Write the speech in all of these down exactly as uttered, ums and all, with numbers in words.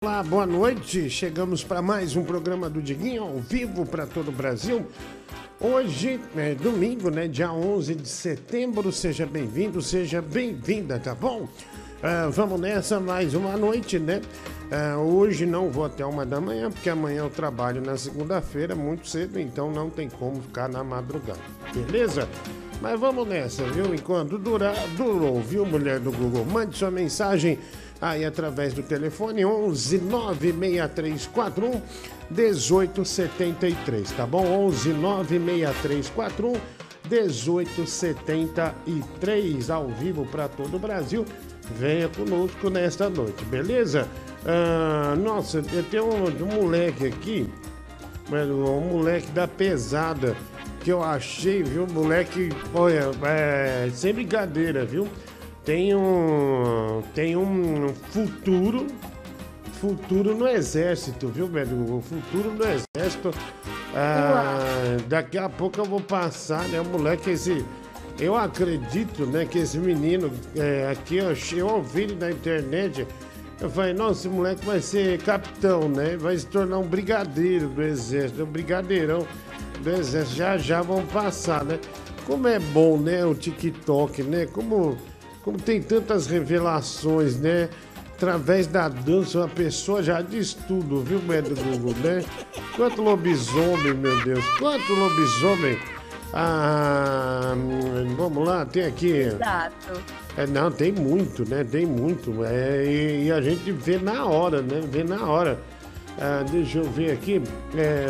Olá, boa noite. Chegamos para mais um programa do Diguinho ao vivo para todo o Brasil. Hoje é domingo, né? Dia onze de setembro. Seja bem-vindo, seja bem-vinda, tá bom? Uh, vamos nessa, mais uma noite, né? Uh, hoje não vou até uma da manhã, porque amanhã eu trabalho na segunda-feira muito cedo, então não tem como ficar na madrugada, beleza? Mas vamos nessa, viu? Enquanto durar, durou, viu, mulher do Google? Mande sua mensagem aí através do telefone onze nove seis três quatro um um oito sete três, tá bom? onze nove seis três quatro um um oito sete três, ao vivo para todo o Brasil. Venha conosco nesta noite, beleza? Ah, nossa, eu tenho um, um moleque aqui, um moleque da pesada, que eu achei, viu? Moleque, olha, é, sem brincadeira, viu? Tem um, tem um futuro, futuro no exército, viu, velho? O futuro no exército. Ah, daqui a pouco eu vou passar, né? O moleque, esse, eu acredito, né, que esse menino é, aqui, eu, eu ouvi ele na internet. Eu falei, nossa, esse moleque vai ser capitão, né? Vai se tornar um brigadeiro do exército, um brigadeirão do exército. Já já vão passar, né? Como é bom, né, o TikTok, né? Como... Como tem tantas revelações, né? Através da dança, uma pessoa já diz tudo, viu, médico Google, né? Quanto lobisomem, meu Deus, quanto lobisomem. Ah, vamos lá, tem aqui. Exato. É, não, tem muito, né? Tem muito. É, e, e a gente vê na hora, né? Vê na hora. Ah, deixa eu ver aqui. É...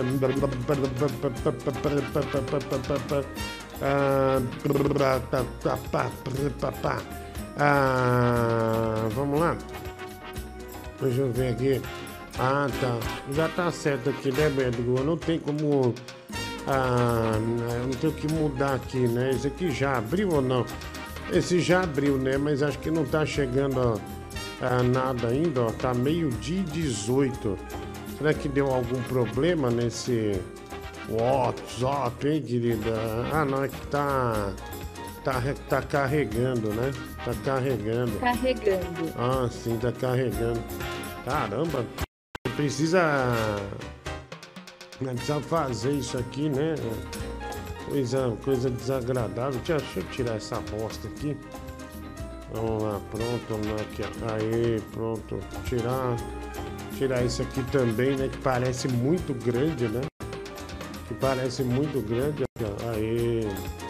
Ah, ah, vamos lá. Deixa eu ver aqui. Ah, tá. Já tá certo aqui, né, Pedro? Não tem como. Ah, não tem o que mudar aqui, né? Esse aqui já abriu ou não? Esse já abriu, né? Mas acho que não tá chegando ó, ah, nada ainda, ó. Tá meio-dia e dezoito. Será que deu algum problema nesse WhatsApp, hein, querida? Ah, não, é que tá, tá, tá carregando, né? Tá carregando. Carregando. Ah, sim, tá carregando. Caramba, precisa, precisa fazer isso aqui, né? Coisa, coisa desagradável. Deixa eu tirar essa bosta aqui. Vamos lá, pronto, vamos lá aqui. Aí, pronto. Tirar, tirar isso aqui também, né? Que parece muito grande, né? Que parece muito grande. Aí,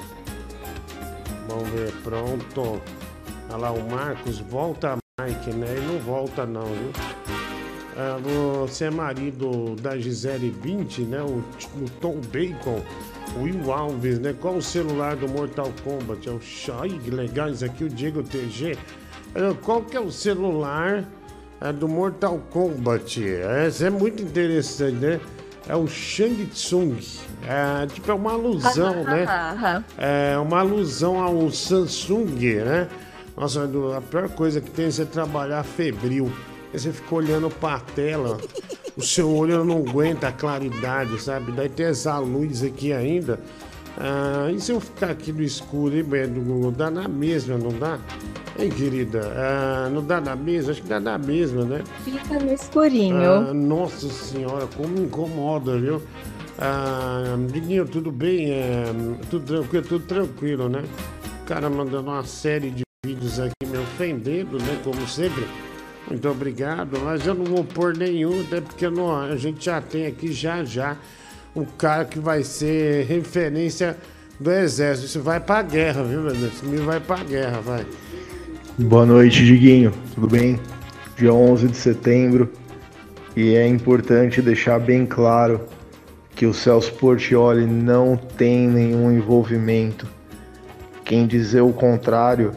vamos ver, pronto. Olha lá, o Marcos volta a Mike, né? Ele não volta não, viu? Ah, você é marido da Gisele Bündchen, né? O, o Tom Bacon, o Will Alves, né? Qual o celular do Mortal Kombat? É o Ai, que legal isso aqui, o Diego T G. Ah, qual que é o celular ah, do Mortal Kombat? Essa é muito interessante, né? É o Shang Tsung. É, tipo, é uma alusão, né? É uma alusão ao Samsung, né? Nossa, a pior coisa que tem é você trabalhar febril. Aí você fica olhando pra tela, o seu olho não aguenta a claridade, sabe? Daí tem essa luz aqui ainda. Ah, e se eu ficar aqui no escuro, hein, Beto? Dá na mesma, não dá? Hein, querida? Ah, não dá na mesma? Acho que dá na mesma, né? Fica no escurinho. Ah, nossa senhora, como incomoda, viu? Ah, Diguinho, tudo bem? É, tudo tranquilo, tudo tranquilo, né? O cara mandando uma série de vídeos aqui me ofendendo, né? Como sempre. Muito obrigado, mas eu não vou pôr nenhum, até porque não, a gente já tem aqui já já um cara que vai ser referência do exército. Isso vai pra guerra, viu, meu Deus? Isso me vai pra guerra, vai. Boa noite, Diguinho. Tudo bem? Dia onze de setembro. E é importante deixar bem claro que o Celso Portiolli não tem nenhum envolvimento. Quem dizer o contrário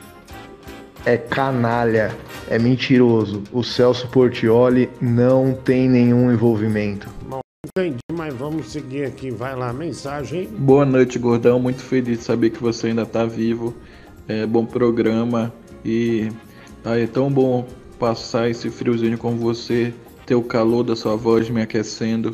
é canalha, é mentiroso. O Celso Portiolli não tem nenhum envolvimento. Bom, entendi, mas vamos seguir aqui. Vai lá, mensagem. Boa noite, gordão. Muito feliz de saber que você ainda tá vivo. É bom programa. E aí, é tão bom passar esse friozinho com você, ter o calor da sua voz me aquecendo.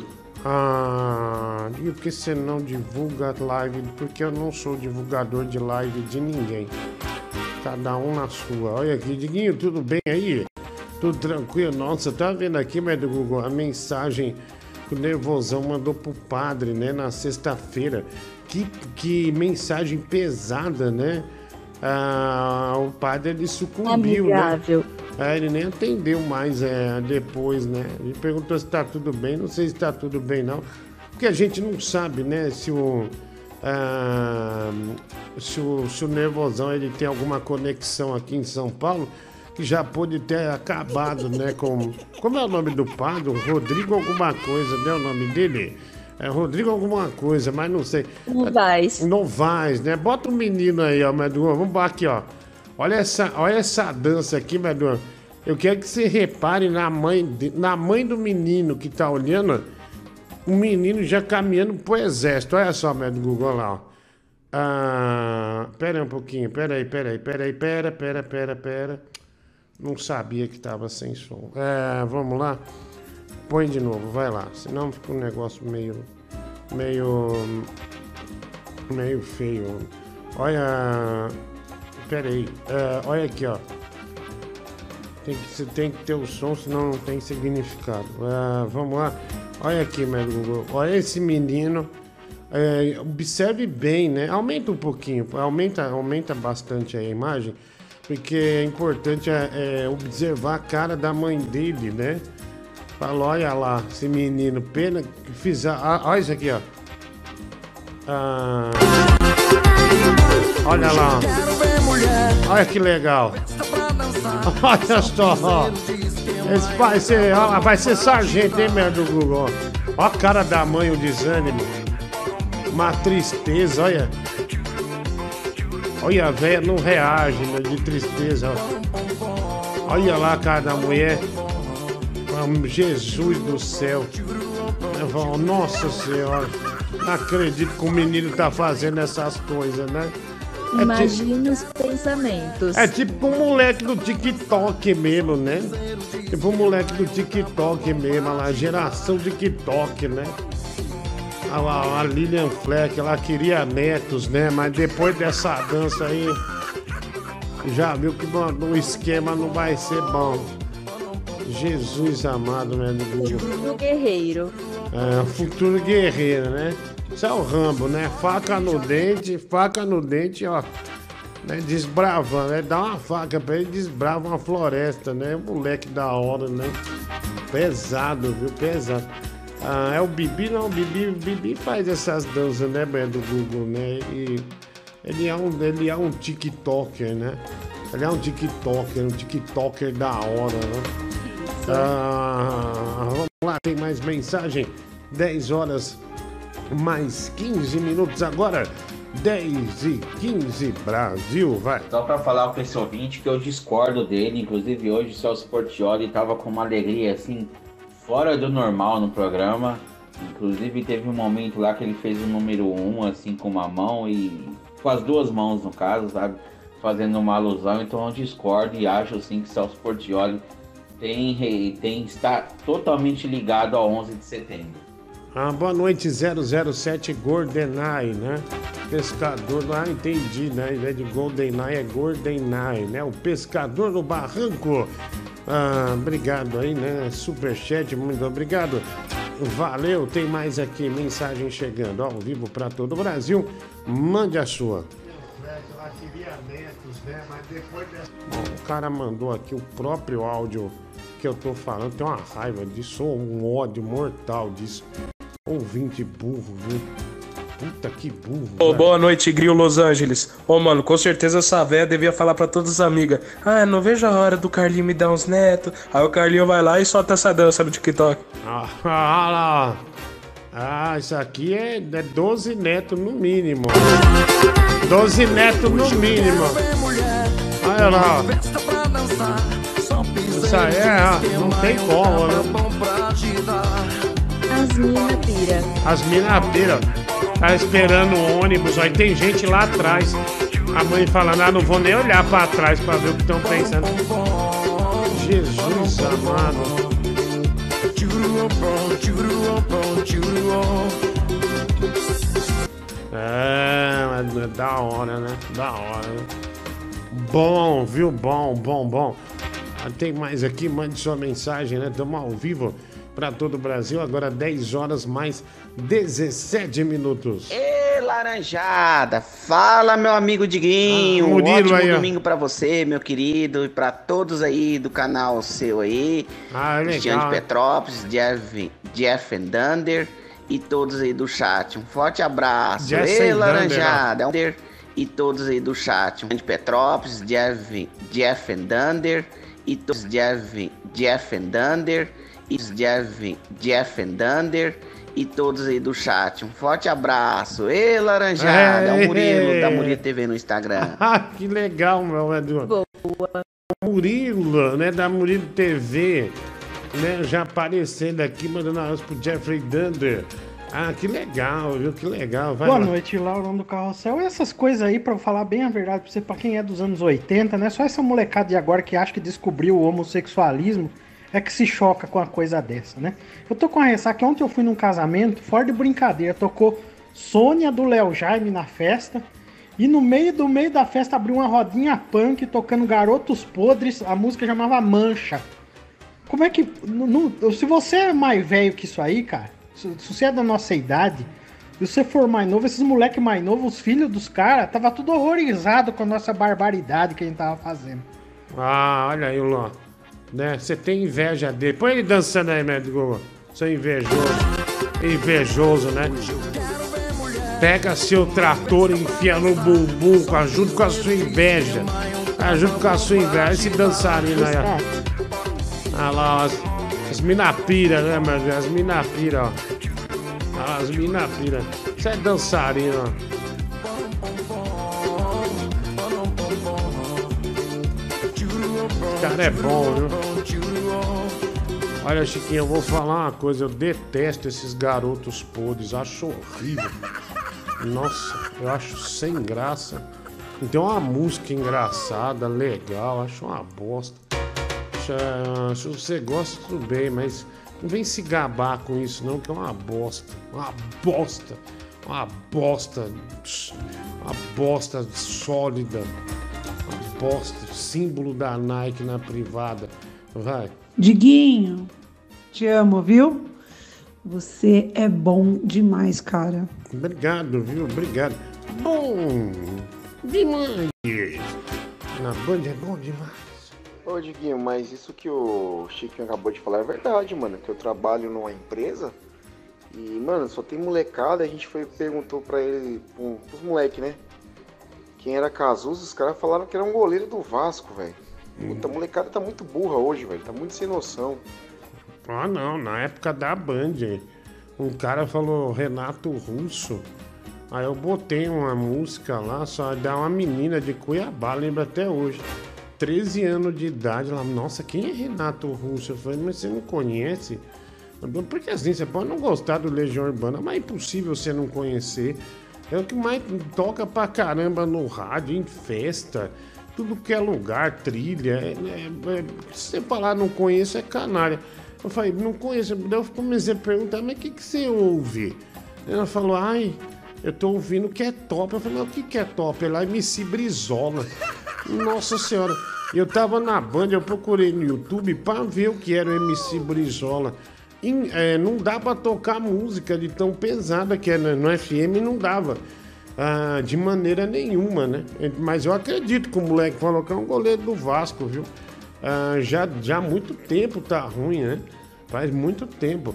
Ah, e por que você não divulga live? Porque eu não sou divulgador de live de ninguém. Cada um na sua. Olha aqui, Diguinho, tudo bem aí? Tudo tranquilo? Nossa, tá vendo aqui, mas do Google, a mensagem que o Nervosão mandou pro padre, né, na sexta-feira. Que, que mensagem pesada, né? Ah, o padre, ele sucumbiu, Amigável. né? É, ele nem atendeu mais é, depois, né? Ele perguntou se tá tudo bem, não sei se tá tudo bem, não. Porque a gente não sabe, né, se o... Ah, se o, se o Nervosão, ele tem alguma conexão aqui em São Paulo, que já pode ter acabado, né, com... Como é o nome do padre? Rodrigo alguma coisa, né, o nome dele? É Rodrigo alguma coisa, mas não sei. Novaes. Novaes, né? Bota o um menino aí, ó, Medu. Vamos aqui, ó. Olha essa, olha essa dança aqui, Medu. Eu quero que você repare na mãe, de, na mãe do menino que tá olhando. O menino já caminhando pro exército. Olha só, Medu Google, olha lá, ó. Ah, pera aí um pouquinho, pera aí, pera aí, pera aí, pera, pera, pera, pera. Não sabia que tava sem som. É, vamos lá. Põe de novo, vai lá. Senão fica um negócio meio... Meio... Meio feio. Olha... Pera aí. Uh, olha aqui, ó. Tem que, você tem que ter o som, senão não tem significado. Uh, vamos lá. Olha aqui, meu Google. Olha esse menino. Uh, observe bem, né? Aumenta um pouquinho. Aumenta, aumenta bastante a imagem. Porque é importante é, é observar a cara da mãe dele, né? Falou, olha lá, esse menino, pena que fiz. Ah, olha isso aqui, ó. Ah, olha lá. Olha que legal. Olha só. Esse vai ser, ó, vai ser sargento, hein, meu do Google? Ó a cara da mãe, o desânimo. Uma tristeza, olha. Olha, a velha não reage, né, de tristeza, ó. Olha lá a cara da mulher. Jesus do céu. Eu falo, nossa senhora. Não acredito que o menino tá fazendo essas coisas, né? É Imagine tipo, os pensamentos. é tipo um moleque do TikTok mesmo, né? Tipo um moleque do TikTok mesmo, lá, geração TikTok, né? A, a, a Lilian Fleck, ela queria netos, né? Mas depois dessa dança aí, já viu que o esquema não vai ser bom. Jesus amado, né? Futuro guerreiro. É, futuro guerreiro, né? Isso é o Rambo, né? Faca no dente, faca no dente, ó. Né? Desbravando, né? Dá uma faca pra ele, desbrava uma floresta, né? Moleque da hora, né? Pesado, viu? Pesado. Ah, é o Bibi, não, o Bibi, o Bibi faz essas danças, né, do Google, né? E ele é um, ele é um TikToker, né? Ele é um TikToker, um TikToker da hora, né? Ah, vamos lá, tem mais mensagem. dez horas mais quinze minutos agora. dez e quinze, Brasil, vai. Só para falar com esse ouvinte que eu discordo dele. Inclusive hoje o Celso Portiolli tava com uma alegria assim, fora do normal no programa. Inclusive teve um momento lá que ele fez o número um assim com uma mão e com as duas mãos no caso, sabe? Fazendo uma alusão. Então eu discordo e acho assim que Celso Portiolli tem, tem, está totalmente ligado ao onze de setembro. Ah, boa noite, zero zero sete GoldenEye, né? Pescador, ah, entendi, né? Ao invés de GoldenEye é GoldenEye, né? O pescador no barranco. Ah, obrigado aí, né? Superchat, muito obrigado. Valeu, tem mais aqui, mensagem chegando ao vivo para todo o Brasil. Mande a sua. Bom, o cara mandou aqui o próprio áudio que eu tô falando. Tem uma raiva disso, um ódio mortal disso. Ouvinte burro, viu? Puta que burro. Ô, oh, boa noite, Grio Los Angeles. Ô, oh, mano, com certeza essa véia devia falar pra todas as amigas. Ah, não vejo a hora do Carlinho me dar uns netos. Aí o Carlinho vai lá e solta essa dança no TikTok. Ah, ah lá. Ah, isso aqui é, é doze netos no mínimo. doze netos no mínimo. Olha lá. Isso aí é, não tem como, né? As mina pira. As mina pira. Tá esperando o ônibus, aí tem gente lá atrás. A mãe falando, ah, não vou nem olhar pra trás pra ver o que estão pensando. Jesus amado. É, mas é da hora, né? Da hora, né? Bom, viu? Bom, bom, bom. Ah, tem mais aqui, mande sua mensagem, né? Estamos ao vivo para todo o Brasil, agora dez horas mais dezessete minutos. Ê, Laranjada, fala meu amigo Diguinho, Ah, um Murilo ótimo aí, ó. domingo pra você, meu querido, e pra todos aí do canal seu aí, Ah, Cristiano legal. de Petrópolis, Jeff, Jeff and Dunder e todos aí do chat, um forte abraço. Jeff Ê, and Laranjada, Dunder, e todos aí do chat, um de Petrópolis, Jeff, Jeff and Dunder e todos Jeff, Jeff and Dunder e Jeff, Jeff and Dunder e todos aí do chat. Um forte abraço. Ê, Laranjada, é o Murilo da Murilo T V no Instagram. Ah, que legal, meu Edu. Boa. Murilo, né, da Murilo T V, né, já aparecendo aqui, mandando abraço pro Jeffrey Dunder. Ah, que legal, viu, que legal. Vai Boa lá. noite, Laurão do Carrossel. E essas coisas aí, pra eu falar bem a verdade pra você, pra quem é dos anos oitenta, né? Só essa molecada de agora que acha que descobriu o homossexualismo é que se choca com uma coisa dessa, né? Eu tô com a ressaca. Ontem eu fui num casamento, fora de brincadeira, tocou Sônia do Léo Jaime na festa. E no meio do meio da festa abriu uma rodinha punk tocando Garotos Podres. A música chamava Mancha. Como é que... não- não- se você é mais velho que isso aí, cara, se, se você é da nossa idade, e você for mais novo, esses moleques mais novos, os filhos dos caras, tava tudo horrorizado com a nossa barbaridade que a gente tava fazendo. Ah, olha aí, Ló. Né? Você tem inveja dele. Põe ele dançando aí, médico. Seu invejoso. Invejoso, né? Pega seu trator e enfia no bumbum, ajuda com a sua inveja. Ajuda com a sua inveja. Esse dançarino aí, ó. Olha lá, ó, as, as minapira, né, mano? As minapira, ó. Olha lá, as minapira. Isso é dançarino, ó. Esse cara é bom, viu? Olha, Chiquinho, eu vou falar uma coisa. Eu detesto esses garotos podres. Acho horrível. Nossa, eu acho sem graça. Então uma música engraçada, legal. Acho uma bosta. Acho- Se você gosta, tudo bem, mas não vem se gabar com isso, não, que é uma bosta. Uma bosta. Uma bosta. Uma bosta sólida. Uma bosta. Símbolo da Nike na privada. Vai. Diguinho, te amo, viu? Você é bom demais, cara. Obrigado, viu? Obrigado. Bom demais. Na Band é bom demais. Ô Diguinho, mas isso que o Chiquinho acabou de falar é verdade, mano. Que eu trabalho numa empresa e, mano, só tem molecada. A gente foi perguntou pra ele, pro- pros moleques, né? Quem era Cazuza, os caras falaram que era um goleiro do Vasco, velho. Puta, a molecada tá muito burra hoje, velho. Tá muito sem noção. Ah, não. Na época da Band, um cara falou Renato Russo. Aí eu botei uma música lá, só da uma menina de Cuiabá, lembro até hoje. treze anos de idade. Ela, nossa, quem é Renato Russo? Eu falei, mas você não conhece? Porque assim, você pode não gostar do Legião Urbana, mas é impossível você não conhecer. É o que mais toca pra caramba no rádio, em festa, tudo que é lugar, trilha. É, é- é- se você falar não conheço, é canalha. Eu falei, não conheço. Daí eu comecei a perguntar, mas o que, que você ouve? Ela falou, ai, eu tô ouvindo o que é top. Eu falei, mas o que, que é top? Ela é M C Brizola. Nossa senhora. Eu tava na Band, eu procurei no YouTube pra ver o que era o M C Brizola. Em- é, não dá pra tocar música de tão pesada que é no no F M, não dava. Ah, de maneira nenhuma, né? Mas eu acredito que o moleque falou que é um goleiro do Vasco, viu? Ah, já, já há muito tempo tá ruim, né? Faz muito tempo.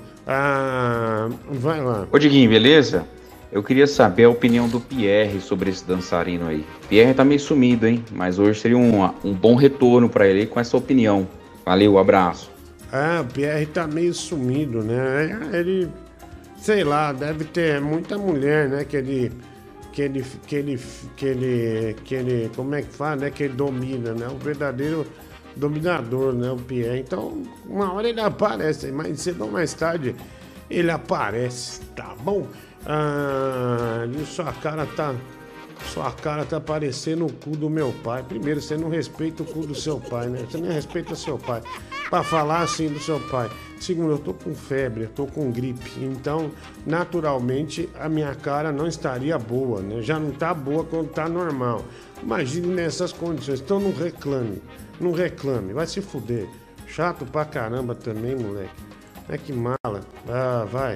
Ah, vai lá. Ô Diguinho, beleza? Eu queria saber a opinião do Pierre sobre esse dançarino aí. Pierre tá meio sumido, hein? Mas hoje seria um, um bom retorno pra ele com essa opinião. Valeu, abraço. Ah, o Pierre tá meio sumido, né? Ele, sei lá, deve ter muita mulher, né? Que ele, que ele, que ele, que ele, que ele, como é que fala, né? Que ele domina, né? O verdadeiro dominador, né? O Pierre. Então, uma hora ele aparece, mais cedo ou mais tarde ele aparece, tá bom? Ah, e sua cara tá, sua cara tá parecendo o cu do meu pai. Primeiro, você não respeita o cu do seu pai, né? Você nem respeita seu pai. Pra falar assim do seu pai. Segundo, eu tô com febre, eu tô com gripe. Então, naturalmente, a minha cara não estaria boa, né? Já não tá boa quando tá normal. Imagine nessas condições. Então, não reclame. Não reclame, vai se fuder. Chato pra caramba também, moleque. É que mala. Ah, vai.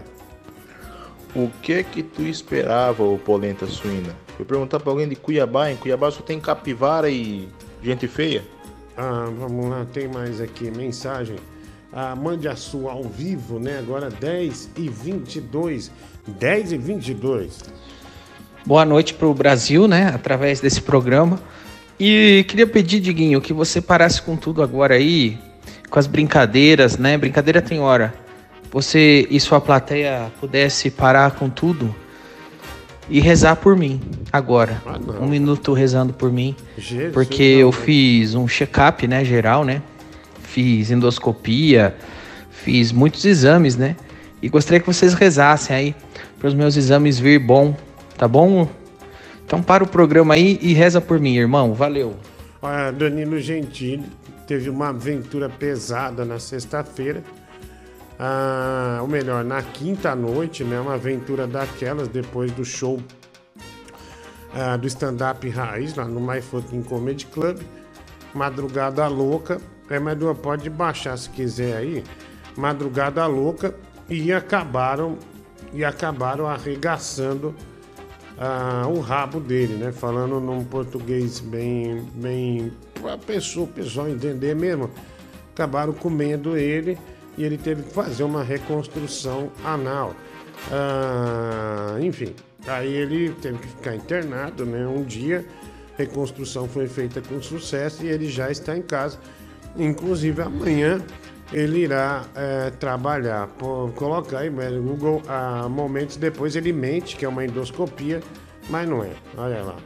O que é que tu esperava, ô polenta suína? Fui perguntar pra alguém de Cuiabá. Em Cuiabá só tem capivara e gente feia? Ah, vamos lá, tem mais aqui, mensagem. Ah, mande a sua ao vivo, né? Agora dez e vinte e dois. dez e vinte e dois. Boa noite pro Brasil, né? Através desse programa. E queria pedir, Diguinho, que você parasse com tudo agora aí, com as brincadeiras, né? Brincadeira tem hora. Você e sua plateia pudesse parar com tudo e rezar por mim agora. Ah, um minuto rezando por mim. Jesus, porque não, eu né? fiz um check-up, né? Geral, né? Fiz endoscopia, fiz muitos exames, né? E gostaria que vocês rezassem aí para os meus exames vir bom, tá bom? Então para o programa aí e reza por mim, irmão. Valeu. Olha, Danilo Gentili teve uma aventura pesada na sexta-feira. Ah, ou melhor, na quinta noite, né? Uma aventura daquelas depois do show ah, do stand-up Raiz, lá no My Fucking Comedy Club. Madrugada Louca. É, mas pode baixar se quiser aí. Madrugada Louca. E acabaram, e acabaram arregaçando ah, o rabo dele, né? Falando num português bem, bem para a pessoa, o pessoal entender mesmo. Acabaram comendo ele e ele teve que fazer uma reconstrução anal. Ah, enfim, aí ele teve que ficar internado, né? Um dia, a reconstrução foi feita com sucesso e ele já está em casa. Inclusive amanhã ele irá é, trabalhar. Pô, colocar aí no Google, ah, momentos depois ele mente que é uma endoscopia, mas não é. Olha lá.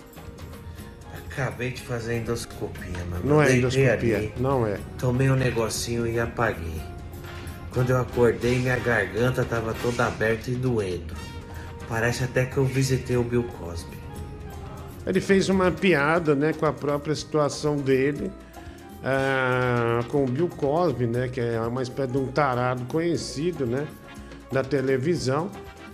Acabei de fazer endoscopia, mano. Não é Deitei endoscopia, ali, não é. tomei um negocinho e apaguei. Quando eu acordei, minha garganta tava toda aberta e doendo. Parece até que eu visitei o Bill Cosby. Ele fez uma piada, né, com a própria situação dele, ah, com o Bill Cosby, né, que é uma espécie de um tarado conhecido, né, da televisão.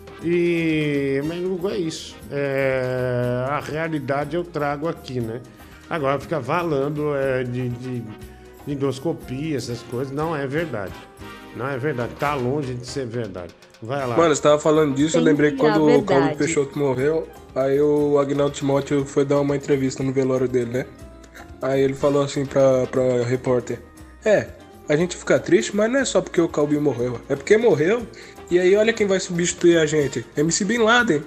E mas Hugo, é isso. É, a realidade eu trago aqui, né? Agora fica falando é, de, de, de endoscopia, essas coisas, não é verdade. Não é verdade, tá longe de ser verdade. Vai lá. Mano, você tava falando disso, Tem eu lembrei que quando a o verdade. Cláudio Peixoto morreu, aí o Agnaldo Timóteo foi dar uma entrevista no velório dele, né? Aí ele falou assim pra, pra repórter: É, a gente fica triste, mas não é só porque o Calbi morreu, é porque morreu, e aí olha quem vai substituir a gente, M C Bin Laden.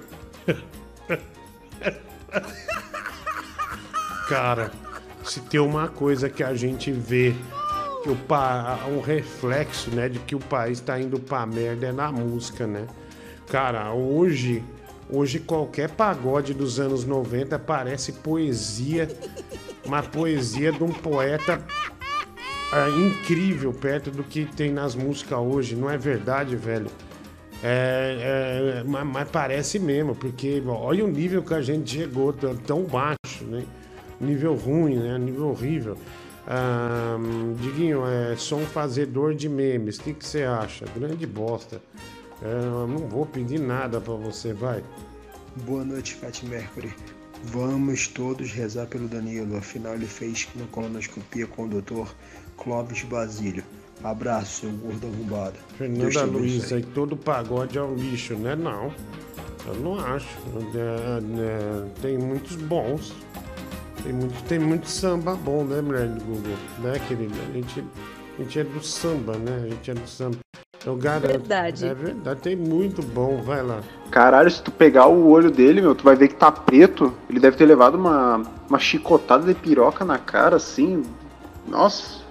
Cara, se tem uma coisa que a gente vê que o pa... um reflexo, né, de que o país tá indo pra merda é na música, né? Cara, hoje, hoje qualquer pagode dos anos noventa parece poesia, uma poesia de um poeta é, incrível perto do que tem nas músicas hoje, não é verdade, velho? É, é, mas, mas parece mesmo, porque olha o nível que a gente chegou, tão, tão baixo, né? Nível ruim, né? Nível horrível. Ah, Diguinho, é, sou um fazedor de memes, o que, que você acha? Grande bosta. É, eu não vou pedir nada pra você, vai. Boa noite, Fat Mercury. Vamos todos rezar pelo Danilo, afinal ele fez uma colonoscopia com o doutor Clóvis Basílio. Abraço, seu gordo arrombado. Fernanda Luiz, aí todo pagode é um lixo, né? Não, eu não acho. É, é, tem muitos bons. Tem muito, tem muito samba bom, né, mulher do Google? Né, querida? A gente, a gente é do samba, né? A gente é do samba. Eu garanto. Verdade. É verdade, tem muito bom, vai lá. Caralho, se tu pegar o olho dele, meu, tu vai ver que tá preto. Ele deve ter levado uma, uma chicotada de piroca na cara, assim. Nossa.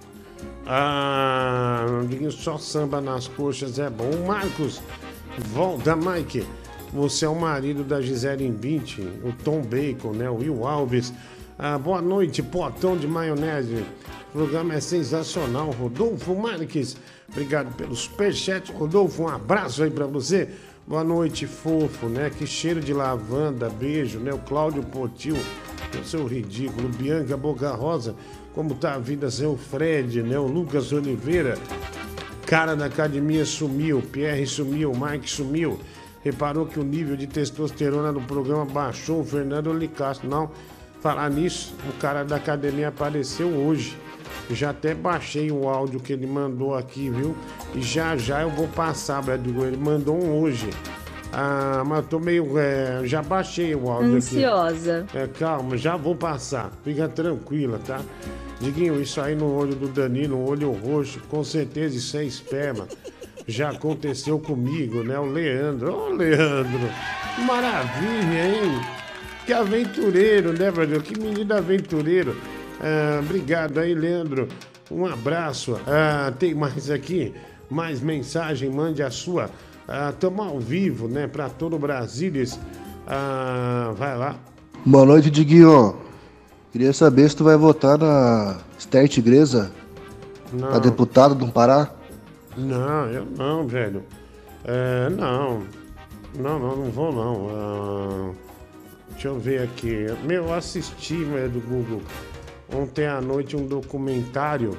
Ah, Diguinho, só samba nas coxas é bom. Marcos, volta, Mike. Você é o marido da Gisele Bündchen, o Tom Bacon, né? O Will Alves. Ah, boa noite, potão de maionese. O programa é sensacional. Rodolfo Marques, obrigado pelo superchat. Rodolfo, um abraço aí pra você. Boa noite, fofo, né? Que cheiro de lavanda, beijo, né? O Cláudio Potil, o seu ridículo. Bianca Boca Rosa, como tá a vida sem o Fred, né? O Lucas Oliveira, cara da academia sumiu. Pierre sumiu, Mike sumiu. Reparou que o nível de testosterona no programa baixou, o Fernando Licastro. Não, falar nisso, o cara da academia apareceu hoje. Já até baixei o áudio que ele mandou aqui, viu? E já já eu vou passar, Brasil. Ele mandou um hoje. Ah, mas eu tô meio... É, já baixei o áudio Ansiosa. aqui. É, calma, já vou passar. Fica tranquila, tá? Diguinho, isso aí no olho do Danilo, um olho roxo, com certeza isso é esperma. Já aconteceu comigo, né? O Leandro. Ô, Leandro, que maravilha, hein? Que aventureiro, né, Brasil? Que menino aventureiro. Ah, obrigado aí, Leandro. Um abraço. Ah, tem mais aqui? Mais mensagem, mande a sua. Estamos ah, ao vivo, né? Para todo o Brasil. Ah, vai lá. Boa noite, Diguinho. Queria saber se tu vai votar na Esther Tigresa, a deputada do Pará. Não, eu não, velho. É, não. Não, não, não vou não. Ah, deixa eu ver aqui. Meu, eu assisti, velho, do Google, ontem à noite um documentário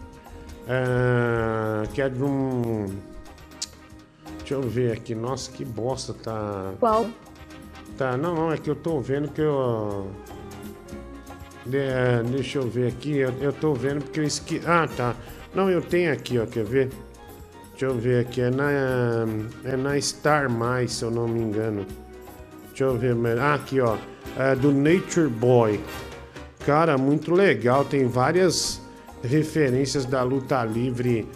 é, que é de um... Deixa eu ver aqui. Nossa, que bosta, tá... Qual? Tá, não, não, é que eu tô vendo que eu... De, deixa eu ver aqui, eu, eu tô vendo porque eu esqueci... Ah, tá. Não, eu tenho aqui, ó, quer ver? Deixa eu ver aqui, é na... É na Star Mais, se eu não me engano. Deixa eu ver, ah, aqui, ó. É do Nature Boy. Cara, muito legal, tem várias referências da luta livre...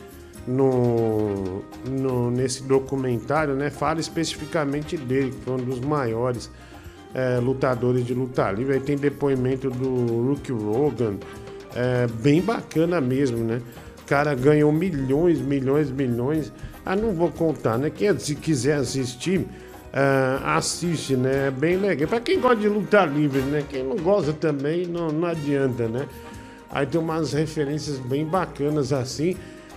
No, no, nesse documentário, né? Fala especificamente dele, que foi um dos maiores é, lutadores de luta livre. Aí tem depoimento do Hulk Hogan, é, bem bacana mesmo, né? O cara ganhou milhões, milhões, milhões. Ah, não vou contar, né? Quem se quiser assistir, é, assiste, né? É bem legal. Pra quem gosta de luta livre, né? Quem não gosta também, não, não adianta, né? Aí tem umas referências bem bacanas assim.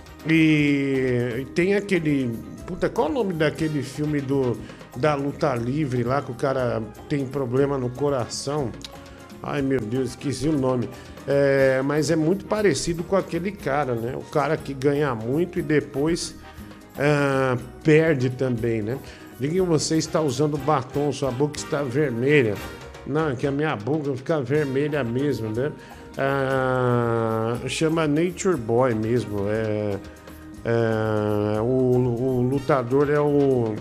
E, e tem aquele... Puta, qual é o nome daquele filme do, da luta livre lá, que o cara tem problema no coração? Ai, meu Deus, esqueci o nome. É, mas é muito parecido com aquele cara, né? O cara que ganha muito e depois ah, perde também, né? Diga, você está usando batom, sua boca está vermelha. Não, é que a minha boca fica vermelha mesmo, né? Ah, chama Nature Boy mesmo. É, é, o, o lutador é o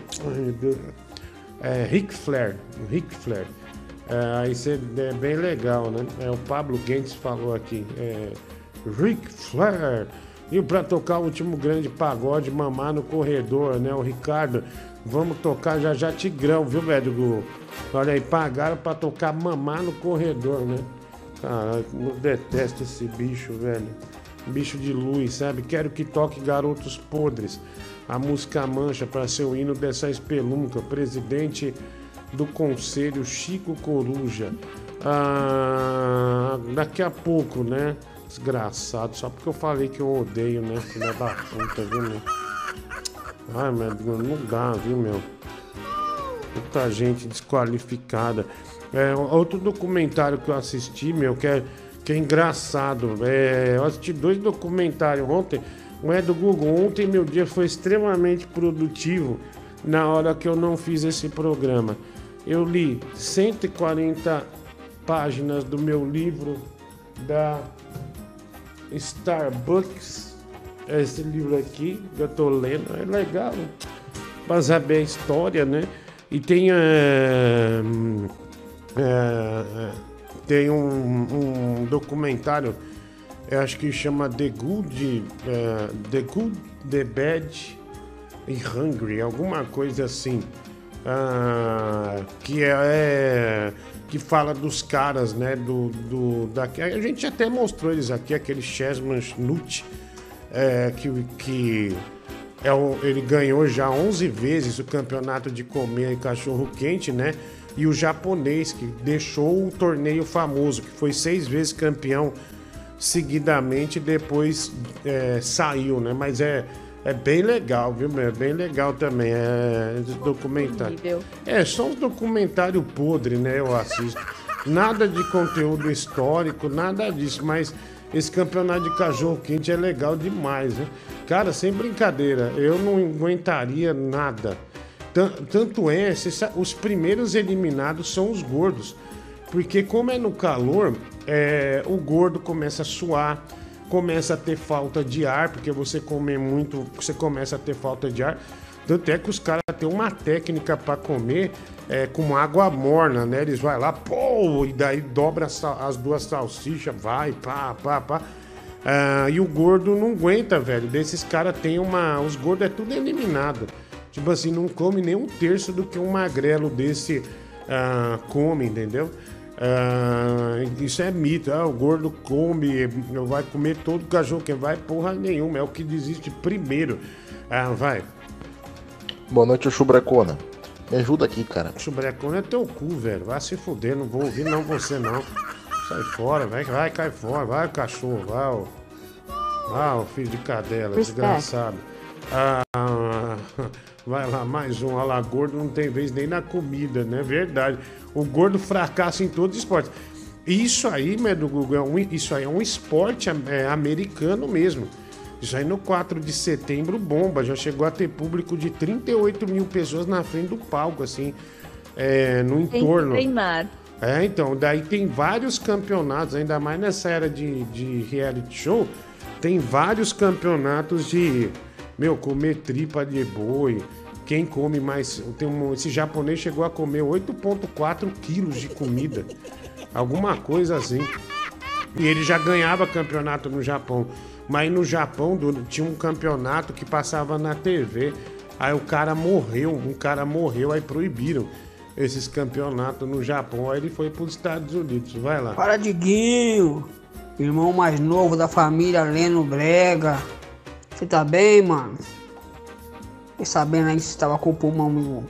é, Ric Flair. Ric Flair. É, isso é, é bem legal, né? É, o Pablo Guedes falou aqui. É, Ric Flair. E para tocar o último grande pagode, mamar no corredor, né? O Ricardo. Vamos tocar já já Tigrão, viu, velho? Olha aí, pagaram para tocar mamar no corredor, né? Caralho, eu detesto esse bicho, velho. Bicho de luz, sabe? Quero que toque Garotos Podres. A música Mancha para ser o hino dessa espelunca. Presidente do Conselho, Chico Coruja. Ah, daqui a pouco, né? Desgraçado. Só porque eu falei que eu odeio, né? Filha da puta, viu, meu? Ai, meu Deus, não dá, viu, meu? Muita gente desqualificada. É, outro documentário que eu assisti, meu, que é, que é engraçado. É, eu assisti dois documentários ontem. Um é do Google. Ontem meu dia foi extremamente produtivo na hora que eu não fiz esse programa. Eu li cento e quarenta páginas do meu livro da Starbucks. Esse livro aqui que eu tô lendo. É legal pra saber a história, né? E tem... É, É, tem um, um documentário, eu acho que chama The Good, é, The Good, The Bad e Hungry, alguma coisa assim, uh, que é que fala dos caras, né? Do, do da, a gente até mostrou eles aqui, aquele Chessman Schnutt, é, que, que é o, ele ganhou já onze vezes o campeonato de comer cachorro quente, né? E o japonês, que deixou o torneio famoso, que foi seis vezes campeão seguidamente e depois é, saiu, né? Mas é, é bem legal, viu? É bem legal também. É documentário. É só um documentário podre, né? Eu assisto. Nada de conteúdo histórico, nada disso, mas esse campeonato de cachorro quente é legal demais, né? Cara, sem brincadeira, eu não aguentaria nada. Tanto é, os primeiros eliminados são os gordos. Porque como é no calor, é, o gordo começa a suar, começa a ter falta de ar, porque você comer muito, você começa a ter falta de ar. Tanto é que os caras têm uma técnica para comer é, com água morna, né? Eles vão lá, pô, e daí dobra as, as duas salsichas, vai, pá, pá, pá. Ah, e o gordo não aguenta, velho. Desses caras tem uma... Os gordos é tudo eliminado. Tipo assim, não come nem um terço do que um magrelo desse ah, come, entendeu? Ah, isso é mito. Ah, o gordo come, vai comer todo o cachorro que vai, porra nenhuma. É o que desiste primeiro. Ah, vai. Boa noite, Chubrecona. Me ajuda aqui, cara. Chubrecona é teu cu, velho. Vai se fuder, não vou ouvir não você não. Sai fora, vai, vai, cai fora. Vai, cachorro, vai, ó. Ah, o filho de cadela, desgraçado. Ah, vai lá, mais um. Olha lá, gordo não tem vez nem na comida, né? Verdade. O gordo fracassa em todos os esportes. Isso aí, meu Google, é um, isso aí é um esporte é, americano mesmo. Isso aí no quatro de setembro bomba. Já chegou a ter público de trinta e oito mil pessoas na frente do palco, assim, é, no entorno. Tem que treinar. É, então, daí tem vários campeonatos, ainda mais nessa era de, de reality show, tem vários campeonatos de, meu, comer tripa de boi, quem come mais, tem um, esse japonês chegou a comer oito vírgula quatro quilos de comida, alguma coisa assim, e ele já ganhava campeonato no Japão, mas no Japão do, tinha um campeonato que passava na T V, aí o cara morreu, um cara morreu, aí proibiram esses campeonatos no Japão, aí ele foi para os Estados Unidos, vai lá. Para, Diguinho, irmão mais novo da família Leno Brega, você tá bem, mano? Fiquei sabendo aí que você tava com o pulmão meio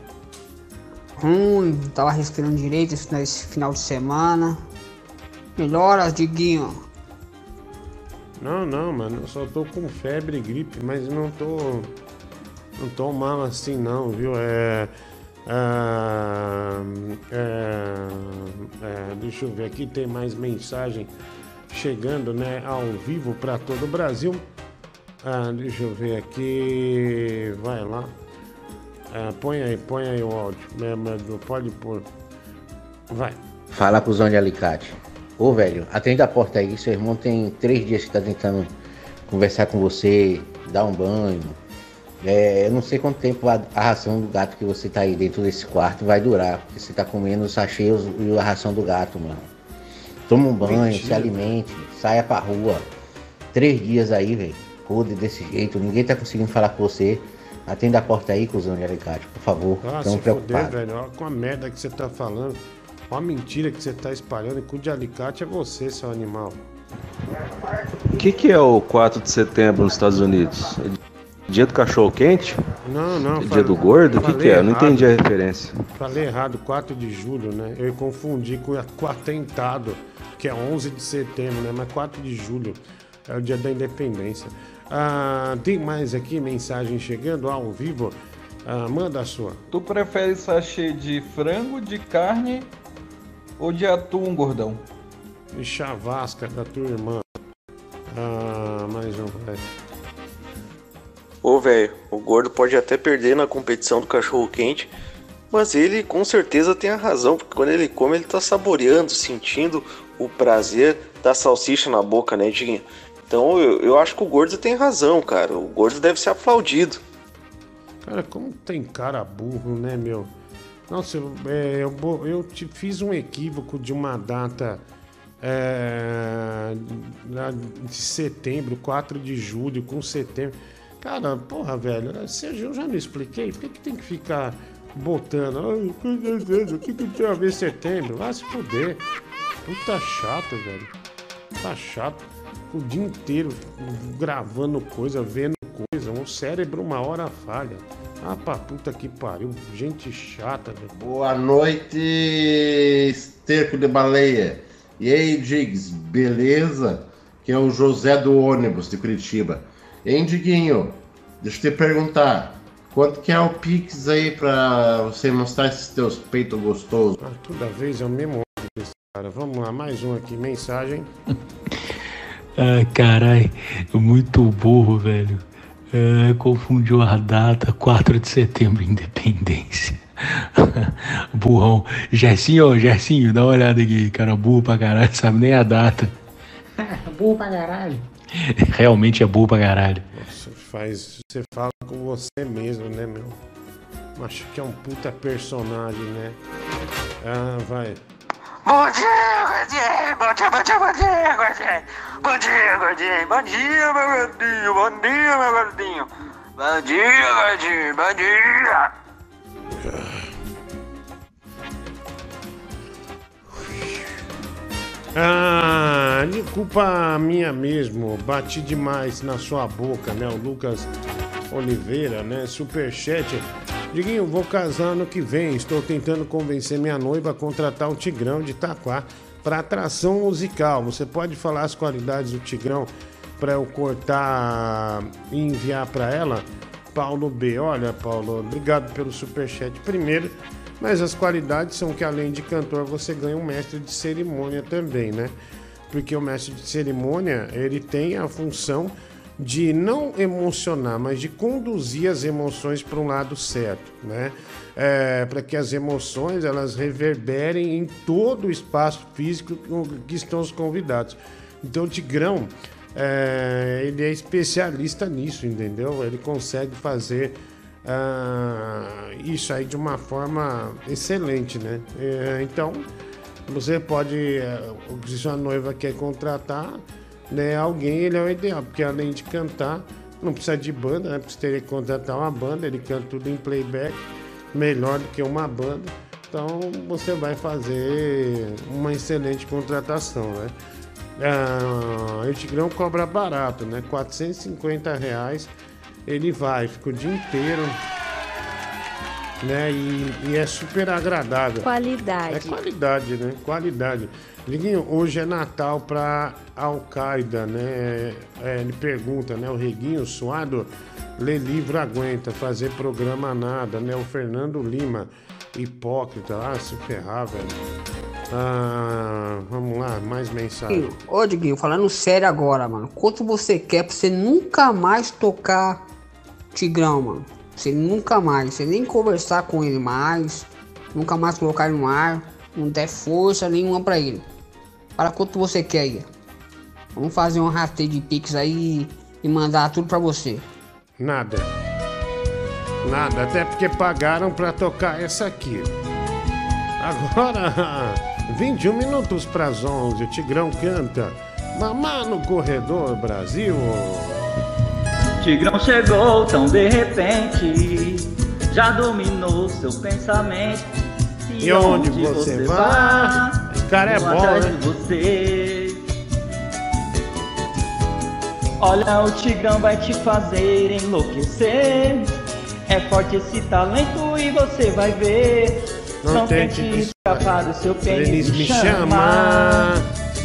ruim, não tava respirando direito nesse final de semana. Melhoras, Diguinho. Não, não, mano, eu só tô com febre e gripe, mas não tô, não tô mal assim não, viu, é... Ah, é, é, deixa eu ver aqui, tem mais mensagem chegando, né, ao vivo para todo o Brasil. Ah, deixa eu ver aqui, vai lá. Ah, põe aí, põe aí o áudio, pode pôr. Vai. Fala, cuzão de alicate. Ô, velho, atende a porta aí, seu irmão tem três dias que tá tentando conversar com você, dar um banho. É, eu não sei quanto tempo a, a ração do gato que você tá aí dentro desse quarto vai durar, porque você tá comendo os sachês e a ração do gato, mano. Toma um banho, Mentira. Se alimente, saia pra rua. Três dias aí, velho. Cuide desse jeito, ninguém tá conseguindo falar com você. Atenda a porta aí, cuzão de alicate, por favor. Ah, Tão se preocupado. Foder, velho. Olha com a merda que você tá falando. Olha a mentira que você tá espalhando. E cu de alicate é você, seu animal. O que, que é o quatro de setembro nos Estados Unidos? Dia do cachorro quente? Não, não. Dia falei, do gordo? O que, que é? Eu não entendi a referência. Falei errado, quatro de julho, né? Eu confundi com, com o atentado, que é onze de setembro, né? Mas quatro de julho é o dia da independência. Ah, tem mais aqui mensagem chegando ao vivo. Ah, manda a sua. Tu prefere sachê de frango, de carne ou de atum, gordão? De chavasca da tua irmã. Ah, mais um, velho. Ô, velho, o gordo pode até perder na competição do cachorro quente, mas ele com certeza tem a razão, porque quando ele come ele tá saboreando, sentindo o prazer da salsicha na boca, né, Diguinho? Então eu, eu acho que o gordo tem razão, cara. O gordo deve ser aplaudido. Cara, como tem cara burro, né, meu? Nossa, eu, é, eu, eu te fiz um equívoco de uma data é, de setembro, quatro de julho, com setembro. Cara, porra, velho, eu já não expliquei. Por que, que tem que ficar botando? O que, que tem a ver setembro? Vai se fuder. Puta chato, velho. Tá chato. O dia inteiro gravando coisa, vendo coisa. Um cérebro, uma hora falha. Ah, pra puta que pariu. Gente chata, velho. Boa noite, esterco de baleia. E aí, Diggs, beleza? Que é o José do ônibus de Curitiba. Hein, Diguinho? Deixa eu te perguntar. Quanto que é o Pix aí pra você mostrar esses teus peitos gostosos? Ah, toda vez é o mesmo ódio desse cara. Vamos lá, mais um aqui. Mensagem. Ah, carai, muito burro, velho. Ah, confundiu a data, quatro de setembro, independência. Burrão. Gersinho, ó, Gersinho, dá uma olhada aqui, cara, burro pra caralho, sabe nem a data. Burro pra caralho. realmente é burro pra caralho. Nossa, faz, você fala com você mesmo, né, meu? Acho que é um puta personagem, né? Ah, vai. Bom dia, gordinho! Bom dia, bom dia, bom dia, gordinho! Bom dia, gordinho! Bom dia, meu gordinho! Bom dia, meu gordinho! Bom dia, gordinho! Bom dia! Ah, de culpa minha mesmo. Bati demais na sua boca, né? O Lucas Oliveira, né? Superchat. Diguinho, vou casar ano que vem. Estou tentando convencer minha noiva a contratar o Tigrão de Itaquá para atração musical. Você pode falar as qualidades do Tigrão para eu cortar e enviar para ela? Paulo B. Olha, Paulo, obrigado pelo superchat primeiro. Mas as qualidades são que, além de cantor, você ganha um mestre de cerimônia também, né? Porque o mestre de cerimônia, ele tem a função de não emocionar, mas de conduzir as emoções para um lado certo, né? É, para que as emoções, elas reverberem em todo o espaço físico que estão os convidados. Então, o Tigrão, é, ele é especialista nisso, entendeu? Ele consegue fazer... Ah, isso aí de uma forma excelente, né? É, então, você pode, se sua noiva quer contratar, né, alguém, ele é o ideal, porque além de cantar, não precisa de banda, né? Você teria que contratar uma banda, ele canta tudo em playback, melhor do que uma banda. Então, você vai fazer uma excelente contratação, né? Ah, o Tigrão cobra barato, né? quatrocentos e cinquenta reais. Ele vai, fica o dia inteiro, né? E, e é super agradável. Qualidade. É qualidade, né? Qualidade. Liguinho, hoje é Natal pra Al-Qaeda, né? É, ele pergunta, né? O Reguinho Suado, lê livro aguenta, fazer programa nada, né? O Fernando Lima, hipócrita, ah, se ferrar, velho. Ah, vamos lá, mais mensagem. Ô, Diguinho, falando sério agora, mano. Quanto você quer pra você nunca mais tocar Tigrão, mano? Você nunca mais, você nem conversar com ele mais, nunca mais colocar ele no ar, não der força nenhuma pra ele. Para quanto você quer aí? Vamos fazer um rasteio de pix aí e mandar tudo pra você. Nada. Nada, até porque pagaram pra tocar essa aqui. Agora, vinte e um minutos para as onze, o Tigrão canta Mamá no Corredor Brasil. Tigrão chegou tão de repente, já dominou seu pensamento. E, e onde, onde você, você vai? O cara é bom, né? Você. Olha, o Tigrão vai te fazer enlouquecer. É forte esse talento e você vai ver. Não, Não tente escapar do seu pênis, me chama.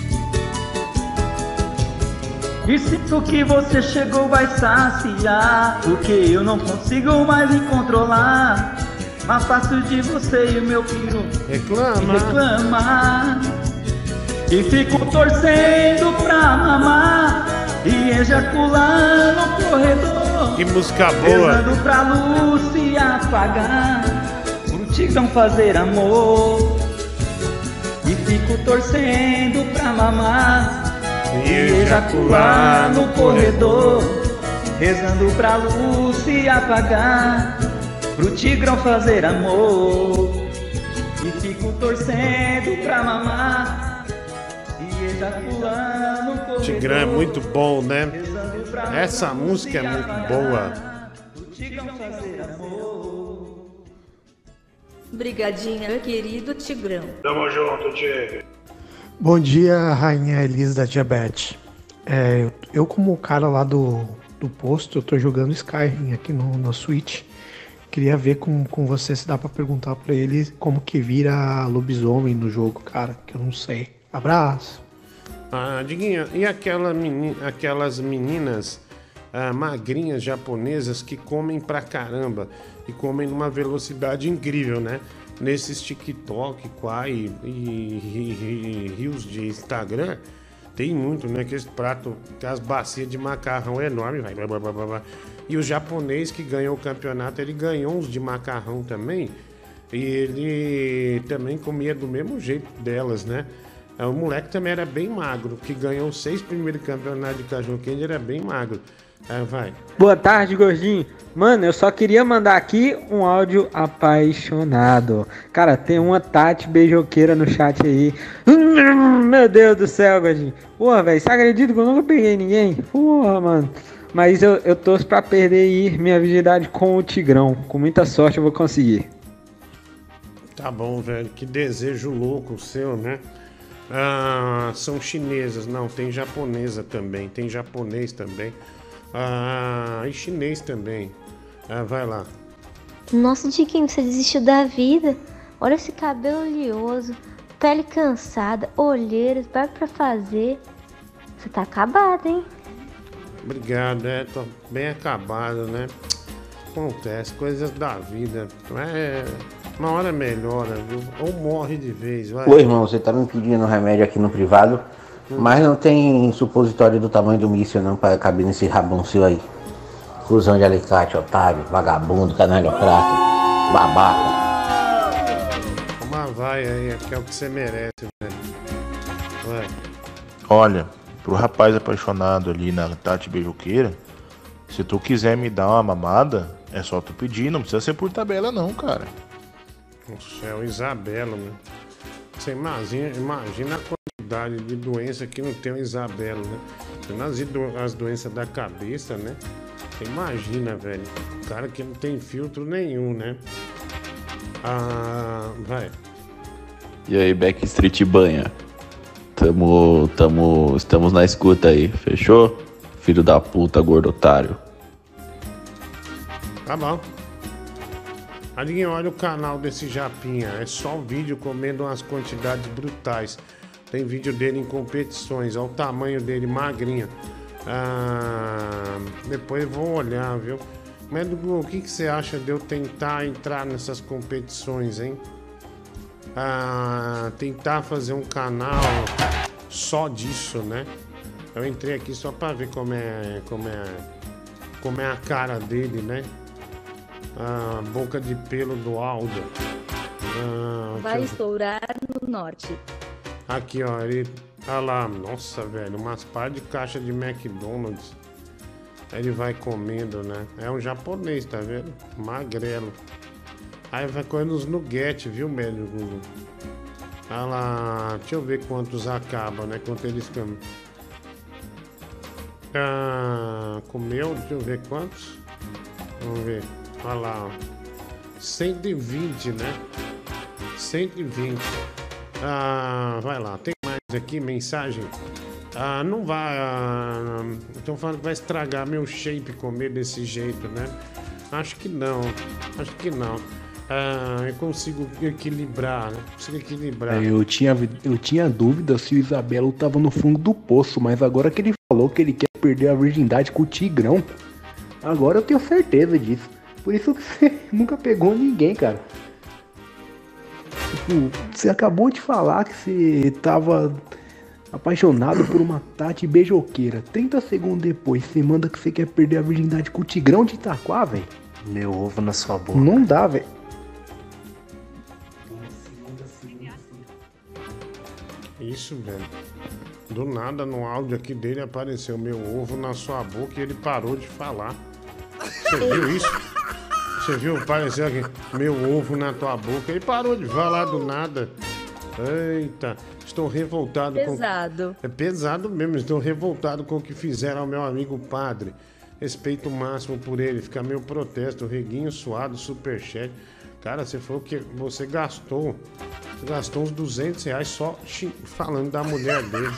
E sinto que você chegou, vai saciar, porque eu não consigo mais me controlar. Mas faço de você e o meu filho reclama. reclama. E fico torcendo pra mamar e ejacular no corredor. Que música boa. Rezando pra luz se apagar, pro Tigrão fazer amor. E fico torcendo pra mamar e ejacular no corredor, rezando pra luz se apagar, pro Tigrão fazer amor. E fico torcendo pra mamar e ejacular no corredor. Tigrão é muito bom, né? Essa música é muito boa. Pro Tigrão fazer amor. Brigadinha, querido Tigrão. Tamo junto, Tigre. Bom dia, Rainha Elisa da Diabetes. É, eu, eu como cara lá do, do posto, eu tô jogando Skyrim aqui no, no Switch. Queria ver com, com você se dá pra perguntar pra ele como que vira lobisomem no jogo, cara, que eu não sei. Abraço. Ah, Diguinha, e aquela meni, aquelas meninas ah, magrinhas japonesas que comem pra caramba e comem numa velocidade incrível, né? Nesses TikTok, Quai e, e, e rios de Instagram, tem muito, né? Aqueles pratos, aquelas bacias de macarrão enormes, vai, blá, blá, blá, blá. E o japonês que ganhou o campeonato, ele ganhou uns de macarrão também. E ele também comia do mesmo jeito delas, né? É, o moleque também era bem magro, que ganhou os seis primeiros campeonatos de cachorro-quente, era bem magro. É, vai. Boa tarde, gordinho. Mano, eu só queria mandar aqui um áudio apaixonado. Cara, tem uma Tati beijoqueira no chat aí. Meu Deus do céu, gordinho. Porra, velho, você acredita que eu nunca peguei ninguém? Porra, mano. Mas eu, eu torço pra perder aí minha virgindade com o Tigrão. Com muita sorte eu vou conseguir. Tá bom, velho. Que desejo louco o seu, né? Ah, são chinesas. Não, tem japonesa também. Tem japonês também. Ah, e chinês também. Ah, vai lá. Nossa, Diguinho, você desistiu da vida? Olha esse cabelo oleoso, pele cansada, olheiras, barba pra fazer. Você tá acabado, hein? Obrigado, é, tô bem acabado, né? Acontece, coisas da vida. É, uma hora melhora, viu? Ou morre de vez, vai. Ô irmão, você tá me pedindo remédio aqui no privado, mas não tem supositório do tamanho do míssil não pra caber nesse rabão seu aí. Cruzão de alicate, otário, vagabundo, canalha prata, babaca. Uma vai aí, que é o que você merece, velho. Vai. Olha, pro rapaz apaixonado ali na Tati beijoqueira, se tu quiser me dar uma mamada, é só tu pedir, não precisa ser por tabela não, cara. Nossa, é o Isabela, né? Você imagina, imagina a quantidade de doença que não tem o Isabela, né? Tem as, as doenças da cabeça, né? Você imagina, velho. O cara que não tem filtro nenhum, né? Ah, vai. E aí, Backstreet Banha? Tamo, tamo, estamos na escuta aí, fechou? Filho da puta, gordo otário. Tá bom. Adiguinho, olha o canal desse Japinha. É só um vídeo comendo umas quantidades brutais. Tem vídeo dele em competições. Olha o tamanho dele, magrinho. Ah, depois eu vou olhar, viu? Mas, Dudu, o que, que você acha de eu tentar entrar nessas competições, hein? Ah, tentar fazer um canal só disso, né? Eu entrei aqui só pra ver como é, como é, como é a cara dele, né? A boca de pelo do Aldo. Ah, Vai estourar no norte. Aqui, ó, ele... Olha lá, nossa, velho, umas par de caixa de McDonald's. Aí ele vai comendo, né? É um japonês, tá vendo? Magrelo. Aí vai comendo os nuggets, viu, velho, Google? Olha lá, deixa eu ver quantos acabam, né? Quanto eles comem. Ah, comeu, deixa eu ver quantos. Vamos ver. Olha lá, ó. cento e vinte, né? cento e vinte. Ah, vai lá, tem mais aqui, mensagem. Ah, não vai. Ah, então falando que vai estragar meu shape comer desse jeito, né? Acho que não. Acho que não. Ah, eu consigo equilibrar, né? Consigo equilibrar. É, eu, tinha, eu tinha dúvida se o Isabelo tava no fundo do poço, mas agora que ele falou que ele quer perder a virgindade com o Tigrão, agora eu tenho certeza disso. Por isso que você nunca pegou ninguém, cara. Tipo, você acabou de falar que você tava apaixonado por uma Tati beijoqueira. trinta segundos depois, você manda que você quer perder a virgindade com o Tigrão de Itaquá, velho. Meu ovo na sua boca. Não dá, velho. Isso, velho. Do nada, no áudio aqui dele apareceu meu ovo na sua boca e ele parou de falar. Você viu isso? Você viu? Apareceu aqui, meu ovo na tua boca. Ele parou de falar do nada. Eita, estou revoltado Pesado. com... É pesado mesmo, estou revoltado com o que fizeram ao meu amigo padre. Respeito máximo por ele, fica meu protesto, reguinho suado, superchat. Cara, você falou que você gastou, você gastou uns duzentos reais só falando da mulher dele.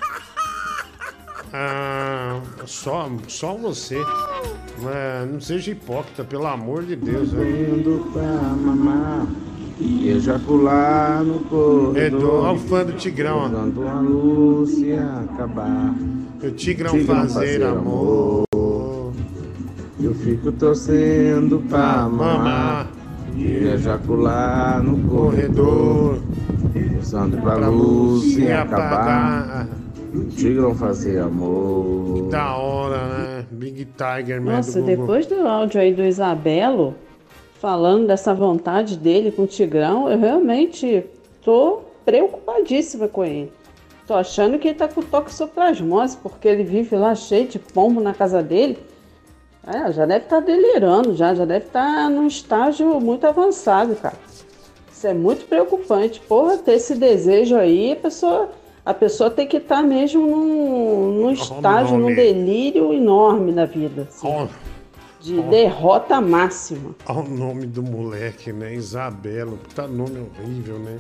Ah, só, só você. Mas não seja hipócrita, pelo amor de Deus. Indo pra mamar e ejacular no corredor. Edu, olha o fã do Tigrão, ó. Quando a luz se acabar, o Tigrão, Tigrão fazer, fazer amor. amor. Eu fico torcendo pra mamar e ejacular no corredor. Usando pra, pra luz se acabar. acabar. Tigrão fazer amor. Que da hora, né? Big Tiger, mesmo. Nossa, depois do áudio aí do Isabelo, falando dessa vontade dele com o Tigrão, eu realmente tô preocupadíssima com ele. Tô achando que ele tá com toxoplasmose, porque ele vive lá cheio de pombo na casa dele. É, já deve estar delirando, já, já deve estar num estágio muito avançado, cara. Isso é muito preocupante. Porra, ter esse desejo aí, a pessoa, a pessoa tem que estar mesmo num, num estágio, num delírio enorme da vida. Assim, Oh. de derrota máxima. Olha o nome do moleque, né? Isabelo. Puta nome horrível, né?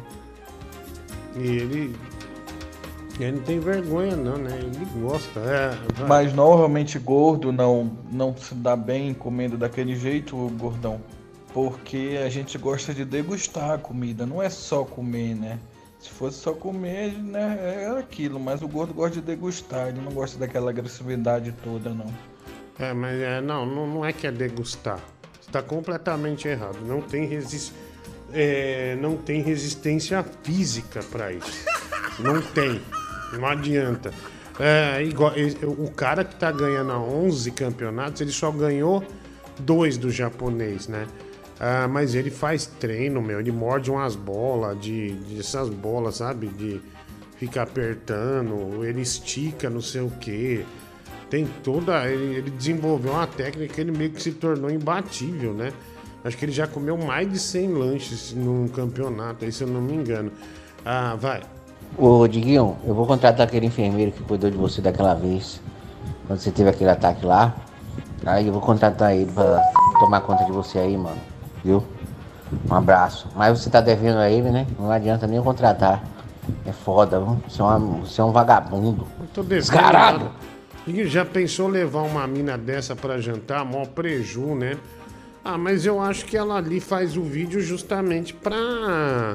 E ele... Ele não tem vergonha não, né? Ele gosta. É, vai. Mas normalmente gordo não, não se dá bem comendo daquele jeito, gordão. Porque a gente gosta de degustar a comida, não é só comer, né? Se fosse só comer, né, é aquilo. Mas o gordo gosta de degustar, ele não gosta daquela agressividade toda, não. É, mas é, não, não, não é que é degustar. Você tá completamente errado. Não tem, resist... é, não tem resistência física pra isso. Não tem. Não adianta. É, igual, o cara que tá ganhando onze campeonatos, ele só ganhou dois do japonês, né? Ah, mas ele faz treino, meu. Ele morde umas bolas, de, de essas bolas, sabe? De ficar apertando, ele estica não sei o quê. Tem toda... Ele, ele desenvolveu uma técnica que ele meio que se tornou imbatível, né? Acho que ele já comeu mais de cem lanches num campeonato, aí se eu não me engano. Ah, vai. Ô, Diguinho, eu vou contratar aquele enfermeiro que cuidou de você daquela vez, quando você teve aquele ataque lá. Aí eu vou contratar ele pra tomar conta de você aí, mano. Viu? Um abraço. Mas você tá devendo a ele, né? Não adianta nem eu contratar. É foda, viu? Você é, uma, você é um vagabundo. Eu tô devendo. Descarado! E já pensou levar uma mina dessa pra jantar? Mó preju, né? Ah, mas eu acho que ela ali faz o vídeo justamente pra...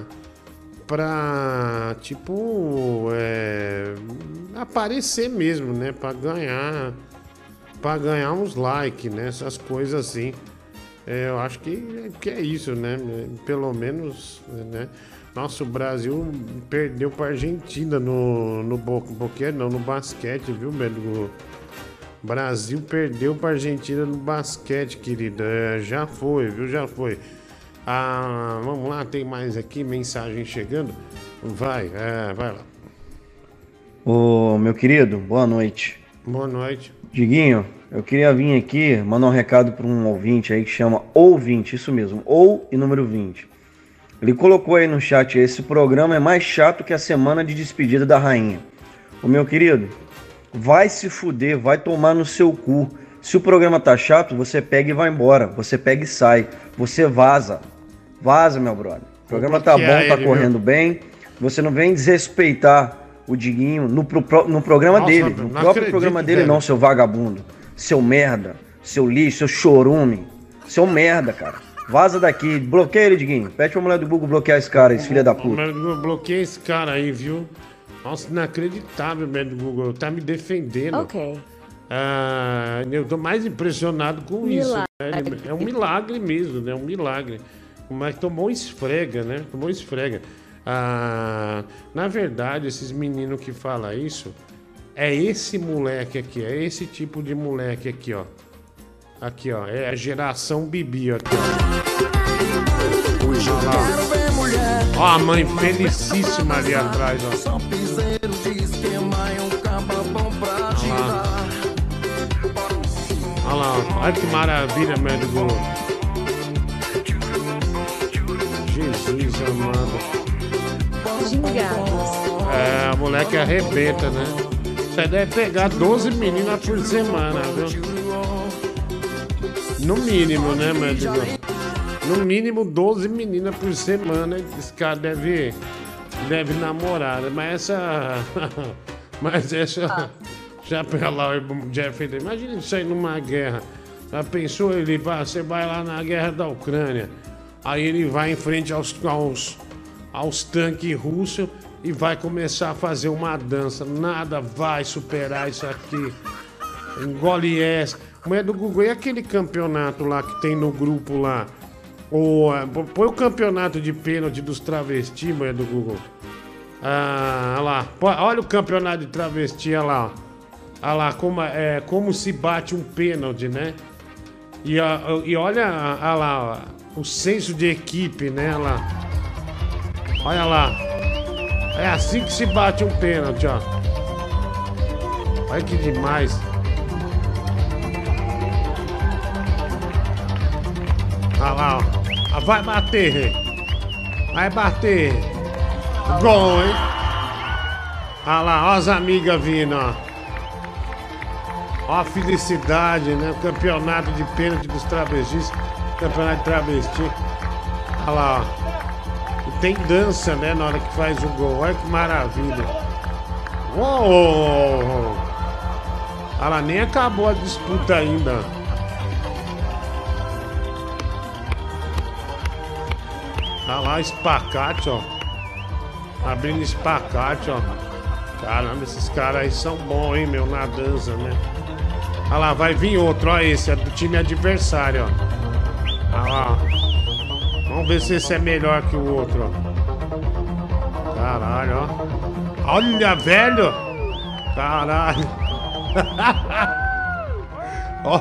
Pra, tipo, é, aparecer mesmo, né? Pra ganhar, pra ganhar uns likes, né? Essas coisas assim. É, eu acho que, que é isso, né? Pelo menos, né? Nossa, o Brasil perdeu pra Argentina no, no boquete, não, no basquete, viu, Bedu? Brasil perdeu pra Argentina no basquete, querida. É, já foi, viu? Já foi. Ah, vamos lá, tem mais aqui, mensagem chegando. Vai, é, vai lá. Ô, meu querido, boa noite. Boa noite. Diguinho, eu queria vir aqui mandar um recado para um ouvinte aí que chama Ouvinte, isso mesmo, ou e número vinte. Ele colocou aí no chat, esse programa é mais chato que a semana de despedida da rainha. Ô, meu querido, vai se fuder, vai tomar no seu cu. Se o programa tá chato, você pega e vai embora. Você pega e sai. Você vaza. Vaza, meu brother. O programa tá bom, tá correndo bem. Você não vem desrespeitar o Diguinho no, pro, no programa Nossa, dele. No próprio acredito, programa dele, velho. não, seu vagabundo. Seu merda. Seu lixo, seu chorume. Seu merda, cara. Vaza daqui. Bloqueia ele, Diguinho. Pede pra mulher do Google bloquear esse cara, esse filho da puta. Bloqueei esse cara aí, viu? Nossa, inacreditável, velho, do Google. Tá me defendendo. Ok. Ah, eu tô mais impressionado com isso. Milagre. Né? É um milagre mesmo, né? É um milagre. Mas tomou esfrega, né? Tomou esfrega. Ah, na verdade, esses meninos que falam isso, é esse moleque aqui, é esse tipo de moleque aqui, ó. Aqui, ó. É a geração Bibi, ó. Aqui, ó. Olha lá. Ó, a mãe felicíssima ali atrás, ó. Olha lá, olha que maravilha, médico. Jesus amado. Gingados. É, a moleque arrebenta, né? Você deve pegar doze meninas por semana, viu? No mínimo, né, médico? No mínimo doze meninas por semana. Esse cara deve, deve namorar, né? Mas essa... Mas essa... Já pra lá, o Jeff, imagina isso aí numa guerra. Já pensou, ele vai, você vai lá na guerra da Ucrânia, aí ele vai em frente aos, aos, aos tanques russos e vai começar a fazer uma dança. Nada vai superar isso aqui. Engole essa. Mulher do Google, e aquele campeonato lá que tem no grupo lá? O, põe o campeonato de pênalti dos travestis, mulher do Google. Ah, olha lá. Olha o campeonato de travesti, olha lá, ó. Olha lá, como, é, como se bate um pênalti, né? E, e olha, olha lá, ó, o senso de equipe, né? Olha lá. Olha lá. É assim que se bate um pênalti, ó. Olha que demais. Olha lá, ó. Vai bater. Vai bater. Gol, hein? Olha lá, ó as amigas vindo, ó. Ó a felicidade, né? O campeonato de pênalti dos travestis. Campeonato de travesti. Olha lá, ó. E tem dança, né? Na hora que faz o gol. Olha que maravilha. Uou! Olha lá, nem acabou a disputa ainda. Olha lá, espacate, ó. Abrindo espacate, ó. Caramba, esses caras aí são bons, hein, meu, na dança, né? Olha lá, vai vir outro, ó, esse é do time adversário, ó. Olha lá. Vamos ver se esse é melhor que o outro, ó. Caralho, ó. Olha, velho! Caralho! Ó.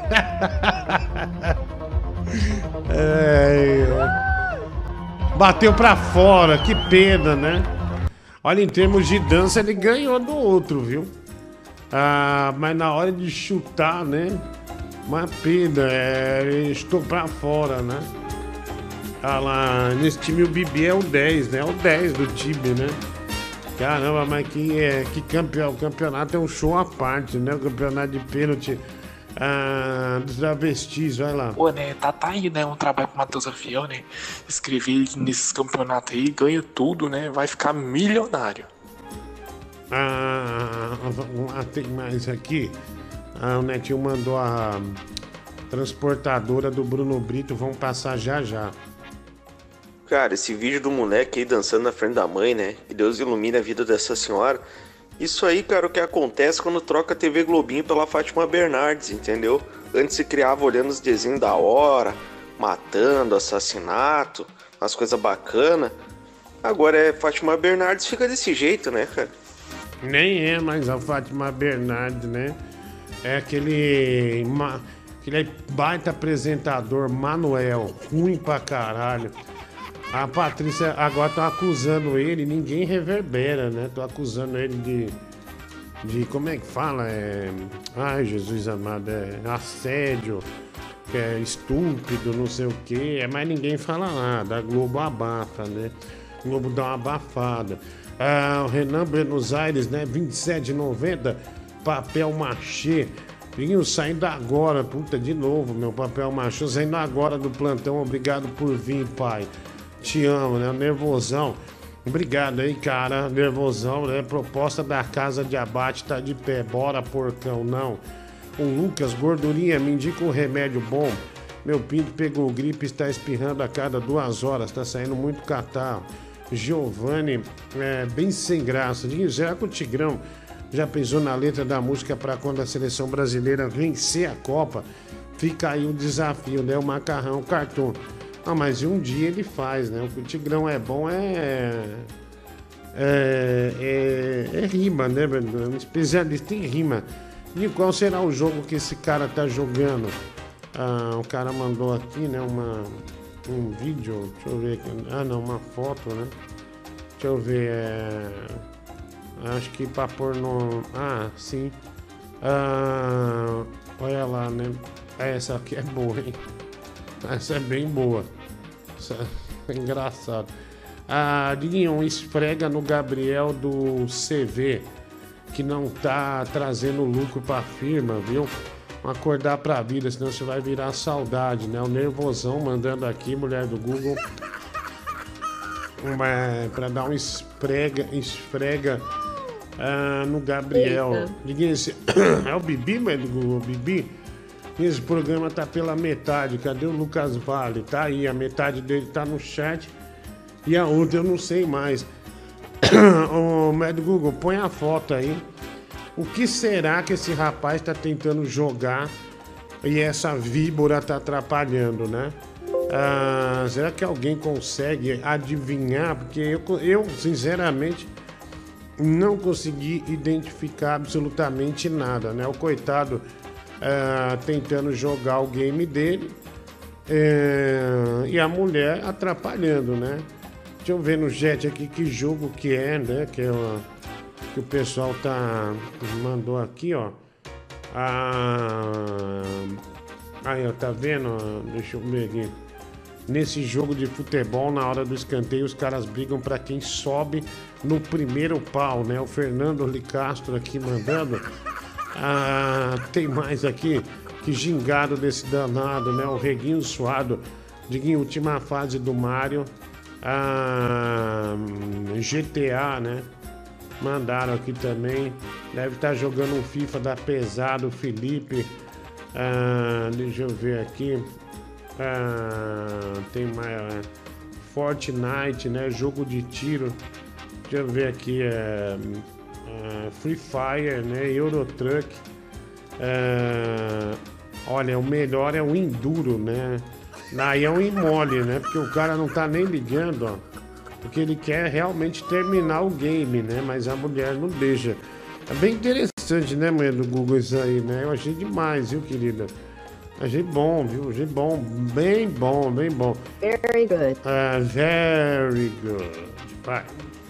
É, bateu pra fora, que pena, né? Olha, em termos de dança, ele ganhou do outro, viu? Ah, mas na hora de chutar, né? Uma pena, é, ele estou pra fora, né? Ah lá, nesse time o Bibi é o dez, né? É o dez do time, né? Caramba, mas que, é, que campeão, o campeonato é um show à parte, né? O campeonato de pênalti ah, dos travestis, vai lá. Pô, né? Tá, tá aí, né? Um trabalho pro Matheus Afiel, né? Escrever nesses campeonatos aí, ganha tudo, né? Vai ficar milionário. Ah, ah, tem mais aqui. Ah, o Netinho mandou a transportadora do Bruno Brito, vão passar já já. Cara, esse vídeo do moleque aí dançando na frente da mãe, né? Que Deus ilumine a vida dessa senhora. Isso aí, cara, o que acontece quando troca a T V Globinho pela Fátima Bernardes, entendeu? Antes se criava olhando os desenhos da hora, matando, assassinato, umas coisas bacanas. Agora é Fátima Bernardes, fica desse jeito, né, cara? Nem é mais a Fátima Bernardes, né? É aquele, aquele baita apresentador, Manuel, ruim pra caralho. A Patrícia agora tá acusando ele, ninguém reverbera, né? Tô acusando ele de. de como é que fala? É. Ai, Jesus amado, é assédio, que é estúpido, não sei o quê. É, mas ninguém fala nada. A Globo abafa, né? A Globo dá uma abafada. Ah, o Renan Buenos Aires, né? vinte e sete e noventa, papel machê. Vinho saindo agora, puta, de novo, meu papel machê. Saindo agora do plantão, obrigado por vir, pai. Te amo, né? Nervosão. Obrigado aí, cara. Nervosão, né? Proposta da casa de abate tá de pé. Bora, porcão, não. O Lucas, gordurinha, me indica um remédio bom. Meu pinto pegou gripe e está espirrando a cada duas horas. Tá saindo muito catarro. Giovanni, é, bem sem graça. Já com o Tigrão, já pensou na letra da música para quando a seleção brasileira vencer a Copa? Fica aí o desafio, né? O macarrão, o cartão. Ah, mas um dia ele faz, né? O que o Tigrão é bom é... É, é, é rima, né? É um especialista em rima. E qual será o jogo que esse cara tá jogando? Ah, o cara mandou aqui, né? Uma, um vídeo, deixa eu ver aqui. Ah, não, uma foto, né? Deixa eu ver. É, acho que pra pôr no... Ah, sim. Ah, olha lá, né? Essa aqui é boa, hein? Essa é bem boa. Essa é engraçado. Ah, Diguinho, esfrega no Gabriel do C V, que não tá trazendo lucro pra firma, viu? Acordar pra vida, senão você vai virar saudade, né? O Nervosão mandando aqui, mulher do Google, uma, pra dar um esfrega, esfrega ah, no Gabriel. Diguinho, esse é o Bibi, mulher do Google, Bibi? Esse programa tá pela metade. Cadê o Lucas Vale? Tá aí, a metade dele tá no chat. E a outra eu não sei mais. Ô, médico Google, põe a foto aí. O que será que esse rapaz tá tentando jogar e essa víbora tá atrapalhando, né? Ah, será que alguém consegue adivinhar? Porque eu, eu, sinceramente, não consegui identificar absolutamente nada, né? O coitado... Uh, tentando jogar o game dele uh, e a mulher atrapalhando, né? Deixa eu ver no chat aqui que jogo que é, né? Que, é uma, que o pessoal tá mandou aqui, ó. Ah, aí, ó, tá vendo? Deixa eu ver aqui. Nesse jogo de futebol, na hora do escanteio, os caras brigam pra quem sobe no primeiro pau, né? O Fernando Licastro aqui mandando. Ah, tem mais aqui. Que gingado desse danado, né? O Reguinho Suado. Diguinho, última fase do Mario. Ah, G T A, né? Mandaram aqui também. Deve estar jogando um FIFA da pesado, Felipe. Ah, deixa eu ver aqui. Ah, tem mais. É, Fortnite, né? Jogo de tiro. Deixa eu ver aqui. É, é, Free Fire, né? Euro Truck. É, olha, o melhor é o Enduro, né? Aí é um imole, né? Porque o cara não tá nem ligando, ó. Porque ele quer realmente terminar o game, né? Mas a mulher não deixa. É bem interessante, né, mulher do Google, isso aí, né? Eu achei demais, viu, querida? Achei bom, viu? Achei bom. Bem bom, bem bom. Very good. Uh, very good. Vai.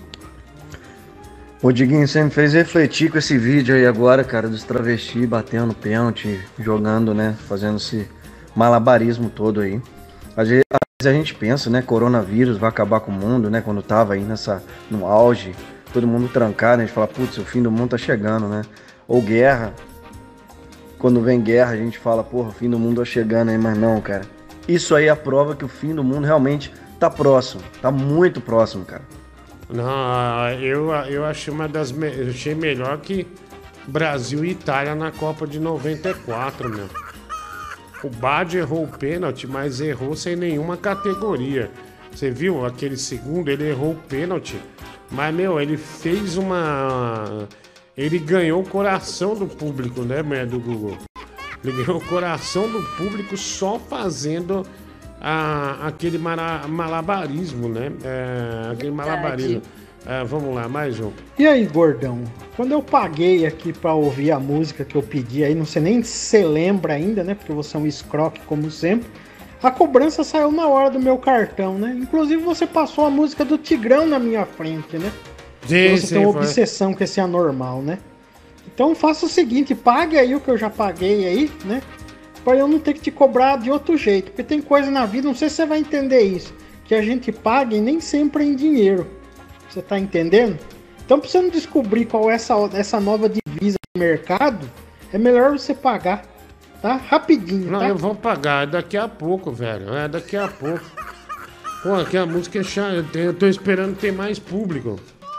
O Diguinho, você me fez refletir com esse vídeo aí agora, cara, dos travestis batendo pênalti, jogando, né? Fazendo esse malabarismo todo aí. Às vezes a gente pensa, né? Coronavírus vai acabar com o mundo, né? Quando tava aí nessa, no auge, todo mundo trancado, né? A gente fala, putz, o fim do mundo tá chegando, né? Ou guerra. Quando vem guerra, a gente fala, porra, o fim do mundo tá chegando aí, mas não, cara. Isso aí é a prova que o fim do mundo realmente tá próximo. Tá muito próximo, cara. Não, eu, eu achei uma das. Me... Eu achei melhor que Brasil e Itália na Copa de noventa e quatro, meu. O Bad errou o pênalti, mas errou sem nenhuma categoria. Você viu aquele segundo? Ele errou o pênalti, mas, meu, ele fez uma. Ele ganhou o coração do público, né, mulher do Google? Ele ganhou o coração do público só fazendo a, aquele mara, malabarismo, né? É, aquele malabarismo. É, vamos lá, mais um. E aí, gordão? Quando eu paguei aqui pra ouvir a música que eu pedi aí, não sei nem se você lembra ainda, né? Porque você é um escroque, como sempre. A cobrança saiu na hora do meu cartão, né? Inclusive, você passou a música do Tigrão na minha frente, né? Sim, você sim, tem uma foi. obsessão com esse anormal, né? Então faça o seguinte, pague aí o que eu já paguei aí, né? Pra eu não ter que te cobrar de outro jeito. Porque tem coisa na vida, não sei se você vai entender isso, que a gente paga e nem sempre é em dinheiro. Você tá entendendo? Então pra você não descobrir qual é essa, essa nova divisa de mercado, é melhor você pagar, tá? Rapidinho, Não, tá? eu vou pagar, é daqui a pouco, velho. É daqui a pouco. Pô, aqui a música é chata, eu, tenho- eu tô esperando ter mais público.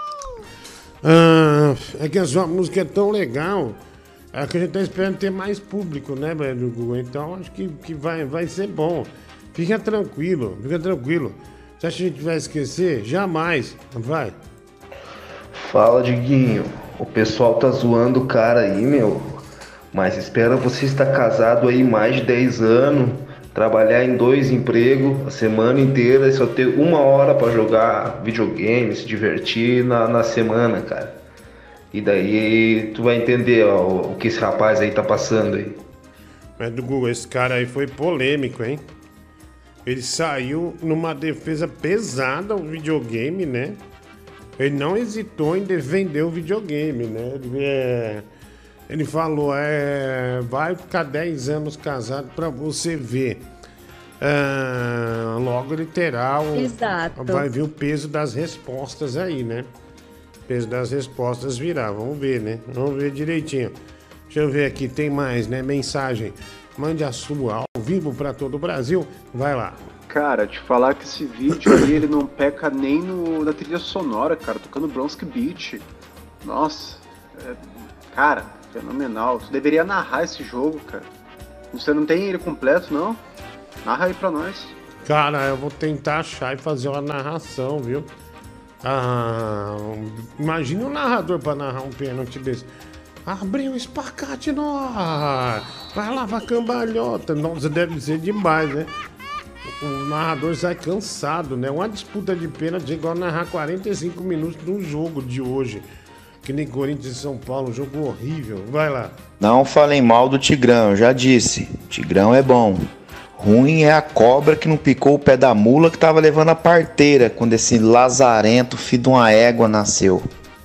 Ah, é que a sua música é tão legal, é que a gente tá esperando ter mais público, né, velho, do Google? Então acho que, que vai, vai ser bom. Fica tranquilo, fica tranquilo. Você acha que a gente vai esquecer? Jamais. Vai. Fala, Diguinho. O pessoal tá zoando o cara aí, meu. Mas espera você estar casado aí mais de dez anos, trabalhar em dois empregos a semana inteira e só ter uma hora pra jogar videogame, se divertir na, na semana, cara. E daí tu vai entender, ó, o, o que esse rapaz aí tá passando aí. Mas do Google, esse cara aí foi polêmico, hein? Ele saiu numa defesa pesada ao videogame, né? Ele não hesitou em defender o videogame, né? Ele, é, ele falou, é, vai ficar dez anos casado pra você ver. Ah, logo ele terá o, Exato. vai ver o peso das respostas aí, né? O peso das respostas virá, vamos ver, né? Vamos ver direitinho. Deixa eu ver aqui, tem mais, né? Mensagem. Mande a sua ao vivo pra todo o Brasil. Vai lá. Cara, te falar que esse vídeo aí, ele não peca nem no, na trilha sonora, cara, tocando Bronski Beat. Nossa, é, cara, fenomenal. Você deveria narrar esse jogo, cara. Você não tem ele completo, não? Narra aí pra nós. Cara, eu vou tentar achar e fazer uma narração, viu? Ah, imagina um narrador pra narrar um pênalti desse. Abriu o espacate no ar. Vai lá, vai cambalhota. Nossa, deve ser demais, né? O narrador sai cansado, né? Uma disputa de pênalti é igual narrar quarenta e cinco minutos de um jogo de hoje. Que nem Corinthians e São Paulo, um jogo horrível. Vai lá. Não falem mal do Tigrão, já disse. Tigrão é bom. Ruim é a cobra que não picou o pé da mula que tava levando a parteira quando esse lazarento, filho de uma égua, nasceu.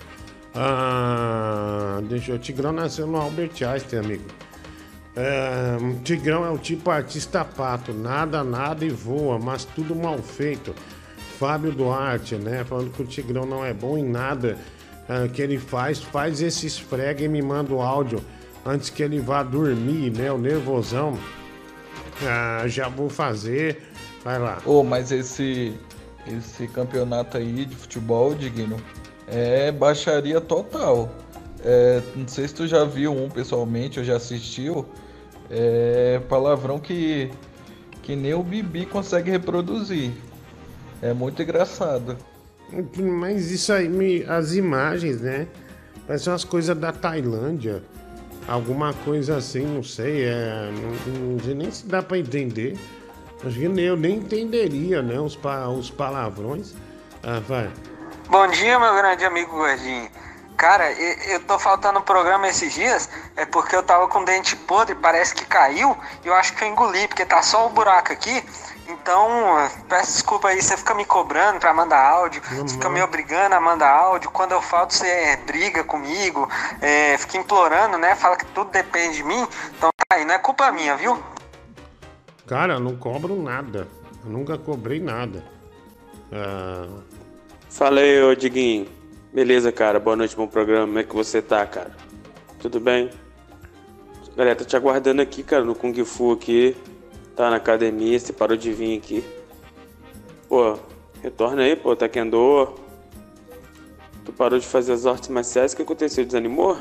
Ah, deixa eu... O Tigrão nasceu no Albert Einstein, amigo. É, o Tigrão é o tipo artista pato. Nada, nada e voa, mas tudo mal feito. Fábio Duarte, né? Falando que o Tigrão não é bom em nada uh, que ele faz. Faz esse esfrega e me manda o áudio antes que ele vá dormir, né? O nervosão. Ah, já vou fazer. Vai lá. Ô, oh, mas esse, esse campeonato aí de futebol, Diguinho, é baixaria total. É, não sei se tu já viu um pessoalmente ou já assistiu. É palavrão que, que nem o Bibi consegue reproduzir. É muito engraçado. Mas isso aí, me, as imagens, né? Parecem umas coisas da Tailândia. Alguma coisa assim, não sei. É, não, não sei nem se dá pra entender. Acho que eu nem entenderia, né? Os, os palavrões. Ah, vai. Bom dia, meu grande amigo Gordinho. Cara, eu tô faltando o programa esses dias, é porque eu tava com dente podre, parece que caiu, e eu acho que eu engoli, porque tá só o buraco aqui. Então, peço desculpa aí, você fica me cobrando pra mandar áudio, uhum. Você fica me obrigando a mandar áudio, quando eu falto você briga comigo, é, fica implorando, né, fala que tudo depende de mim, então aí não é culpa minha, viu? Cara, eu não cobro nada, eu nunca cobrei nada. Ah... Fala aí, ô Diguinho. Beleza, cara, boa noite, bom programa, como é que você tá, cara? Tudo bem? Galera, tô te aguardando aqui, cara, no Kung Fu aqui. Tá na academia, você parou de vir aqui. Pô, retorna aí, pô, Taekwondo. Tu parou de fazer as artes marciais, o que aconteceu? Desanimou?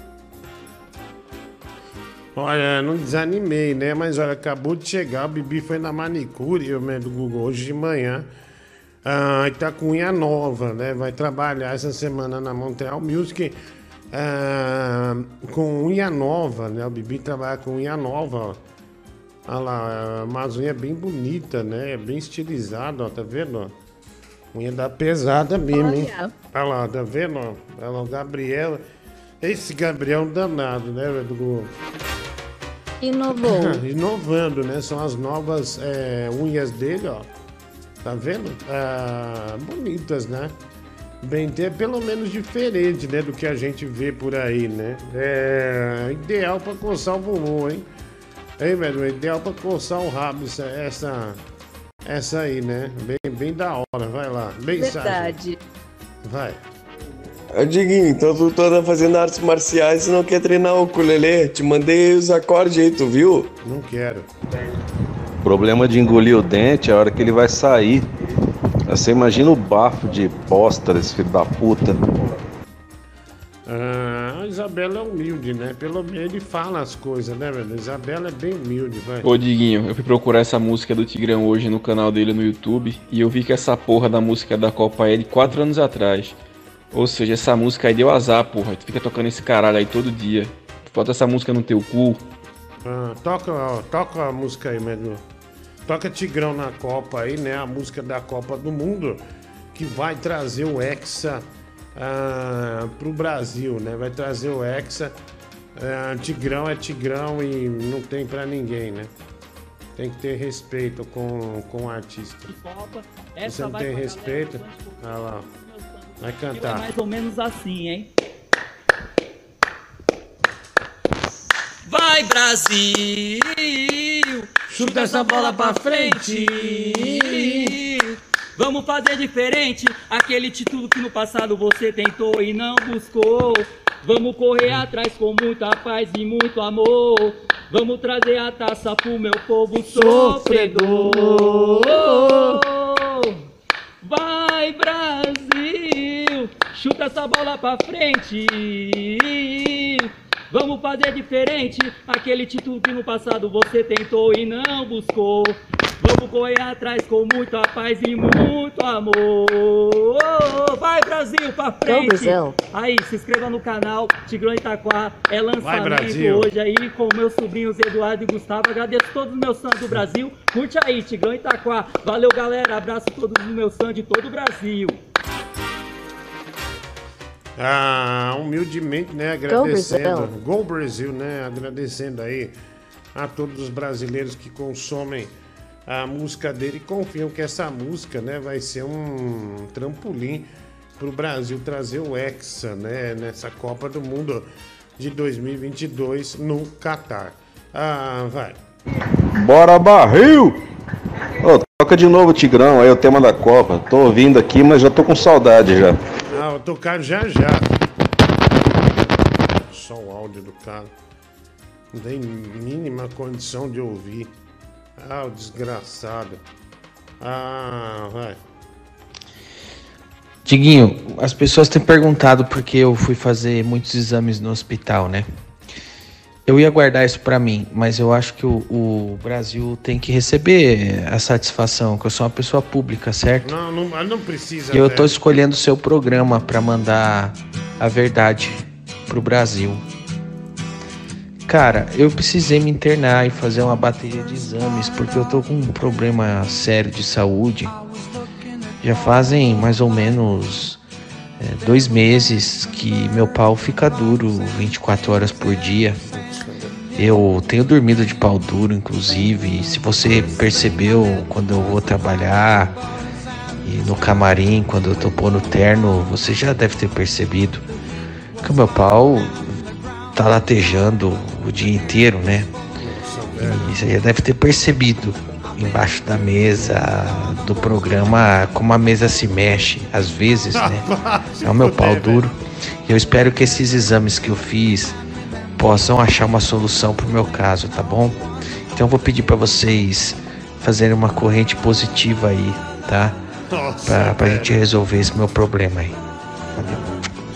Olha, não desanimei, né? Mas olha, acabou de chegar, o Bibi foi na manicure, eu do Google, hoje de manhã. Ah, e tá com unha nova, né? Vai trabalhar essa semana na Montreal Music ah, com unha nova, né? O Bibi trabalha com unha nova, ó. Olha lá, umas unhas bem bonita, né? Bem estilizada, ó, tá vendo? Ó? Unha da pesada mesmo, hein? Olha lá, tá vendo? Ó? Olha lá, o Gabriel. Esse Gabriel é um danado, né, do... Inovou. Inovando, né? São as novas é, unhas dele, ó. Tá vendo? Ah, bonitas, né? Bem, é pelo menos diferente, né? Do que a gente vê por aí, né? É ideal pra coçar o bumbum, hein? Hein, velho? É ideal pra coçar o rabo, essa, essa, essa aí, né? Bem, bem da hora, vai lá. Mensagem. Verdade. Vai. Ô Diguinho, então tu tá fazendo artes marciais e não quer treinar o ukulele? Te mandei os acordes aí, tu viu? Não quero. O problema de engolir o dente é a hora que ele vai sair. Você imagina o bafo de bosta desse filho da puta. Ah, a Isabela é humilde, né? Pelo menos ele fala as coisas, né, velho? A Isabela é bem humilde, vai. Ô Diguinho, eu fui procurar essa música do Tigrão hoje no canal dele no YouTube e eu vi que essa porra da música da Copa é de quatro anos atrás. Ou seja, essa música aí deu azar, porra. Tu fica tocando esse caralho aí todo dia. Falta essa música no teu cu. Ah, toca, ó, toca a música aí, Medno. Toca Tigrão na Copa aí, né? A música da Copa do Mundo, que vai trazer o Hexa ah, pro Brasil, né? Vai trazer o Hexa. Ah, Tigrão é Tigrão e não tem pra ninguém, né? Tem que ter respeito com, com o artista. Se você não tem respeito, olha lá, vai cantar. É mais ou menos assim, hein? Vai, Brasil! Chuta essa bola pra frente! Vamos fazer diferente, aquele título que no passado você tentou e não buscou. Vamos correr atrás com muita paz e muito amor. Vamos trazer a taça pro meu povo sofredor. Vai, Brasil! Chuta essa bola pra frente! Vamos fazer diferente, aquele título que no passado você tentou e não buscou. Vamos correr atrás com muita paz e muito amor. Vai, Brasil, pra frente! Aí, se inscreva no canal Tigrão Itaquá. É lançamento hoje aí com meus sobrinhos Eduardo e Gustavo. Agradeço todos os meus fãs do Brasil. Curte aí, Tigrão Itaquá. Valeu, galera. Abraço a todos os meus fãs de todo o Brasil. Ah, humildemente, né, agradecendo, Go Brasil, né, agradecendo aí a todos os brasileiros que consomem a música dele e confiam que essa música, né, vai ser um trampolim para o Brasil trazer o Hexa, né, nessa Copa do Mundo de dois mil e vinte e dois no Catar. Ah, vai. Bora, barril! Ô, toca de novo, Tigrão, aí o tema da Copa. Tô ouvindo aqui, mas já tô com saudade já. Ah, vou tocar já já. Só o áudio do cara. Não tem mínima condição de ouvir. Ah, o desgraçado. Ah, vai. Diguinho, as pessoas têm perguntado porque eu fui fazer muitos exames no hospital, né? Eu ia guardar isso pra mim, mas eu acho que o, o Brasil tem que receber a satisfação, que eu sou uma pessoa pública, certo? Não, não, não precisa. E eu tô velho. escolhendo o seu programa pra mandar a verdade pro Brasil. Cara, eu precisei me internar e fazer uma bateria de exames porque eu tô com um problema sério de saúde. Já fazem mais ou menos é, dois meses que meu pau fica duro vinte e quatro horas por dia. Eu tenho dormido de pau duro, inclusive. Se você percebeu quando eu vou trabalhar e no camarim, quando eu tô pondo terno, você já deve ter percebido que o meu pau tá latejando o dia inteiro, né? E você já deve ter percebido embaixo da mesa do programa como a mesa se mexe às vezes, né? É o meu pau duro. E eu espero que esses exames que eu fiz possam achar uma solução pro meu caso, tá bom? Então eu vou pedir para vocês fazerem uma corrente positiva aí, tá? Pra, pra gente resolver esse meu problema aí. Valeu.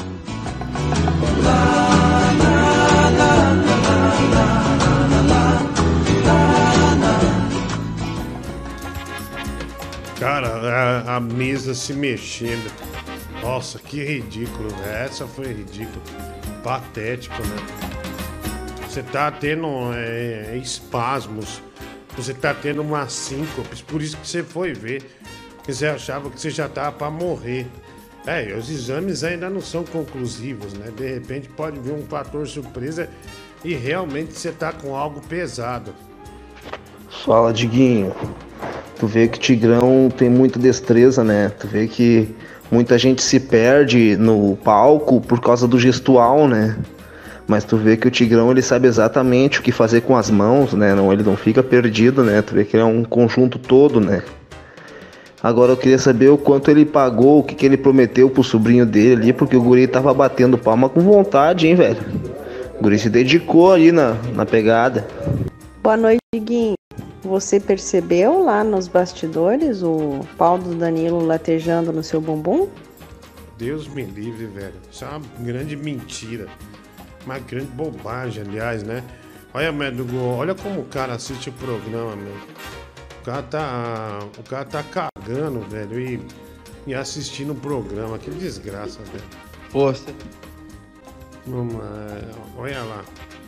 Cara, a, a mesa se mexendo. Nossa, que ridículo, né? Essa foi ridícula. Patético, né? Você tá tendo é, espasmos. Você tá tendo uma síncope. Por isso que você foi ver. Porque você achava que você já tava pra morrer. É, os exames ainda não são conclusivos, né? De repente pode vir um fator surpresa e realmente você tá com algo pesado. Fala, Diguinho. Tu vê que o Tigrão tem muita destreza, né? Tu vê que muita gente se perde no palco por causa do gestual, né? Mas tu vê que o Tigrão, ele sabe exatamente o que fazer com as mãos, né? Não, ele não fica perdido, né? Tu vê que ele é um conjunto todo, né? Agora eu queria saber o quanto ele pagou, o que, que ele prometeu pro sobrinho dele ali, porque o guri tava batendo palma com vontade, hein, velho? O guri se dedicou ali na, na pegada. Boa noite, Diguinho. Você percebeu lá nos bastidores o pau do Danilo latejando no seu bumbum? Deus me livre, velho. Isso é uma grande mentira. Uma grande bobagem, aliás, né? Olha, Medugo, olha como o cara assiste o programa, meu. O cara tá. O cara tá cagando, velho, e, e assistindo o programa. Que desgraça, velho. Força. Vamos lá, olha lá.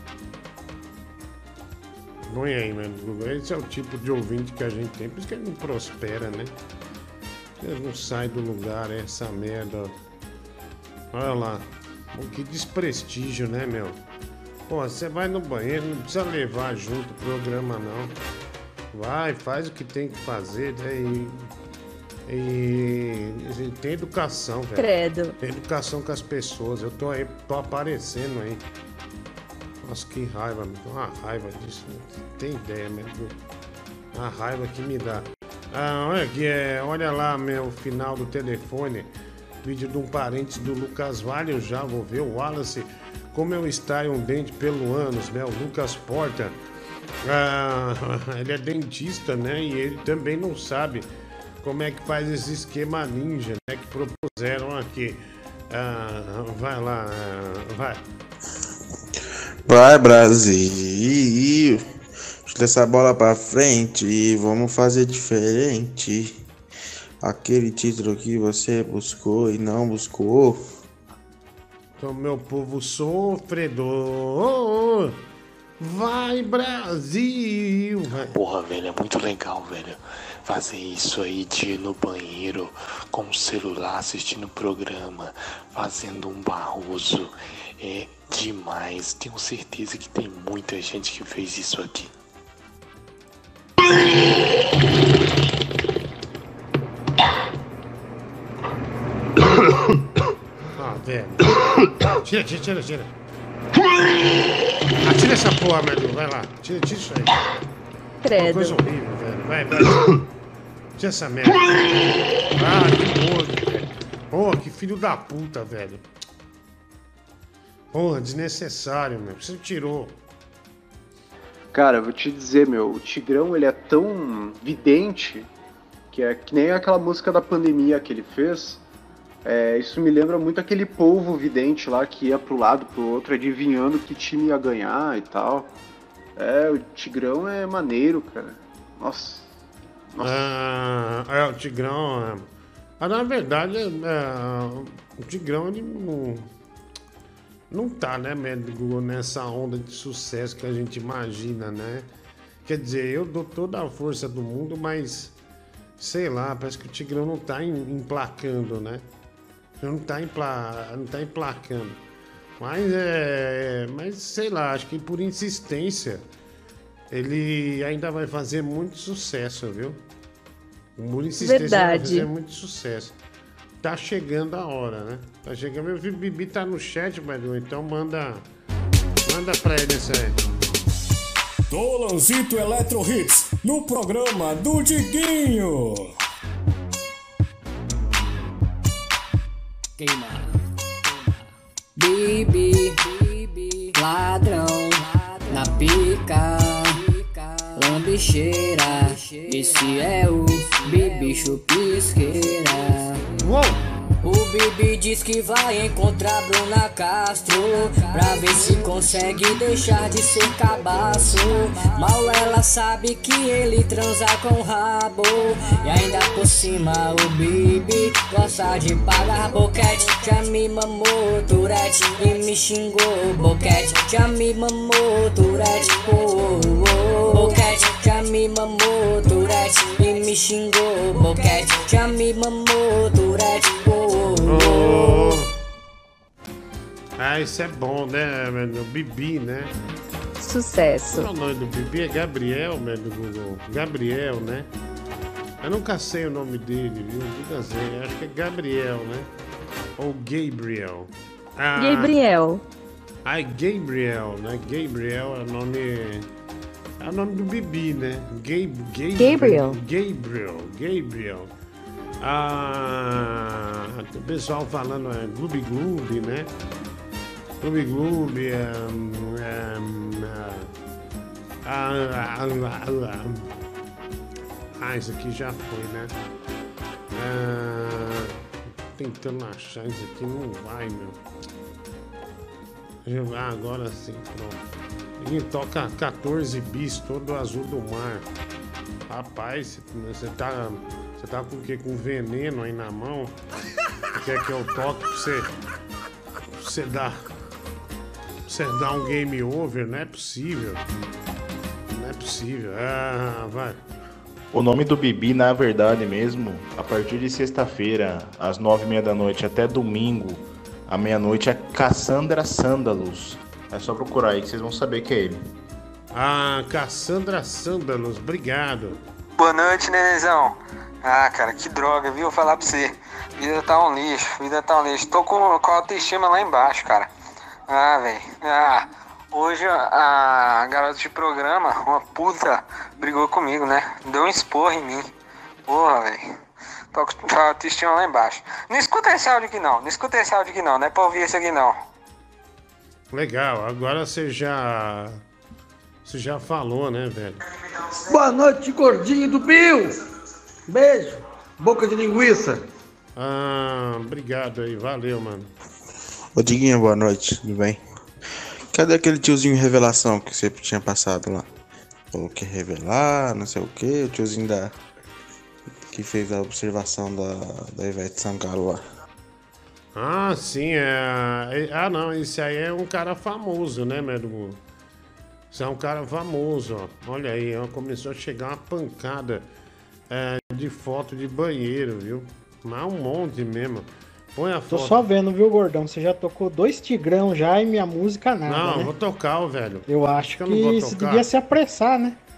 Põe aí, Medugo. Esse é o tipo de ouvinte que a gente tem. Por isso que ele não prospera, né? Ele não sai do lugar, essa merda. Olha lá. Que desprestígio, né, meu? Pô, você vai no banheiro, não precisa levar junto o programa, não. Vai, faz o que tem que fazer, né? E, e, e tem educação, velho. Credo. Tem educação com as pessoas. Eu tô aí, tô aparecendo aí. Nossa, que raiva, uma raiva disso. Não tem ideia, mesmo. A raiva que me dá. Ah, olha aqui, é, olha lá, meu final do telefone. Vídeo de um parente do Lucas Vale, eu já vou ver o Wallace. Como eu extraio um dente pelo ânus, né? O Lucas Porta. Ah, ele é dentista, né? E ele também não sabe como é que faz esse esquema ninja, né? Que propuseram aqui. Ah, vai lá, vai. Vai, Brasil. Deixa essa bola pra frente e vamos fazer diferente. Aquele título que você buscou e não buscou. Então, meu povo sofredor. Vai, Brasil. Vai. Porra, velho, é muito legal, velho. Fazer isso aí de ir no banheiro com o celular assistindo o programa, fazendo um barroso. É demais. Tenho certeza que tem muita gente que fez isso aqui. Ah, velho. Tira, tira, tira, tira. Ah, tira essa porra, Manu. Vai lá. Tira, tira isso aí. Credo. Uma coisa horrível, velho. Vai, vai. Tira essa merda. Ah, que nojo, velho. Porra, que filho da puta, velho. Porra, desnecessário, meu. Você tirou. Cara, eu vou te dizer, meu, o Tigrão, ele é tão vidente que é que nem aquela música da pandemia que ele fez. É, isso me lembra muito aquele polvo vidente lá que ia pro lado, pro outro, adivinhando que time ia ganhar e tal. É, o Tigrão é maneiro, cara. Nossa. Nossa. Ah, é, o Tigrão... É... Ah, na verdade, é, o Tigrão, ele não... Não tá, né, médico, nessa onda de sucesso que a gente imagina, né? Quer dizer, eu dou toda a força do mundo, mas... Sei lá, parece que o Tigrão não tá emplacando, né? Não tá, empla... não tá emplacando. Mas é... Mas sei lá, acho que por insistência ele ainda vai fazer muito sucesso, viu? Por insistência Verdade. Ele vai fazer muito sucesso. Tá chegando a hora, né? Tá chegando. Meu filho Bibi tá no chat, Badu, então manda. Manda pra ele isso aí. Dolanzito Electro Hits, no programa do Diguinho. Queima. Bibi, ladrão, na pica, lambicheira. Esse é o Bibi Chupisqueira. Uou! O Bibi diz que vai encontrar Bruna Castro pra ver se consegue deixar de ser cabaço. Mal ela sabe que ele transa com rabo. E ainda por cima o Bibi gosta de pagar boquete. Já me mamou Tourette e me xingou boquete. Já me mamou Tourette, oh, oh, oh. Boquete, já me mamou Tourette e me xingou boquete. Já me mamou Tourette, oh. Oh. Ah, isso é bom, né, mano? Bibi, né? Sucesso. Qual é o nome do Bibi? É Gabriel, né, do Google. Gabriel, né? Eu nunca sei o nome dele, viu? Nunca sei. Acho que é Gabriel, né? Ou Gabriel. Ah, Gabriel. Ah, é Gabriel, né? Gabriel é o nome... É o nome do Bibi, né? Gab, Gabriel. Gabriel. Gabriel. Ah, o pessoal falando é Gloob Gloob, né? Gloob Gloob, é, é, ah, ah, ah, ah, isso aqui já foi, né? Ah, tentando achar isso aqui, não vai, meu. Ah, agora sim, pronto. Ele toca quatorze bis, todo azul do mar. Rapaz, você tá... Você tá com o quê? Com veneno aí na mão? Quer que eu toque pra você... Pra você dar... Pra você dar um game over? Não é possível. Não é possível. Ah, vai. O nome do Bibi, na verdade mesmo, a partir de sexta-feira, às nove e meia da noite, até domingo, à meia-noite, é Cassandra Sândalos. É só procurar aí que vocês vão saber que é ele. Ah, Cassandra Sândalos, obrigado. Boa noite, nenenzão. Ah, cara, que droga, viu? Vou falar pra você. Vida tá um lixo, vida tá um lixo. Tô com, com a autoestima lá embaixo, cara. Ah, velho. Ah, hoje a, a garota de programa, uma puta, brigou comigo, né? Deu um esporro em mim. Porra, velho. Tô com a autoestima lá embaixo. Não escuta esse áudio aqui não, não escuta esse áudio aqui não, não é pra ouvir esse aqui não. Legal, agora você já... Você já falou, né, velho? Boa noite, gordinho do Bill. Beijo, boca de linguiça. Ah, obrigado aí, valeu, mano. Ô Diguinho, boa noite, tudo bem? Cadê aquele tiozinho revelação que você tinha passado lá? Falou que ia revelar, não sei o que, o tiozinho da... que fez a observação da, da Ivete Sangalo lá. Ah, sim, é... Ah, não, esse aí é um cara famoso, né, meu? Isso é um cara famoso, ó. Olha aí, ó, começou a chegar uma pancada é, de foto de banheiro, viu? Mas um monte mesmo. Põe a Tô foto. só vendo, viu, gordão? Você já tocou dois tigrão já e minha música nada, Não, né? vou tocar, ó, velho. Eu acho que, eu não vou você tocar. devia se apressar, né?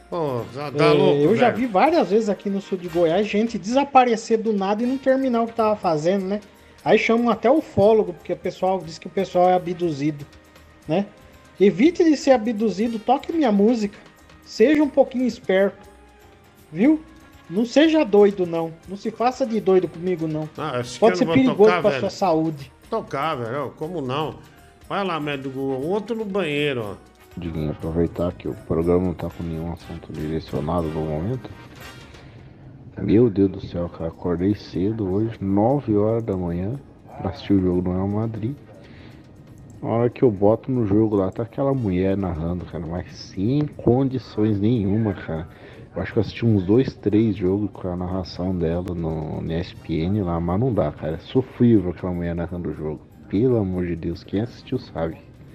Pô, tá, É, tá louco, eu já velho. vi várias vezes aqui no sul de Goiás gente desaparecer do nada e não terminar o que tava fazendo, né? Aí chamam até ufólogo, porque o pessoal diz que o pessoal é abduzido, né? Evite de ser abduzido, toque minha música. Seja um pouquinho esperto, viu? Não seja doido, não. Não se faça de doido comigo, não. Ah, acho que Pode eu ser não vou perigoso tocar, pra velho. sua saúde. Tocar, velho. Como não? Vai lá, médico. O outro no banheiro, ó. Diguinho, aproveitar que o programa não tá com nenhum assunto direcionado no momento. Meu Deus do céu, cara, acordei cedo hoje, nove horas da manhã, pra assistir o jogo do Real Madrid. Na hora que eu boto no jogo lá, tá aquela mulher narrando, cara, mas sem condições nenhuma, cara. Eu acho que eu assisti uns dois, três jogos com a narração dela no, no E S P N lá, mas não dá, cara. É sofrível aquela mulher narrando o jogo. Pelo amor de Deus, quem assistiu sabe.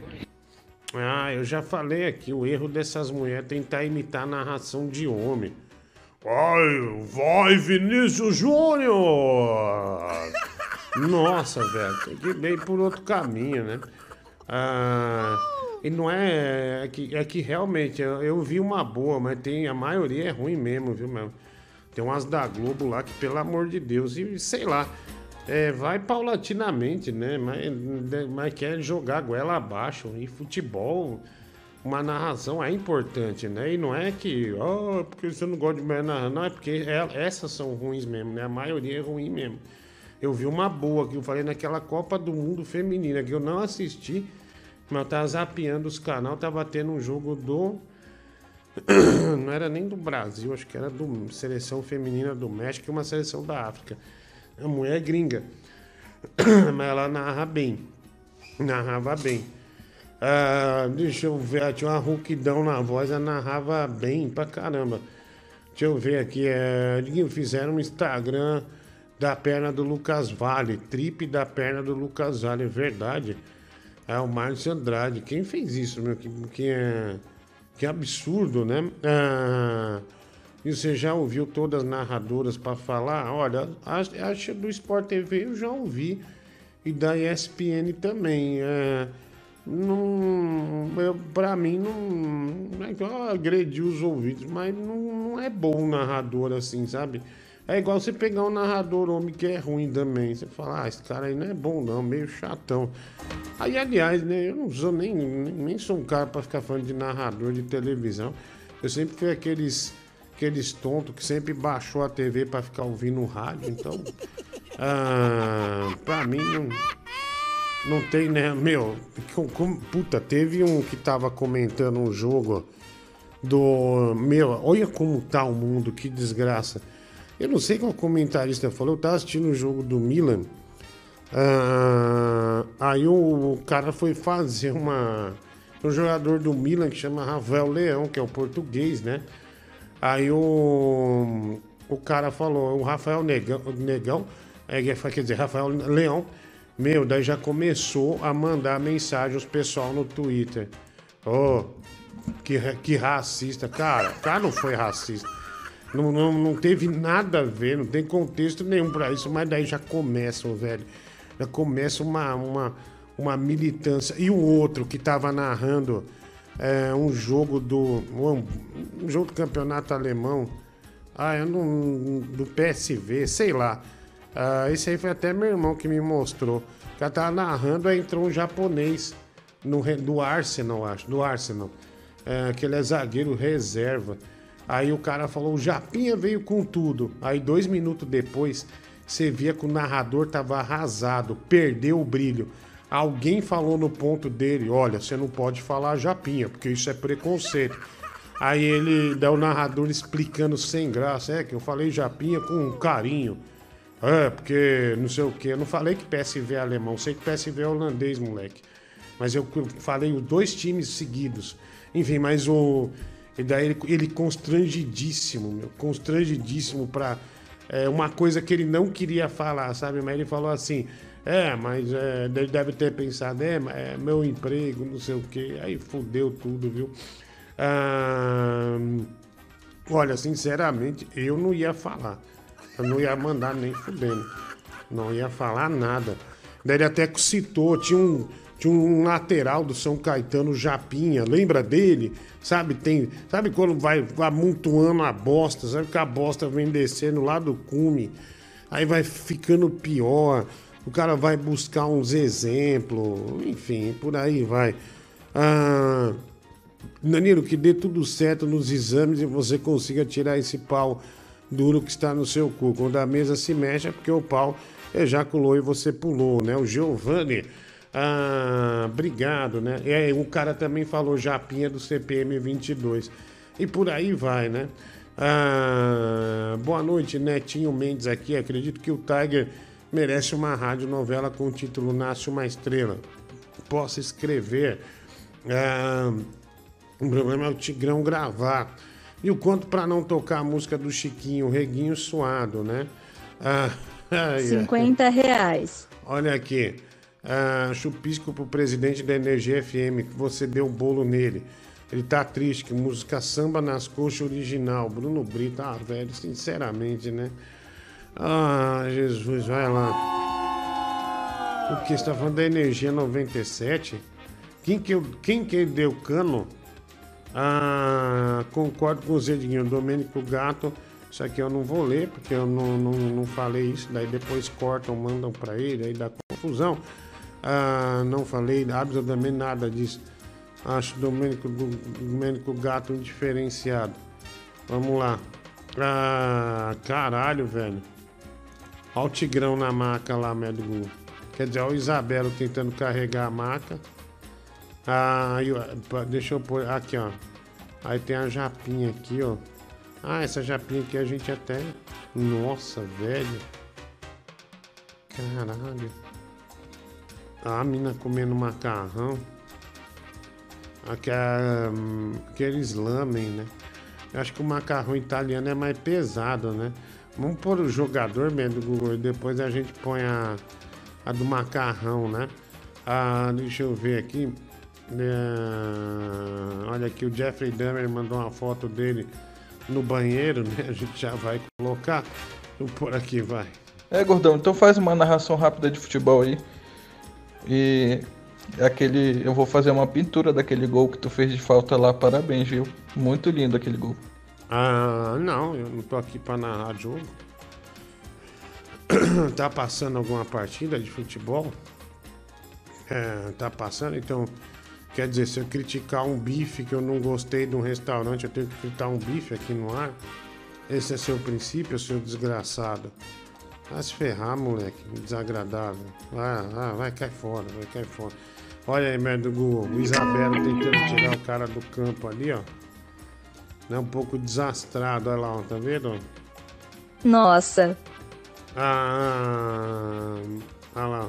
Ah, eu já falei aqui, o erro dessas mulheres é tentar imitar a narração de homem. Vai, vai, Vinícius Júnior! Nossa, velho, tem que ir bem por outro caminho, né? Ah, e não é, é que, é que realmente eu, eu vi uma boa, mas tem, a maioria é ruim mesmo, viu, meu? Tem umas da Globo lá que, pelo amor de Deus, e sei lá, é, vai paulatinamente, né? Mas, mas quer jogar a goela abaixo. E futebol, uma narração é importante, né? E não é que, oh, porque você não gosta de mulher narrando, não, é porque é, essas são ruins mesmo, né? A maioria é ruim mesmo. Eu vi uma boa que eu falei naquela Copa do Mundo Feminina, que eu não assisti, mas eu tava zapeando os canais, tava tendo um jogo do... Não era nem do Brasil, acho que era do Seleção Feminina do México e uma seleção da África. A mulher é gringa, mas ela narra bem, narrava bem. Ah, deixa eu ver, tinha uma rouquidão na voz, ela narrava bem pra caramba. Deixa eu ver aqui, é, fizeram um Instagram da perna do Lucas Vale, trip da perna do Lucas Vale, é verdade. É o Márcio Andrade, quem fez isso, meu? Que, que, é, que absurdo, né? Ah, e você já ouviu todas as narradoras para falar? Olha, acho do Sport T V eu já ouvi, e da E S P N também. É, não, eu, pra mim, não, não é que eu agredi os ouvidos, mas não, não é bom o narrador assim, sabe? É igual você pegar um narrador homem que é ruim também. Você fala, ah, esse cara aí não é bom não, meio chatão. Aí, aliás, né, eu não sou nem, nem sou um cara pra ficar falando de narrador de televisão. Eu sempre fui aqueles, aqueles tontos que sempre baixou a T V pra ficar ouvindo o rádio. Então, ah, pra mim, não, não tem, né, meu... Com, com, puta, teve um que tava comentando um jogo do... Meu, olha como tá o mundo, que desgraça. Eu não sei qual comentarista falou, eu tava assistindo o jogo do Milan, ah, aí o, o cara foi fazer uma... Um jogador do Milan que chama Rafael Leão, que é o português, né? Aí o, o cara falou, o Rafael Negão, Negão é, quer dizer, Rafael Leão, meu, daí já começou a mandar mensagem aos pessoal no Twitter. Oh, que, que racista. Cara, o cara não foi racista. Não, não, não teve nada a ver, não tem contexto nenhum pra isso, mas daí já começa, velho. Já começa uma, uma, uma militância. E o outro que tava narrando é, um jogo do. Um, um jogo do campeonato alemão. Ah, eu não. Do P S V, sei lá. Ah, esse aí foi até meu irmão que me mostrou. O cara tava narrando, aí entrou um japonês no, do Arsenal, acho. Do Arsenal. É, que ele é zagueiro reserva. Aí o cara falou, o Japinha veio com tudo. Aí dois minutos depois, você via que o narrador tava arrasado, perdeu o brilho. Alguém falou no ponto dele, olha, você não pode falar Japinha, porque isso é preconceito. Aí ele, dá o narrador explicando sem graça, é que eu falei Japinha com carinho. É, porque não sei o que. Eu não falei que P S V é alemão, sei que P S V é holandês, moleque. Mas eu falei os dois times seguidos. Enfim, mas o... E daí ele, ele constrangidíssimo, meu, constrangidíssimo pra é, uma coisa que ele não queria falar, sabe? Mas ele falou assim, é, mas é, ele deve ter pensado, é, é meu emprego, não sei o quê. Aí fudeu tudo, viu? Ah, olha, sinceramente, eu não ia falar. Eu não ia mandar nem fudendo. Não ia falar nada. Daí ele até citou, tinha um, tinha um lateral do São Caetano, Japinha, lembra dele? Sabe, tem, sabe quando vai amontoando a bosta, sabe que a bosta vem descendo lá do cume, aí vai ficando pior, o cara vai buscar uns exemplos, enfim, por aí vai. Ah, Danilo, que dê tudo certo nos exames e você consiga tirar esse pau duro que está no seu cu. Quando a mesa se mexe é porque o pau ejaculou e você pulou, né? O Giovanni, ah, obrigado, né? E o cara também falou Japinha do C P M vinte e dois. E por aí vai, né? Ah, boa noite, Netinho Mendes aqui. Acredito que o Tiger merece uma radionovela com o título Nasce uma Estrela. Posso escrever. Ah, o problema é o Tigrão gravar. E o quanto para não tocar a música do Chiquinho, Reguinho Suado, né? Ah, ai, cinquenta reais. Olha aqui. Ah, chupisco pro presidente da Energia F M, que você deu um bolo nele. Ele tá triste, que música Samba nas Coxas original. Bruno Brito, ah, velho, sinceramente, né? Ah, Jesus, vai lá. O que? Você tá falando da Energia noventa e sete? Quem que, quem que deu cano? Ah, concordo com o Zedinho, Domênico Gato. Isso aqui eu não vou ler, porque eu não, não, não falei isso. Daí depois cortam, mandam pra ele, aí dá confusão. Ah, não falei absolutamente nada disso. Acho Domênico, Domênico Gato um diferenciado. Vamos lá. Ah, caralho, velho. Olha o Tigrão na maca lá, médico. Quer dizer, olha o Isabelo tentando carregar a maca. Ah, eu, deixa eu pôr aqui, ó. Aí tem a japinha aqui, ó. Ah, essa japinha aqui a gente até... Nossa, velho. Caralho. A mina comendo macarrão. Aqueles lamen, né? Eu acho que o macarrão italiano é mais pesado, né? Vamos pôr o jogador mesmo do Google e depois a gente põe a, a do macarrão, né? Ah, deixa eu ver aqui. É, olha aqui, o Jeffrey Dahmer mandou uma foto dele no banheiro, né? A gente já vai colocar. Vou pôr aqui, vai. É, gordão, então faz uma narração rápida de futebol aí. E aquele, eu vou fazer uma pintura daquele gol que tu fez de falta lá. Parabéns, viu? Muito lindo aquele gol. Ah, não, eu não tô aqui pra narrar jogo. Tá passando alguma partida de futebol? É, tá passando, então... Quer dizer, se eu criticar um bife que eu não gostei de um restaurante, eu tenho que fritar um bife aqui no ar? Esse é seu princípio, seu desgraçado? Vai se ferrar, moleque, desagradável. Vai, vai, vai, cai fora, vai, cai fora. Olha aí, merda do Google, o Isabelo tentando tirar o cara do campo ali, ó. É um pouco desastrado, olha lá, ó, tá vendo? Nossa. Ah, olha lá.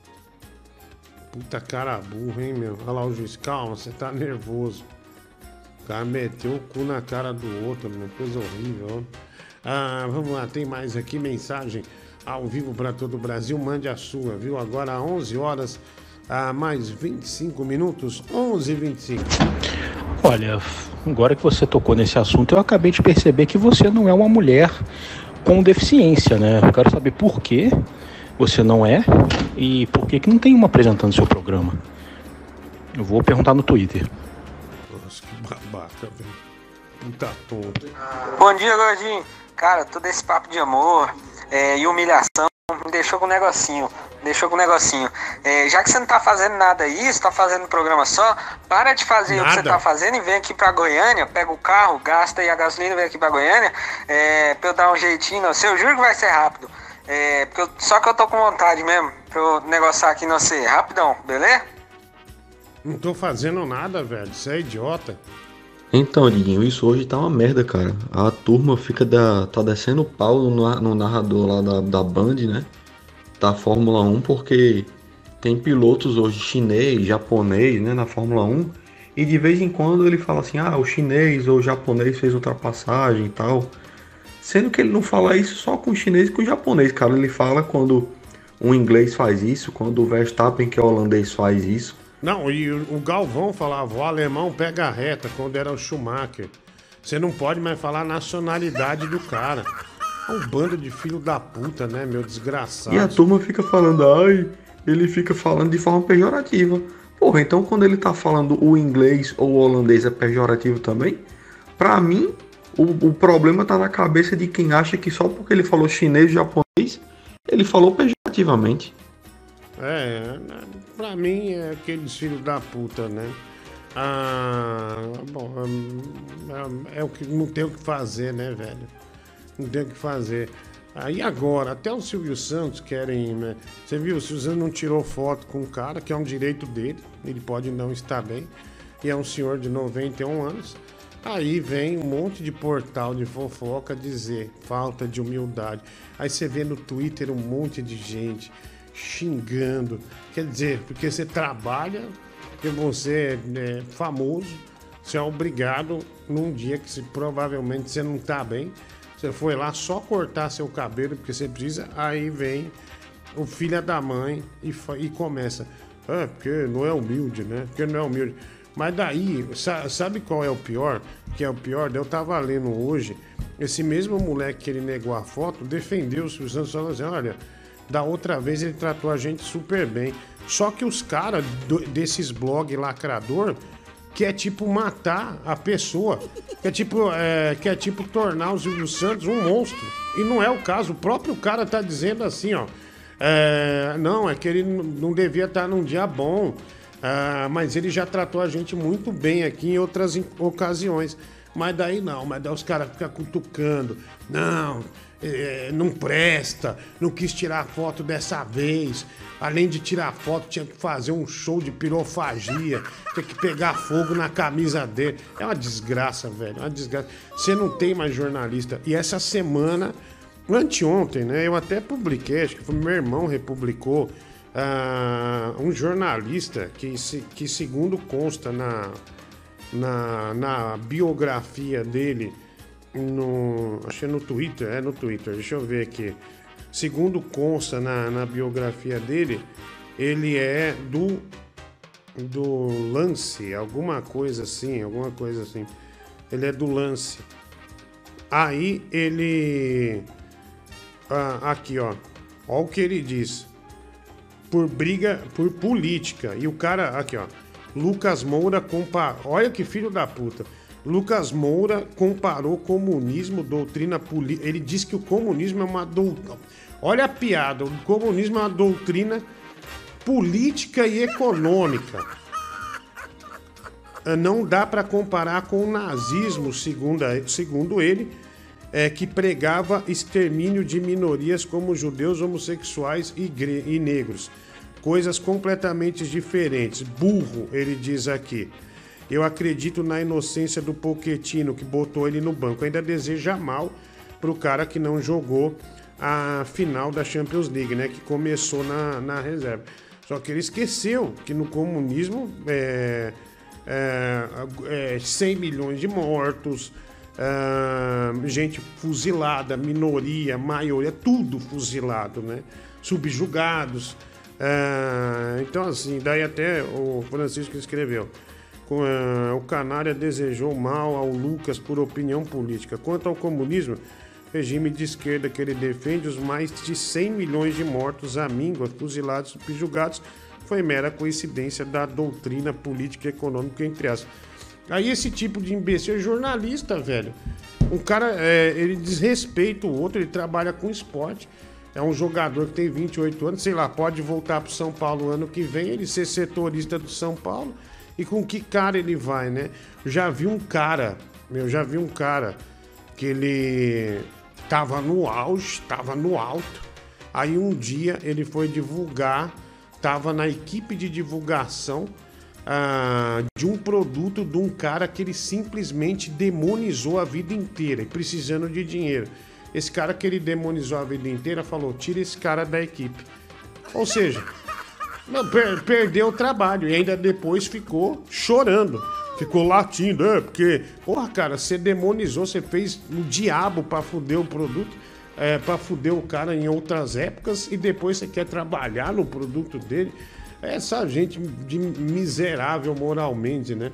Puta cara burro, hein, meu? Olha lá o juiz. Calma, você tá nervoso. O cara meteu o cu na cara do outro, meu. Coisa horrível, ó. Ah, vamos lá, tem mais aqui mensagem ao vivo para todo o Brasil. Mande a sua, viu? Agora às onze horas, a mais vinte e cinco minutos. onze e vinte e cinco. Olha, agora que você tocou nesse assunto, eu acabei de perceber que você não é uma mulher com deficiência, né? Eu quero saber por quê você não é e por que que não tem uma apresentando seu programa. Eu vou perguntar no Twitter. Nossa, que babaca, velho. Puta tonto. Bom dia, gordinho. Cara, todo esse papo de amor é, e humilhação me deixou com um negocinho. Deixou com um negocinho. É, já que você não tá fazendo nada aí, você tá fazendo um programa só, para de fazer nada. O que você tá fazendo e vem aqui pra Goiânia, pega o carro, gasta aí a gasolina e vem aqui pra Goiânia, é, pra eu dar um jeitinho. Não sei, eu juro que vai ser rápido. É, porque eu, só que eu tô com vontade mesmo pra eu negociar aqui, não sei, rapidão, beleza? Não tô fazendo nada, velho. Você é idiota. Então, Diguinho, isso hoje tá uma merda, cara. A turma fica da, tá descendo o pau no, no narrador lá da, da Band, né? Da Fórmula um, porque tem pilotos hoje chinês, japonês, né? Na Fórmula um. E de vez em quando ele fala assim, ah, o chinês ou o japonês fez ultrapassagem e tal. Sendo que ele não fala isso só com o chinês e com o japonês, cara. Ele fala quando o inglês faz isso, quando o Verstappen, que é holandês, faz isso. Não, e o Galvão falava, o alemão pega a reta, quando era o Schumacher. Você não pode mais falar a nacionalidade do cara. É um bando de filho da puta, né, meu desgraçado. E a turma fica falando, ai, ele fica falando de forma pejorativa. Porra, então quando ele tá falando o inglês ou o holandês é pejorativo também? Pra mim, o, o problema tá na cabeça de quem acha que só porque ele falou chinês e japonês, ele falou pejorativamente. É, pra mim é aqueles filhos da puta, né? Ah, bom, é, é o que não tem o que fazer, né, velho? Não tem o que fazer. Aí agora, até o Silvio Santos querem, né? Você viu, o Silvio Santos não tirou foto com o cara, que é um direito dele, ele pode não estar bem, e é um senhor de noventa e um anos. Aí vem um monte de portal de fofoca dizer falta de humildade. Aí você vê no Twitter um monte de gente xingando. Quer dizer, porque você trabalha, porque você é famoso, você é obrigado num dia que se, provavelmente você não tá bem. Você foi lá só cortar seu cabelo porque você precisa, aí vem o filho da mãe e, e começa. É, porque não é humilde, né? Porque não é humilde. Mas daí, sabe qual é o pior? Que é o pior? Eu tava lendo hoje, esse mesmo moleque que ele negou a foto, defendeu o Silvio Santos, falando assim, olha, da outra vez ele tratou a gente super bem. Só que os caras desses blogs lacrador que é tipo matar a pessoa, que é tipo, é, que é tipo tornar o Silvio Santos um monstro. E não é o caso, o próprio cara tá dizendo assim, ó, é, não, é que ele não devia estar num dia bom, é, mas ele já tratou a gente muito bem aqui em outras ocasiões. Mas daí não, mas daí os caras ficam cutucando, não, é, não presta, não quis tirar foto dessa vez. Além de tirar foto, tinha que fazer um show de pirofagia, tinha que pegar fogo na camisa dele. É uma desgraça, velho, é uma desgraça. Você não tem mais jornalista. E essa semana, anteontem, né, eu até publiquei, acho que foi meu irmão republicou, uh, um jornalista que, se, que segundo consta na, na, na biografia dele, no, acho que é no Twitter, é no Twitter, deixa eu ver aqui. Segundo consta na, na biografia dele, ele é do, do Lance, alguma coisa assim, alguma coisa assim. Ele é do Lance. Aí ele... Ah, aqui, ó. Ó o que ele diz. Por briga, por política. E o cara, aqui, ó. Lucas Moura compara... Olha que filho da puta. Lucas Moura comparou comunismo, doutrina política. Ele diz que o comunismo é uma doutrina. Olha a piada, o comunismo é uma doutrina política e econômica. Não dá para comparar com o nazismo, segundo, segundo ele, é, que pregava extermínio de minorias como judeus, homossexuais e, e negros. Coisas completamente diferentes. Burro, ele diz aqui. Eu acredito na inocência do Pochettino, que botou ele no banco. Ainda deseja mal pro cara que não jogou a final da Champions League, né? Que começou na, na reserva. Só que ele esqueceu que no comunismo é, é, é cem milhões de mortos, é, gente fuzilada, minoria, maioria, tudo fuzilado, né? Subjugados. É, então, assim, daí até o Francisco escreveu. O Canária desejou mal ao Lucas por opinião política. Quanto ao comunismo, regime de esquerda que ele defende, os mais de cem milhões de mortos à míngua, fuzilados, subjugados, foi mera coincidência da doutrina política e econômica, entre aspas. Aí esse tipo de imbecil é jornalista, velho. Um cara, é, ele desrespeita o outro, ele trabalha com esporte. É um jogador que tem vinte e oito anos, sei lá, pode voltar pro São Paulo ano que vem, ele ser setorista do São Paulo. E com que cara ele vai, né? Já vi um cara, meu, já vi um cara que ele tava no auge, tava no alto. Aí um dia ele foi divulgar, tava na equipe de divulgação ah, de um produto de um cara que ele simplesmente demonizou a vida inteira e precisando de dinheiro. Esse cara que ele demonizou a vida inteira falou, tira esse cara da equipe. Ou seja... Per- perdeu o trabalho e ainda depois ficou chorando, ficou latindo, é, porque, porra, cara, você demonizou, você fez um diabo pra fuder o produto, é, pra fuder o cara em outras épocas e depois você quer trabalhar no produto dele. Essa gente de miserável moralmente, né?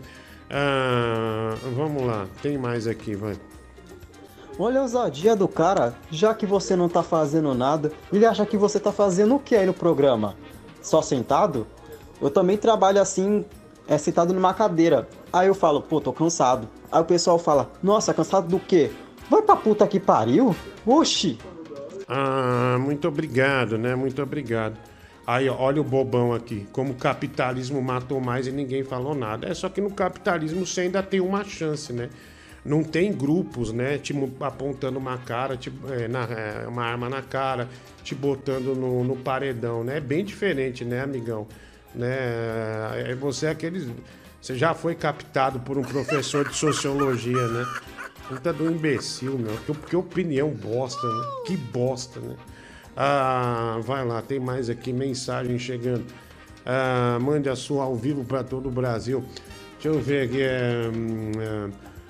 Ah, vamos lá, tem mais aqui, vai. Olha a ousadia do cara, já que você não tá fazendo nada, ele acha que você tá fazendo o que aí no programa? só sentado, eu também trabalho assim, é, sentado numa cadeira. Aí eu falo, pô, tô cansado. Aí o pessoal fala, nossa, cansado do quê? Vai pra puta que pariu? Oxi! Ah, muito obrigado, né? Muito obrigado. Aí, ó, olha o bobão aqui. Como o capitalismo matou mais e ninguém falou nada. É só que no capitalismo você ainda tem uma chance, né? Não tem grupos, né? Te apontando uma cara, te, é, na, é, uma arma na cara, te botando no, no paredão, né? É bem diferente, né, amigão? Né? É, você é aqueles... Você já foi captado por um professor de sociologia, né? Puta do imbecil, meu. Que, que opinião bosta, né? Que bosta, né? Ah, vai lá, tem mais aqui mensagem chegando. Ah, mande a sua ao vivo para todo o Brasil. Deixa eu ver aqui. É, é,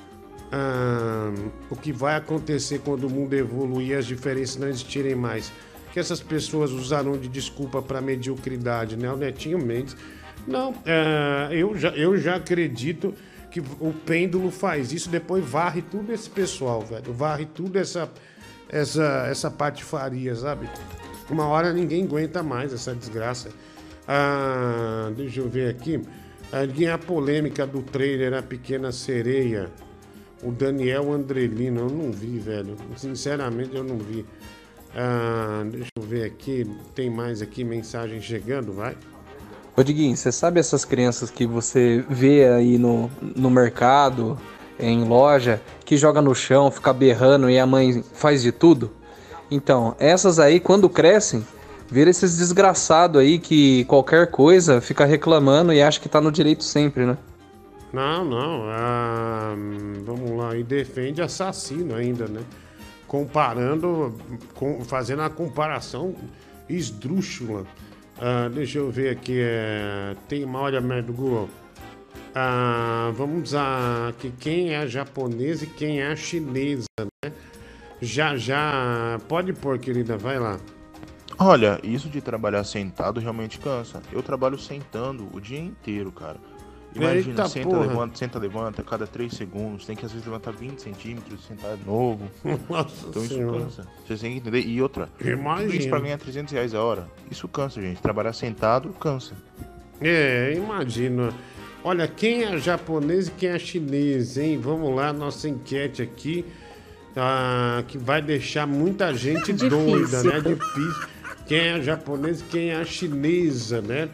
ah, o que vai acontecer quando o mundo evoluir e as diferenças não existirem mais? Que essas pessoas usarão de desculpa para mediocridade, né? O Netinho Mendes. Não, é, eu, já, eu já acredito que o pêndulo faz isso, depois varre tudo esse pessoal, velho. Varre tudo essa. Essa, essa patifaria, sabe? Uma hora ninguém aguenta mais essa desgraça. Ah, deixa eu ver aqui. A polêmica do trailer A Pequena Sereia. O Daniel Andrelino, eu não vi, velho. Sinceramente, eu não vi. Ah, deixa eu ver aqui. Tem mais aqui mensagem chegando, vai. Ô Diguinho, você sabe essas crianças que você vê aí no, no mercado, em loja, que joga no chão, fica berrando e a mãe faz de tudo? Então, essas aí, quando crescem, viram esses desgraçados aí que qualquer coisa fica reclamando e acha que tá no direito sempre, né? Não, não. Ah, vamos lá. E defende assassino ainda, né? Comparando, com, fazendo a comparação esdrúxula. Ah, deixa eu ver aqui. É, tem uma olha merda do Google. Ah, vamos usar aqui quem é a japonesa e quem é a chinesa, né? Já, já. Pode pôr, querida, vai lá. Olha, isso de trabalhar sentado realmente cansa. Eu trabalho sentando o dia inteiro, cara. Imagina, Eita, senta, porra. levanta, senta, levanta, a cada três segundos. Tem que às vezes levantar vinte centímetros e sentar de novo. Nossa Então isso Senhora. cansa. Vocês têm que entender. E outra, Imagina. tudo isso pra ganhar trezentos reais a hora. Isso cansa, gente. Trabalhar sentado cansa. É, imagina. Olha, quem é japonês e quem é chinês, hein? Vamos lá, nossa enquete aqui, ah, que vai deixar muita gente Difícil. doida, né? Difícil. Quem é a japonesa e quem é a chinesa, né?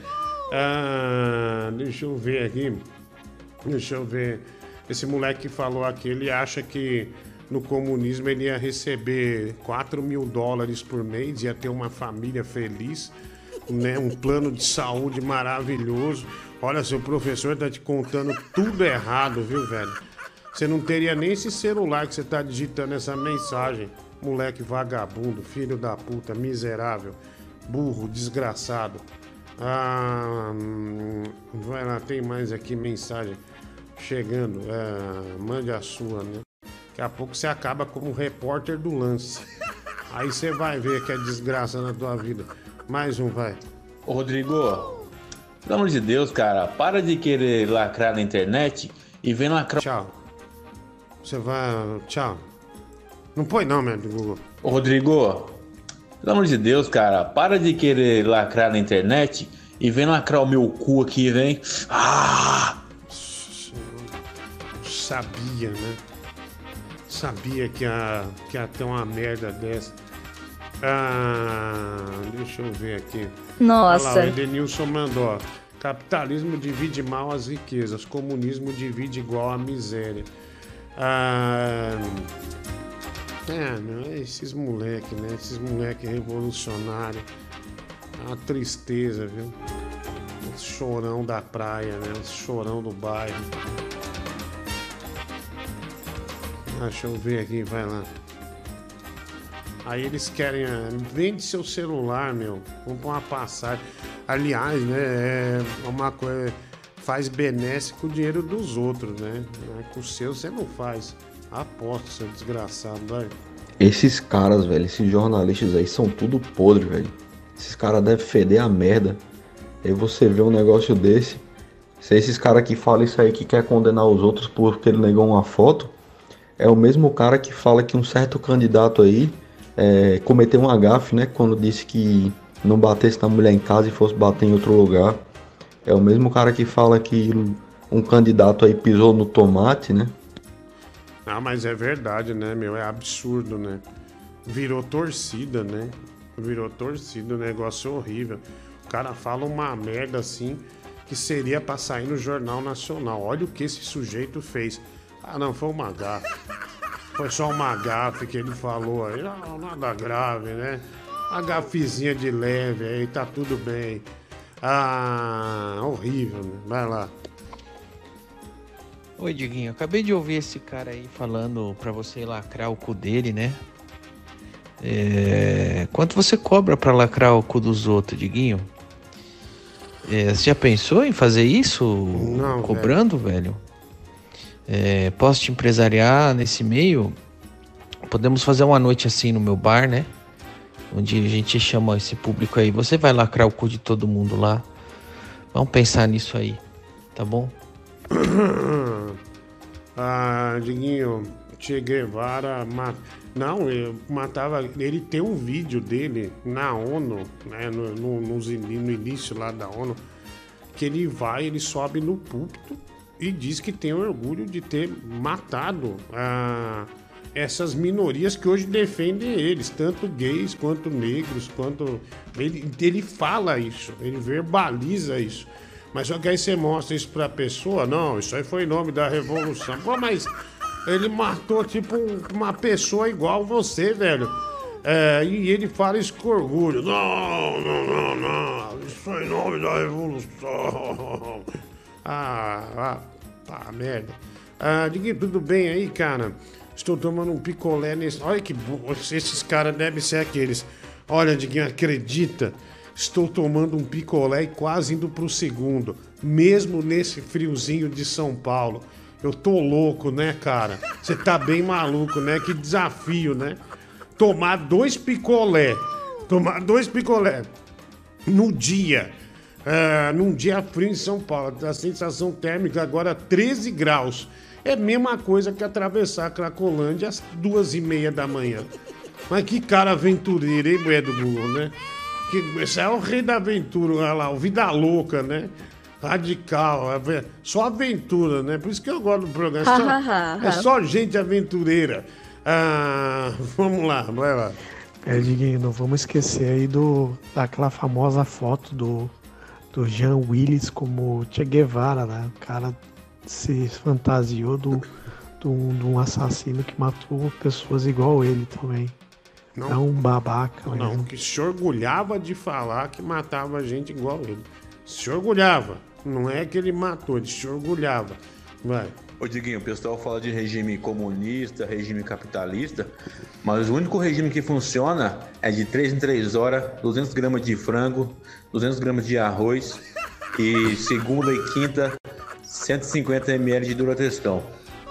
Ah, deixa eu ver aqui. Deixa eu ver. Esse moleque que falou aqui, ele acha que no comunismo ele ia receber quatro mil dólares por mês, ia ter uma família feliz, né? Um plano de saúde maravilhoso. Olha, seu professor tá te contando tudo errado, viu, velho? Você não teria nem esse celular que você tá digitando essa mensagem. Moleque vagabundo, filho da puta, miserável, burro, desgraçado. Ah, hum, vai lá, tem mais aqui mensagem chegando. É, mande a sua, né? Daqui a pouco você acaba como repórter do lance. Aí você vai ver que é desgraça na tua vida. Mais um, vai. Ô Rodrigo, pelo amor de Deus, cara, para de querer lacrar na internet e vem lacrar. Tchau. Você vai. Tchau. Não põe não, meu do Google. Ô Rodrigo, pelo amor de Deus, cara, para de querer lacrar na internet e vem lacrar o meu cu aqui, vem. Ah! Sabia, né? Sabia que ia, que ia ter uma merda dessa. Ah, deixa eu ver aqui. Nossa. Olha lá, o Edenilson mandou, ó. Capitalismo divide mal as riquezas, comunismo divide igual a miséria. Ah, é, não, esses moleque, né? Esses moleque revolucionários. É uma tristeza, viu? Os chorão da praia, né? Os chorão do bairro. Ah, deixa eu ver aqui, vai lá. Aí eles querem, ah, vende seu celular, meu. Vamos pôr uma passagem. Aliás, né, é uma coisa, faz benesse com o dinheiro dos outros, né? Com o seu você não faz. Aposto, seu desgraçado, vai. Esses caras, velho, esses jornalistas aí são tudo podre, velho. Esses caras devem feder a merda. Aí você vê um negócio desse. Se esses caras que falam isso aí que quer condenar os outros porque ele negou uma foto, é o mesmo cara que fala que um certo candidato aí é, cometeu um agafe, né? Quando disse que não batesse na mulher em casa e fosse bater em outro lugar. É o mesmo cara que fala que um candidato aí pisou no tomate, né? Ah, mas é verdade, né, meu? É absurdo, né? Virou torcida, né? Virou torcida, um negócio horrível. O cara fala uma merda assim que seria pra sair no Jornal Nacional. Olha o que esse sujeito fez. Ah, não, foi uma gafe. Foi só uma gafe que ele falou aí. Não, nada grave, né? Uma gafezinha de leve aí, tá tudo bem. Ah, horrível, né? Vai lá. Oi, Diguinho. Acabei de ouvir esse cara aí falando pra você lacrar o cu dele, né? É... Quanto você cobra pra lacrar o cu dos outros, Diguinho? É, você já pensou em fazer isso? Não, cobrando, velho? velho? É, posso te empresariar nesse meio? Podemos fazer uma noite assim no meu bar, né? Onde a gente chama esse público aí. Você vai lacrar o cu de todo mundo lá. Vamos pensar nisso aí, tá bom? Ah, Diguinho, Che Guevara mat... não, eu matava. Ele tem um vídeo dele na ONU, né? No, no, no, no início lá da ONU, que ele vai, ele sobe no púlpito e diz que tem orgulho de ter matado ah, essas minorias que hoje defendem eles, tanto gays quanto negros, quanto. Ele, ele fala isso, ele verbaliza isso. Mas só que aí você mostra isso pra pessoa, não, isso aí foi em nome da revolução. Pô, mas ele matou, tipo, uma pessoa igual você, velho. É, e ele fala isso com orgulho. Não, não, não, não, isso foi em nome da revolução. Ah, ah tá, merda. Ah, Diguinho, tudo bem aí, cara? Estou tomando um picolé nesse... Olha que... Esses caras devem ser aqueles... Olha, Diguinho, acredita... Estou tomando um picolé e quase indo pro segundo. Mesmo nesse friozinho de São Paulo. Eu tô louco, né, cara? Você tá bem maluco, né? Que desafio, né? Tomar dois picolé. Tomar dois picolé. No dia. Uh, num dia frio em São Paulo. A sensação térmica agora treze graus. É a mesma coisa que atravessar a Cracolândia às duas e meia da manhã. Mas que cara aventureiro, hein, mulher do Google, né? Que, esse é o rei da aventura, olha lá, o Vida Louca, né? Radical, só aventura, né? Por isso que eu gosto do programa. É só, é só gente aventureira. Ah, vamos lá, vai lá. É, Diguinho, não vamos esquecer aí do, daquela famosa foto do, do Jean Willis como Che Guevara, né? O cara se fantasiou do, do, de um assassino que matou pessoas igual ele também. Não, é um babaca. Não, mesmo. Que se orgulhava de falar que matava gente igual ele. Se orgulhava. Não é que ele matou, ele se orgulhava. Vai. Ô Diguinho, o pessoal fala de regime comunista, regime capitalista, mas o único regime que funciona é de três em três horas, duzentos gramas de frango, duzentos gramas de arroz e segunda e quinta, cento e cinquenta mililitros de Duratestão.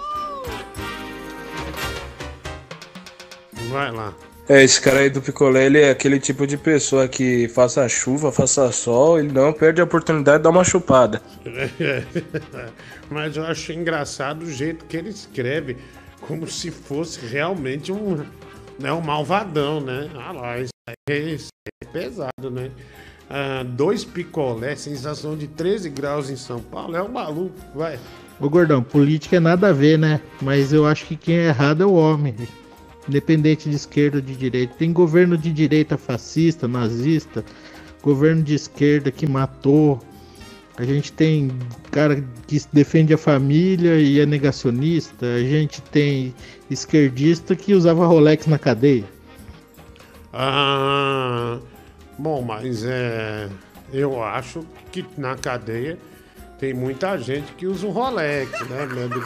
Vai lá. É, esse cara aí do picolé, ele é aquele tipo de pessoa que faça chuva, faça sol, ele não perde a oportunidade de dar uma chupada. Mas eu acho engraçado o jeito que ele escreve, como se fosse realmente um, né, um malvadão, né? Ah lá, isso aí, isso aí é pesado, né? Ah, dois picolé, sensação de treze graus em São Paulo, é um maluco, vai. Ô Gordão, política é nada a ver, né? Mas eu acho que quem é errado é o homem. Independente de esquerda ou de direita. Tem governo de direita fascista, nazista, governo de esquerda que matou. A gente tem cara que defende a família e é negacionista. A gente tem esquerdista que usava Rolex na cadeia. Ah, bom, mas é, eu acho que na cadeia tem muita gente que usa o Rolex, né?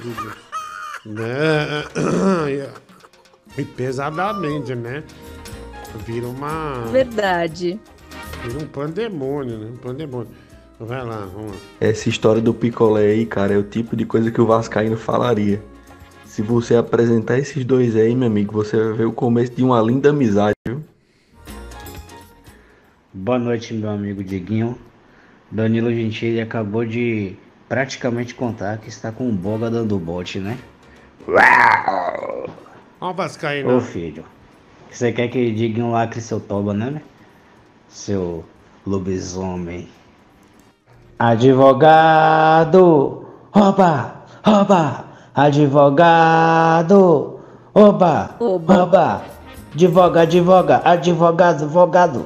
né? E pesadamente, né? Vira uma... Verdade. Vira um pandemônio, né? Um pandemônio. Vai lá, vamos lá. Essa história do picolé aí, cara, é o tipo de coisa que o vascaíno falaria. Se você apresentar esses dois aí, meu amigo, você vai ver o começo de uma linda amizade, viu? Boa noite, meu amigo Diguinho. Danilo Gentili acabou de praticamente contar que está com o Boga dando bote, né? Uau! Ó o vascaíno. Ô filho, você quer que Diguinho lacre seu toba, né? seu lobisomem. Advogado, rouba, rouba, advogado, rouba, rouba, advoga, advoga, advogado, advogado.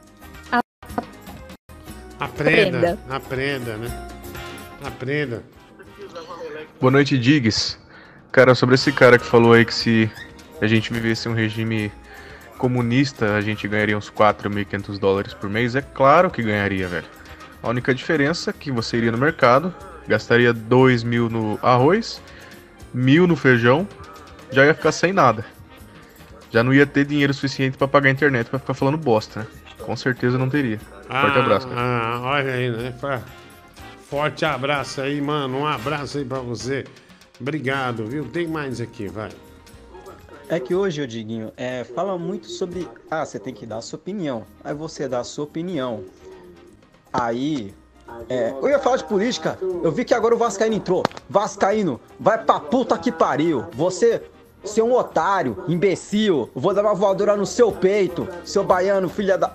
Aprenda, aprenda, né? Aprenda. Boa noite, Diggs. Cara, sobre esse cara que falou aí que se a gente vivesse um regime comunista, a gente ganharia uns quatro mil e quinhentos dólares por mês. É claro que ganharia, velho. A única diferença é que você iria no mercado, gastaria dois mil no arroz, mil no feijão, já ia ficar sem nada. Já não ia ter dinheiro suficiente pra pagar a internet pra ficar falando bosta, né? Com certeza não teria. Forte Ah, abraço, cara. Ah, olha aí, né? Fa- Forte abraço aí, mano. Um abraço aí pra você. Obrigado, viu? Tem mais aqui, vai. É que hoje, ô Diguinho, é, fala muito sobre. Ah, você tem que dar a sua opinião. Aí você dá a sua opinião. Aí. É, eu ia falar de política. Eu vi que agora o Vascaíno entrou. Vascaíno, vai pra puta que pariu. Você. Você é um otário, imbecil. Eu vou dar uma voadora no seu peito, seu baiano, filha da.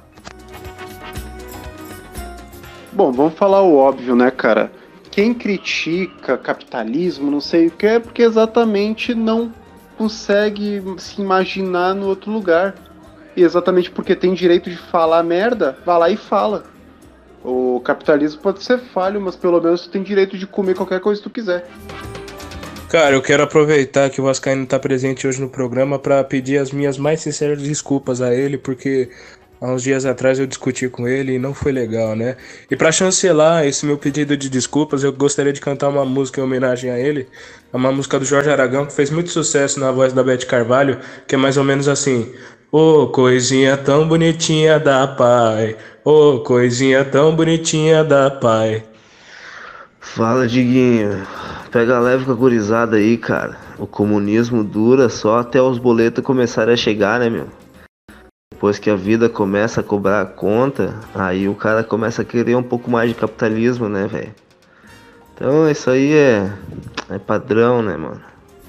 Bom, vamos falar o óbvio, né, cara? Quem critica capitalismo, não sei o que, é porque exatamente não consegue se imaginar no outro lugar. E exatamente porque tem direito de falar merda, vai lá e fala. O capitalismo pode ser falho, mas pelo menos tu tem direito de comer qualquer coisa que tu quiser. Cara, eu quero aproveitar que o Vascaíno tá presente hoje no programa para pedir as minhas mais sinceras desculpas a ele, porque há uns dias atrás eu discuti com ele e não foi legal, né? E para chancelar esse meu pedido de desculpas, eu gostaria de cantar uma música em homenagem a ele, uma música do Jorge Aragão que fez muito sucesso na voz da Beth Carvalho, que é mais ou menos assim: ô, coisinha tão bonitinha da pai, ô, coisinha tão bonitinha da pai. Fala, Diguinho. Pega leve com a gurizada aí, cara. O comunismo dura só até os boletos começarem a chegar, né, meu? Depois que a vida começa a cobrar a conta, aí o cara começa a querer um pouco mais de capitalismo, né, velho? Então isso aí é, é padrão, né, mano?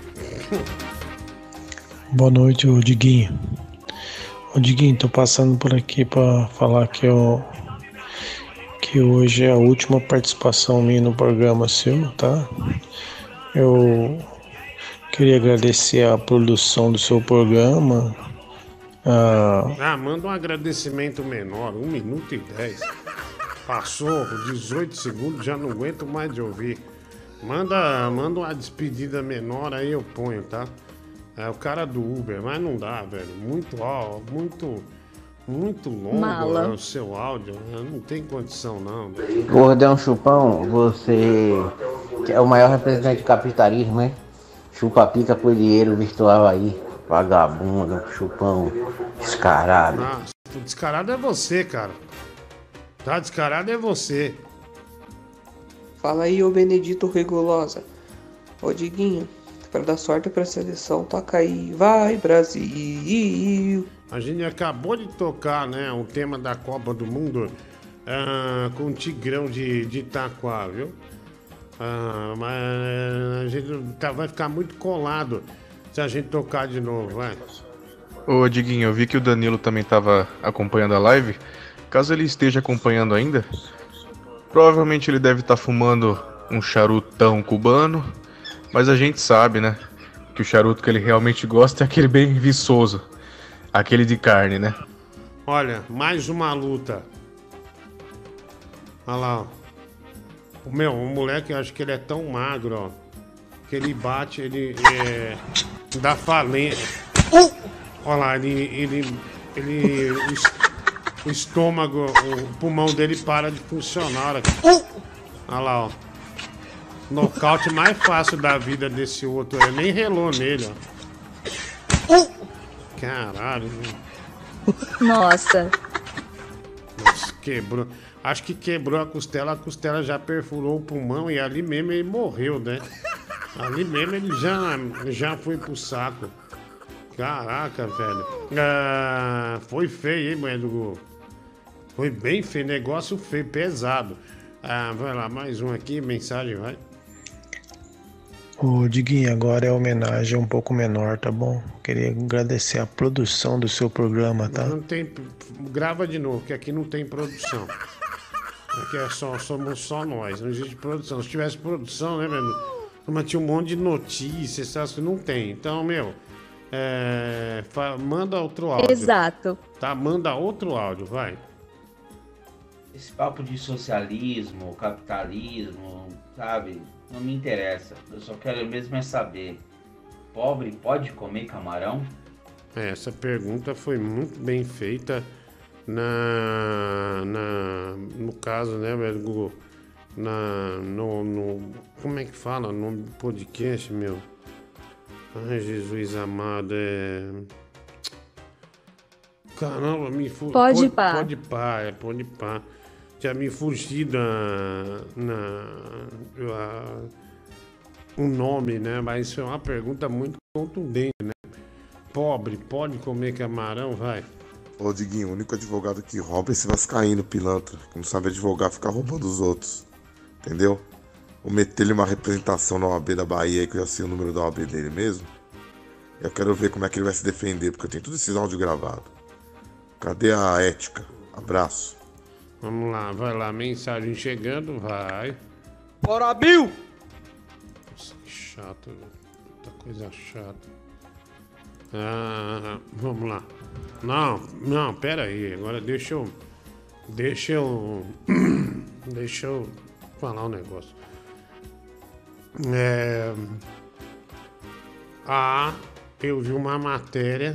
Boa noite, ô Diguinho. Ô Diguinho, tô passando por aqui pra falar que eu que hoje é a última participação minha no programa seu, tá? Eu queria agradecer a produção do seu programa. Ah, Ah, manda um agradecimento menor, um minuto e dez. Passou dezoito segundos, já não aguento mais de ouvir. Manda, manda uma despedida menor aí, eu ponho, tá? É o cara do Uber, mas não dá, velho. Muito, ó, muito, muito longo Mala. é o seu áudio. né? Não tem condição, não. Gordão Chupão, você que é o maior representante do capitalismo, hein? Chupa pica com dinheiro virtual aí. Vagabundo, chupão, descarado. Ah, o descarado é você, cara. Tá descarado é você. Fala aí, ô Benedito Regulosa. Ô Diguinho, pra dar sorte pra seleção, toca aí. Vai, Brasil. A gente acabou de tocar, né, um tema da Copa do Mundo ah, com o Tigrão de, de Itaquá, viu? Ah, mas a gente tá- vai ficar muito colado se a gente tocar de novo, vai. Ô, Diguinho, eu vi que o Danilo também tava acompanhando a live. Caso ele esteja acompanhando ainda, provavelmente ele deve estar fumando um charutão cubano, mas a gente sabe, né, que o charuto que ele realmente gosta é aquele bem viçoso, aquele de carne, né? Olha, mais uma luta. Olha lá, ó. O meu, o moleque, eu acho que ele é tão magro, ó, que ele bate, ele é, dá falência. Olha lá, ele, ele, ele, o, es- o estômago, o pulmão dele para de funcionar. Olha aqui. Olha lá, ó. Nocaute mais fácil da vida desse outro, ele nem relou nele, ó. Caralho, meu. Nossa. Nossa, quebrou. Acho que quebrou a costela, a costela já perfurou o pulmão e ali mesmo ele morreu, né? Ali mesmo ele já, já foi pro saco. Caraca, velho. Ah, foi feio, hein, mãe do gol? Foi bem feio, negócio feio, pesado. Ah, vai lá, mais um aqui, mensagem, vai. Ô, Diguinho, agora é homenagem um pouco menor, tá bom? Queria agradecer a produção do seu programa, tá? Não tem. Grava de novo, que aqui não tem produção. Aqui é só, somos só nós, não existe produção. Se tivesse produção, né, velho? Mas tinha um monte de notícias, sabe? Que não tem. Então, meu, é, fa- manda outro áudio. Exato. Tá, manda outro áudio, vai. Esse papo de socialismo, capitalismo, sabe? Não me interessa. Eu só quero mesmo é saber. Pobre pode comer camarão? É, essa pergunta foi muito bem feita na, na no caso, né, velho, Google? Na, no, no, como é que fala o nome do podcast, meu? Ai, Jesus amado, é... Caramba, me fugiu. Pode pá. Pode pá, é pode pá. Já me fugiu na, na, a- o nome, né? Mas isso é uma pergunta muito contundente, né? Pobre, pode comer camarão? Vai. Ô, Diguinho, o único advogado que rouba é esse vascaíno pilantra, que não sabe advogar, fica roubando os outros. Entendeu? Vou meter-lhe uma representação na O A B da Bahia aí, que eu já sei o número da O A B dele mesmo. Eu quero ver como é que ele vai se defender, porque eu tenho todos esses áudios gravados. Cadê a ética? Abraço. Vamos lá, vai lá, mensagem chegando, vai. Bora, Bill! Nossa, que chato, velho. Puta coisa chata. Ah, vamos lá. Não, não, pera aí. Agora deixa eu. Deixa eu. Deixa eu falar um negócio. É. Ah, eu vi uma matéria.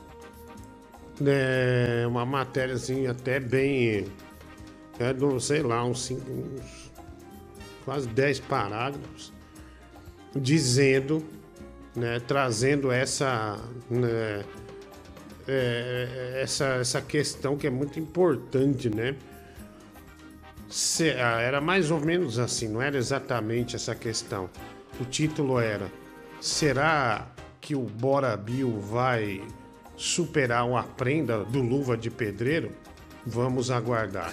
É, uma matéria assim, até bem. É, do, sei lá, uns, cinco, uns quase dez parágrafos. Dizendo, né, trazendo essa, né, é, essa, essa questão que é muito importante, né? Se- ah, era mais ou menos assim, não era exatamente essa questão. O título era: será que o Bora Bill vai superar o Aprenda do Luva de Pedreiro? Vamos aguardar.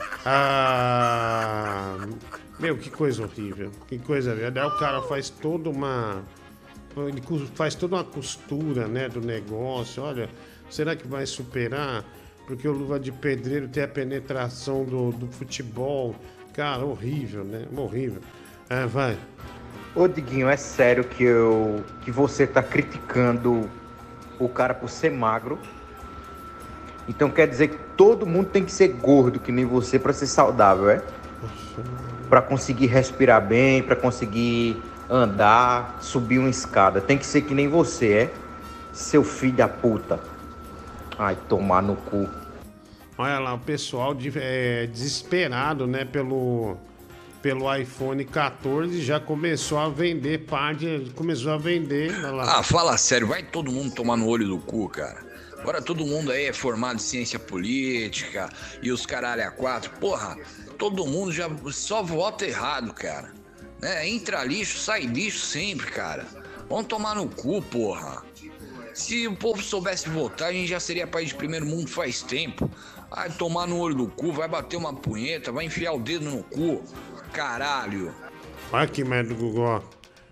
Ah, meu, que coisa horrível. Que coisa horrível. Daí o cara faz toda uma. Ele cu- faz toda uma costura, né, do negócio. Olha, será que vai superar? Porque o Luva de Pedreiro tem a penetração do, do futebol. Cara, horrível, né? Horrível. É, vai. Ô Diguinho, é sério que, eu, que você tá criticando o cara por ser magro? Então quer dizer que todo mundo tem que ser gordo que nem você pra ser saudável, é? Pra conseguir respirar bem, pra conseguir andar, subir uma escada. Tem que ser que nem você, é? Seu filho da puta. Ai, tomar no cu. Olha lá, o pessoal de- é, desesperado, né, pelo, pelo iPhone quatorze já começou a vender parte, começou a vender. Olha lá. Ah, fala sério, vai todo mundo tomar no olho do cu, cara. Agora todo mundo aí é formado em ciência política e os caralho a quatro. Porra, todo mundo já só vota errado, cara. Né? Entra lixo, sai lixo sempre, cara. Vamos tomar no cu, porra. Se o povo soubesse votar, a gente já seria país de primeiro mundo faz tempo. Vai tomar no olho do cu, vai bater uma punheta, vai enfiar o dedo no cu. Caralho. Olha que merda do Google. ó.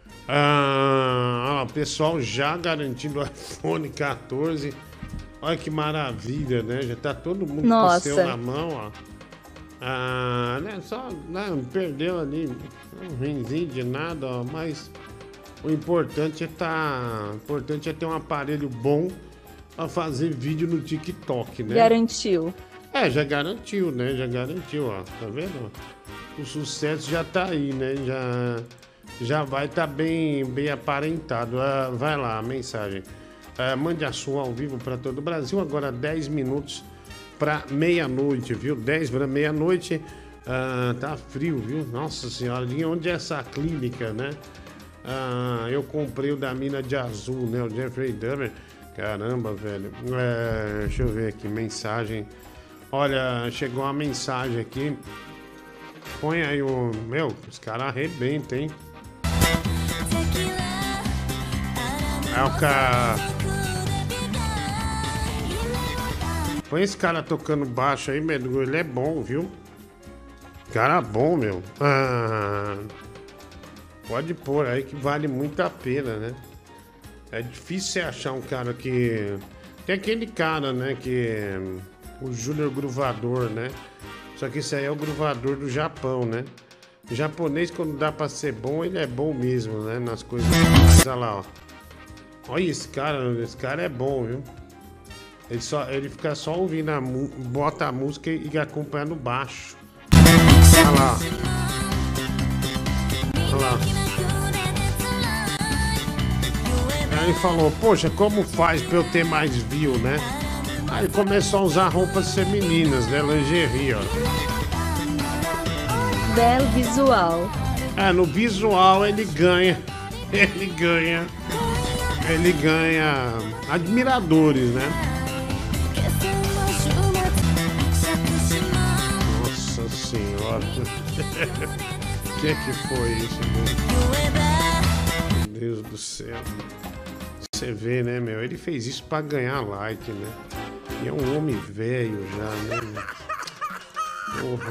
Ah, olha lá, o pessoal já garantindo o iPhone quatorze. Olha que maravilha, né? Já tá todo mundo Nossa. com o seu na mão, ó. Ah, né? Só né, perdeu ali um rinzinho de nada, ó, mas o importante é tá, o importante é ter um aparelho bom pra fazer vídeo no TikTok, né? Garantiu. É, já garantiu, né? Já garantiu, ó. Tá vendo? O sucesso já tá aí, né? Já, já vai estar tá bem, bem aparentado. Ah, vai lá, a mensagem. Ah, mande a sua ao vivo para todo o Brasil. Agora dez minutos para meia-noite, viu? dez para meia-noite. Ah, tá frio, viu? Nossa senhora, de onde é essa clínica, né? Ah, eu comprei o da mina de azul, né? O Jeffrey Dahmer. Caramba, velho. É, deixa eu ver aqui, mensagem. Olha, chegou uma mensagem aqui. Põe aí o. Meu, os caras arrebentam, hein? É o cara. Põe esse cara tocando baixo aí, meu. Ele é bom, viu? Cara bom, meu. Ah. Pode pôr aí que vale muito a pena, né? É difícil você achar um cara que... Tem aquele cara, né, que... O Júnior Gruvador, né? Só que esse aí é o gruvador do Japão, né? O japonês, quando dá pra ser bom, ele é bom mesmo, né? Nas coisas que faz. Olha lá, ó. Olha esse cara, esse cara é bom, viu? Ele, só, ele fica só ouvindo a música, bota a música e acompanha no baixo. Olha lá. Olha lá. Aí ele falou, poxa, como faz pra eu ter mais view, né? Aí começou a usar roupas femininas, né? Lingerie, ó. Belo visual. É, no visual ele ganha. Ele ganha. Ele ganha admiradores, né? Nossa senhora. O que é que foi isso, meu? Meu Deus do céu. Você vê, né, meu? Ele fez isso pra ganhar like, né? E é um homem velho já, né? Porra,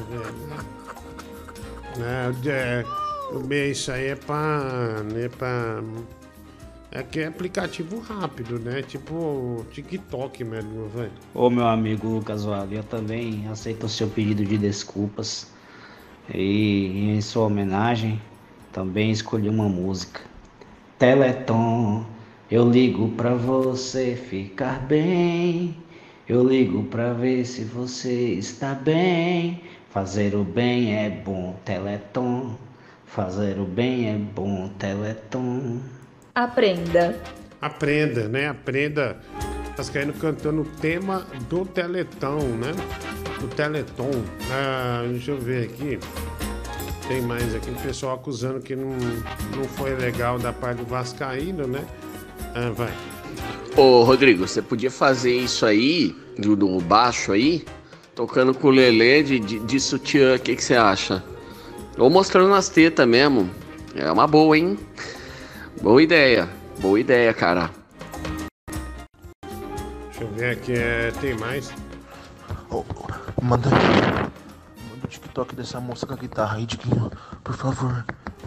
velho. É, é, isso aí é pra... Né, pra... É que é aplicativo rápido, né? Tipo TikTok mesmo, velho. Ô meu amigo Lucas Vale, eu também aceito o seu pedido de desculpas. E em sua homenagem, também escolhi uma música. Teleton, eu ligo pra você ficar bem. Eu ligo pra ver se você está bem. Fazer o bem é bom, Teleton. Fazer o bem é bom, Teleton. Aprenda. Aprenda, né? Aprenda. Tá caindo cantando o tema do Teleton, né? Do Teleton. Ah, deixa eu ver aqui. Tem mais aqui. O pessoal acusando que não, não foi legal da parte do Vascaíno, né? Ah, vai. Ô, Rodrigo, você podia fazer isso aí, do, do baixo aí, tocando com o Lelê de, de, de sutiã. O que que você acha? Ou mostrando nas tetas mesmo. É uma boa, hein? Boa ideia, boa ideia, cara. Deixa eu ver aqui, é, tem mais. Oh, manda, manda o TikTok dessa moça com a guitarra aí, Diguinho, por favor.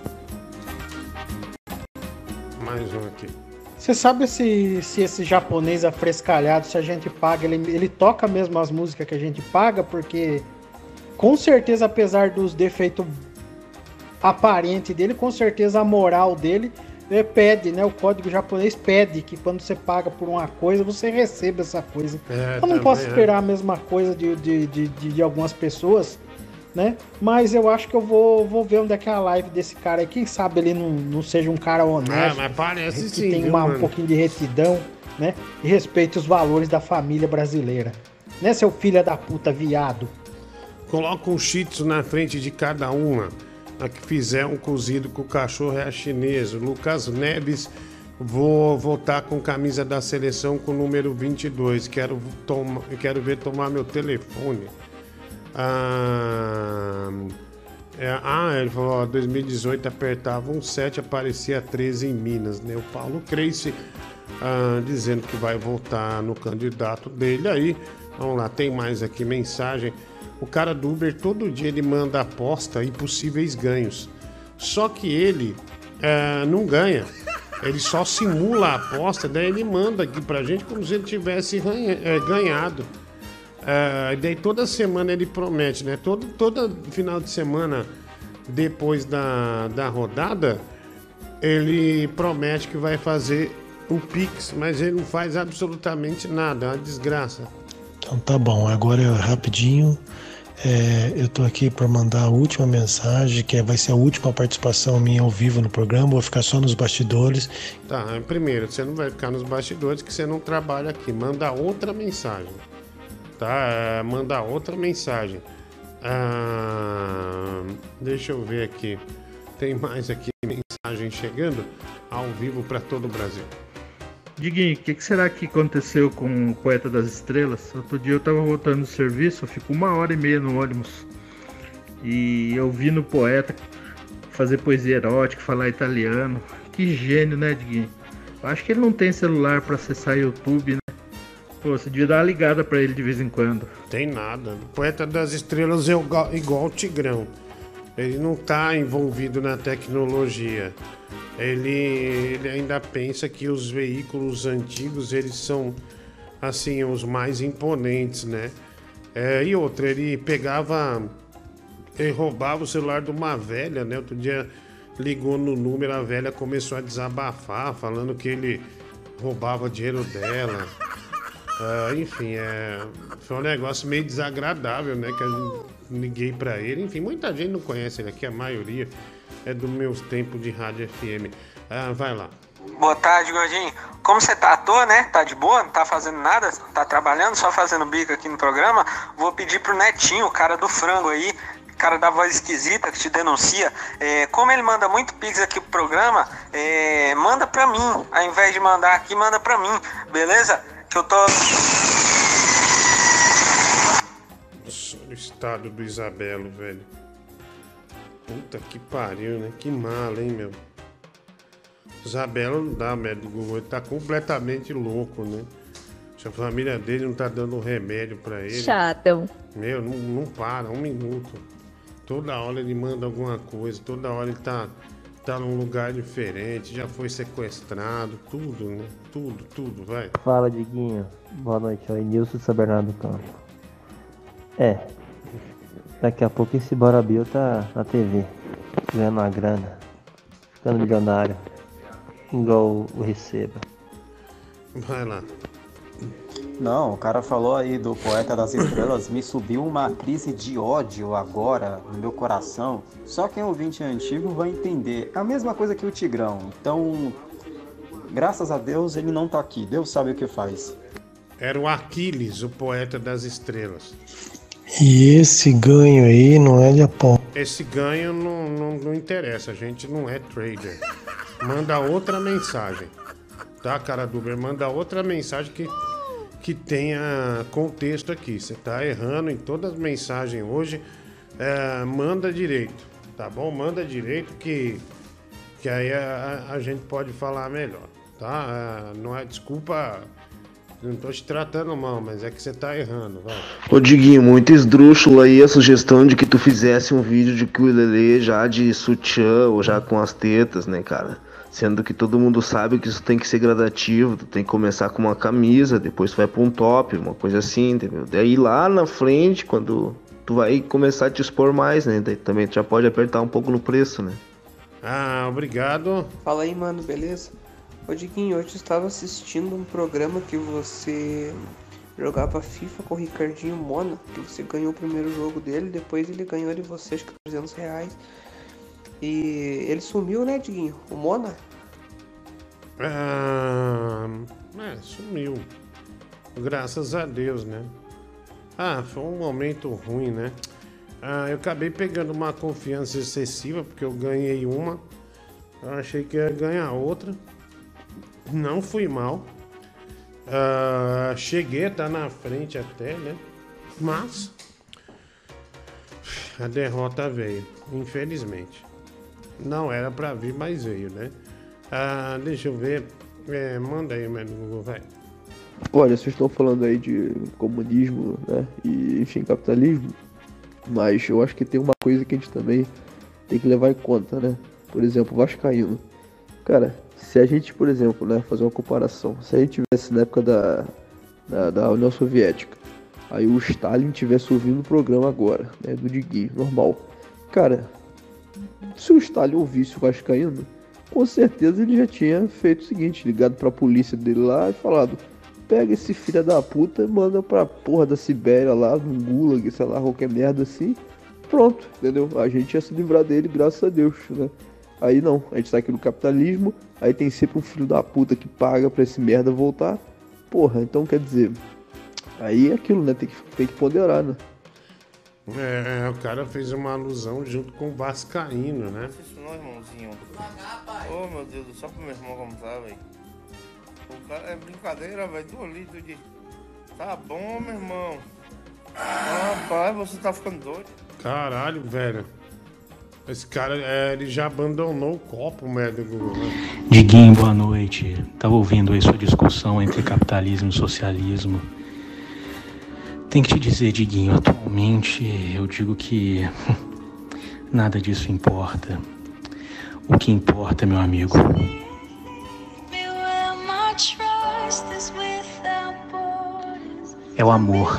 Mais um aqui. Você sabe se, se esse japonês afrescalhado, se a gente paga, ele, ele toca mesmo as músicas que a gente paga? Porque com certeza, apesar dos defeitos aparentes dele, com certeza a moral dele é, pede, né? O código japonês pede que quando você paga por uma coisa, você receba essa coisa. É, eu não posso é. esperar a mesma coisa de, de, de, de, de algumas pessoas, né? Mas eu acho que eu vou, vou ver onde é que é a live desse cara aí. Quem sabe ele não, não seja um cara honesto, É, mas parece que sim, tem viu, uma, um mano? pouquinho de retidão, né? E respeite os valores da família brasileira. Né, seu filho da puta, viado? Coloca um shih tzu na frente de cada uma. A que fizer um cozido com o cachorro é a chinesa. Lucas Neves, vou voltar com camisa da seleção com o número vinte e dois. Quero, toma, quero ver tomar meu telefone. Ah, é, ah ele falou, ó, dois mil e dezoito apertava um sete, aparecia treze em Minas, né? O Paulo Creice ah, dizendo que vai votar no candidato dele aí. Vamos lá, tem mais aqui mensagem. O cara do Uber todo dia ele manda aposta e possíveis ganhos. Só que ele é, não ganha. Ele só simula a aposta, daí ele manda aqui pra gente como se ele tivesse ganhado. É, daí toda semana ele promete, né? Todo, todo final de semana depois da, da rodada, ele promete que vai fazer um Pix, mas ele não faz absolutamente nada, é uma desgraça. Então tá bom, agora eu, rapidinho, é, eu tô aqui para mandar a última mensagem, que vai ser a última participação minha ao vivo no programa, vou ficar só nos bastidores. Tá, primeiro, você não vai ficar nos bastidores que você não trabalha aqui, manda outra mensagem, tá? É, manda outra mensagem. Ah, deixa eu ver aqui, tem mais aqui mensagem chegando ao vivo para todo o Brasil. Diguinho, o que, que será que aconteceu com o Poeta das Estrelas? Outro dia eu tava voltando do serviço, eu fico uma hora e meia no ônibus. E eu vi no Poeta fazer poesia erótica, falar italiano. Que gênio, né, Diguinho? Eu acho que ele não tem celular pra acessar YouTube, né? Pô, você devia dar uma ligada pra ele de vez em quando. Tem nada. O Poeta das Estrelas é igual, igual o Tigrão. ele não está envolvido na tecnologia. Ele, ele ainda pensa que os veículos antigos, eles são, assim, os mais imponentes, né? É, e outra, ele pegava, ele roubava o celular de uma velha, né? Outro dia ligou no número, a velha começou a desabafar, falando que ele roubava dinheiro dela. Uh, enfim, é, foi um negócio meio desagradável, né? Que eu liguei pra ele. Enfim, muita gente não conhece ele aqui, a maioria é do meus tempos de rádio F M. Ah, vai lá. Boa tarde, gordinho. Como você tá à toa, né? Tá de boa? Não tá fazendo nada? Tá trabalhando? Só fazendo bico aqui no programa? Vou pedir pro Netinho, o cara do frango aí, cara da voz esquisita que te denuncia, é, como ele manda muito pix aqui pro programa, é, manda pra mim. Ao invés de mandar aqui, manda pra mim, beleza? Que eu tô... Nossa, olha o estado do Isabelo, velho. Puta que pariu, né? Que mala, hein, meu? Isabela não dá, médico. Ele tá completamente louco, né? A família dele não tá dando remédio pra ele. Chatão. Meu, não, não para, um minuto. Toda hora ele manda alguma coisa, toda hora ele tá, tá num lugar diferente, já foi sequestrado, tudo, né? Tudo, tudo, vai. Fala, Diguinho. Boa noite, é o Nilson de São Bernardo do Campo. É, daqui a pouco esse Bora Bill tá na T V, ganhando uma grana, ficando milionário, igual o Receba. Vai lá. Não, o cara falou aí do Poeta das Estrelas, me subiu uma crise de ódio agora no meu coração. Só quem é ouvinte antigo vai entender. É a mesma coisa que o Tigrão. Então, graças a Deus ele não tá aqui. Deus sabe o que faz. Era o Aquiles, o Poeta das Estrelas. E esse ganho aí não é de aposta. Esse ganho não, não, não interessa, a gente não é trader. Manda outra mensagem. Tá, cara do Uber? Manda outra mensagem que... que tenha contexto aqui. Você tá errando em todas as mensagens hoje. É, manda direito, tá bom? Manda direito que, que aí a, a gente pode falar melhor, tá? É, não é desculpa, não tô te tratando mal, mas é que você tá errando, vai. Ô Diguinho, muito esdrúxulo aí a sugestão de que tu fizesse um vídeo de que o Lelê já de sutiã ou já com as tetas, né, cara? Sendo que todo mundo sabe que isso tem que ser gradativo, tu tem que começar com uma camisa, depois tu vai pra um top, uma coisa assim, entendeu? Daí lá na frente, quando tu vai começar a te expor mais, né? Daí também tu já pode apertar um pouco no preço, né? Ah, obrigado. Fala aí, mano, beleza? Ô Diguinho, hoje eu estava assistindo um programa que você jogava FIFA com o Ricardinho Mona, que você ganhou o primeiro jogo dele, depois ele ganhou de você, acho que trezentos reais. E ele sumiu, né, Diguinho? O Mona? Ah, é, sumiu. Graças a Deus, né? Ah, foi um momento ruim, né? Ah, eu acabei pegando uma confiança excessiva, porque eu ganhei uma. Eu achei que ia ganhar outra. Não fui mal. Ah, cheguei a estar na frente até, né? Mas a derrota veio, infelizmente. Não era pra vir, mas veio, né? Ah, deixa eu ver. É, manda aí, meu Google, vai. Olha, vocês estão falando aí de comunismo, né? E, enfim, capitalismo. Mas eu acho que tem uma coisa que a gente também tem que levar em conta, né? Por exemplo, Vascaíno. Cara, se a gente, por exemplo, né, fazer uma comparação. Se a gente tivesse na época da, da, da União Soviética, aí o Stalin tivesse ouvindo o programa agora, né? Do Diguinho, normal. Cara... Se o Stalin ouvisse o Vascaíno, com certeza ele já tinha feito o seguinte, ligado pra polícia dele lá e falado: pega esse filho da puta e manda pra porra da Sibéria lá, num gulag, sei lá, qualquer merda assim. Pronto, entendeu? A gente ia se livrar dele, graças a Deus, né? Aí não, a gente tá aqui no capitalismo, aí tem sempre um filho da puta que paga pra esse merda voltar. Porra, então quer dizer, aí é aquilo, né? Tem que, tem que ponderar, né? É, o cara fez uma alusão junto com o Vascaíno, né? Isso não, irmãozinho. Ô, oh, meu Deus, só pro meu irmão como tá, velho. O cara é brincadeira, velho. Dois litros de... Tá bom, meu irmão. Rapaz, você tá ficando doido. Caralho, velho. Esse cara, é, ele já abandonou o copo, médico. Né? Diguinho, boa noite. Tava ouvindo aí sua discussão entre capitalismo e socialismo. Tem que te dizer, Diguinho, atualmente eu digo que nada disso importa. O que importa, meu amigo, é o amor.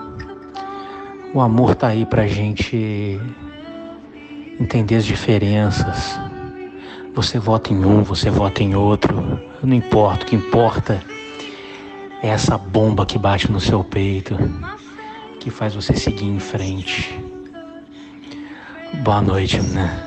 O amor tá aí pra gente entender as diferenças. Você vota em um, você vota em outro, não importa. O que importa é essa bomba que bate no seu peito, que faz você seguir em frente. Boa noite, né?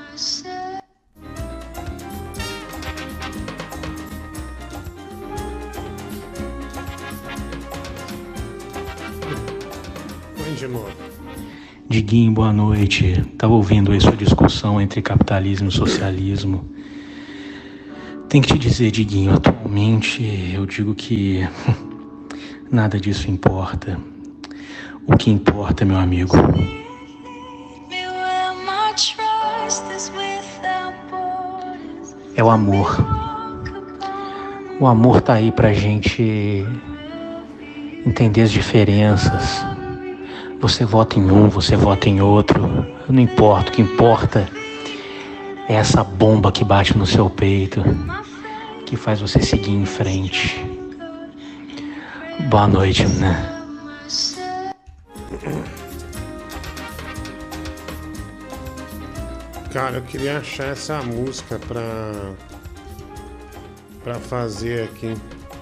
Diguinho, boa noite. Estava ouvindo aí sua discussão entre capitalismo e socialismo. Tem que te dizer, Diguinho, atualmente eu digo que nada disso importa. O que importa, meu amigo, é o amor. O amor tá aí pra gente entender as diferenças. Você vota em um, você vota em outro, não importa. O que importa é essa bomba que bate no seu peito, que faz você seguir em frente. Boa noite, né? Cara, eu queria achar essa música pra, pra fazer aqui.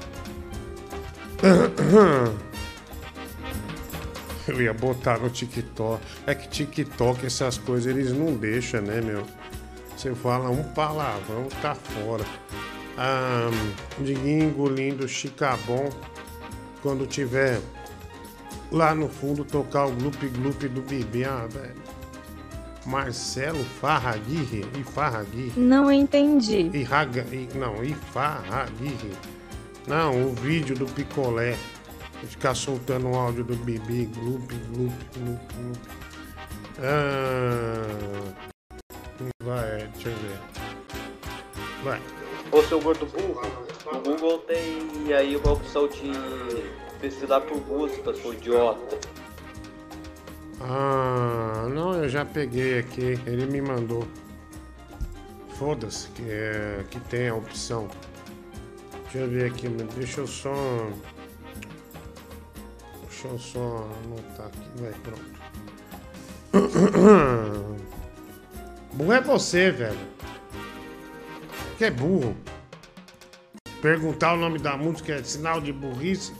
Eu ia botar no TikTok. É que TikTok, essas coisas, eles não deixam, né, meu? Você fala um palavrão, tá fora. Ah, Diguinho engolindo chicabom. Quando tiver lá no fundo, tocar o glup glup do Bibi. Ah, velho. Marcelo Farraguirre e Farraguirre. Não entendi. E Raga, e, não, e Farraguirre. Não, o vídeo do picolé. Ficar soltando o áudio do Bibi, glup, glup, glup, glup. Ah, vai, deixa eu ver. Vai. Ô, seu gordo burro, o Google tem aí uma opção de pesquisar por música, seu idiota. Ah, não, eu já peguei aqui, ele me mandou. Foda-se que, é, que tem a opção. Deixa eu ver aqui, deixa eu só... Deixa eu só anotar aqui, vai, pronto. Burro é você, velho. Que é burro. Perguntar o nome da música é sinal de burrice.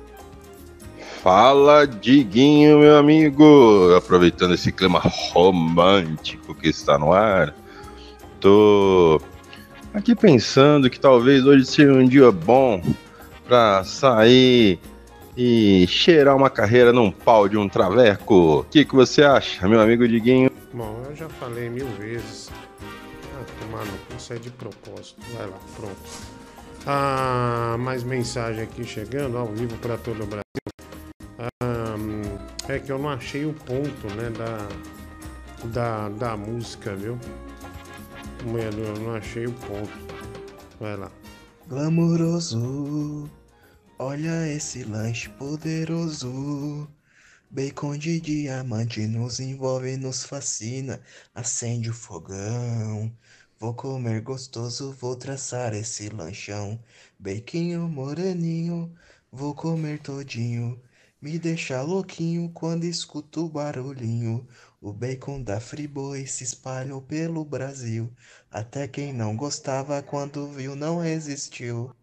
Fala, Diguinho, meu amigo. Aproveitando esse clima romântico que está no ar, tô aqui pensando que talvez hoje seja um dia bom pra sair e cheirar uma carreira num pau de um traveco. O que, que você acha, meu amigo Diguinho? Bom, eu já falei mil vezes. Ah, tomar no cu, isso é de propósito. Vai lá, pronto. Ah, mais mensagem aqui chegando ao vivo para todo o Brasil. Ah, é que eu não achei o ponto, né, da, da, da música, viu? Eu não achei o ponto. Vai lá. Glamouroso, olha esse lanche poderoso. Bacon de diamante nos envolve, nos fascina. Acende o fogão. Vou comer gostoso, vou traçar esse lanchão. Baconho moreninho, vou comer todinho. Me deixa louquinho quando escuto o barulhinho. O bacon da Friboi se espalhou pelo Brasil. Até quem não gostava quando viu não resistiu.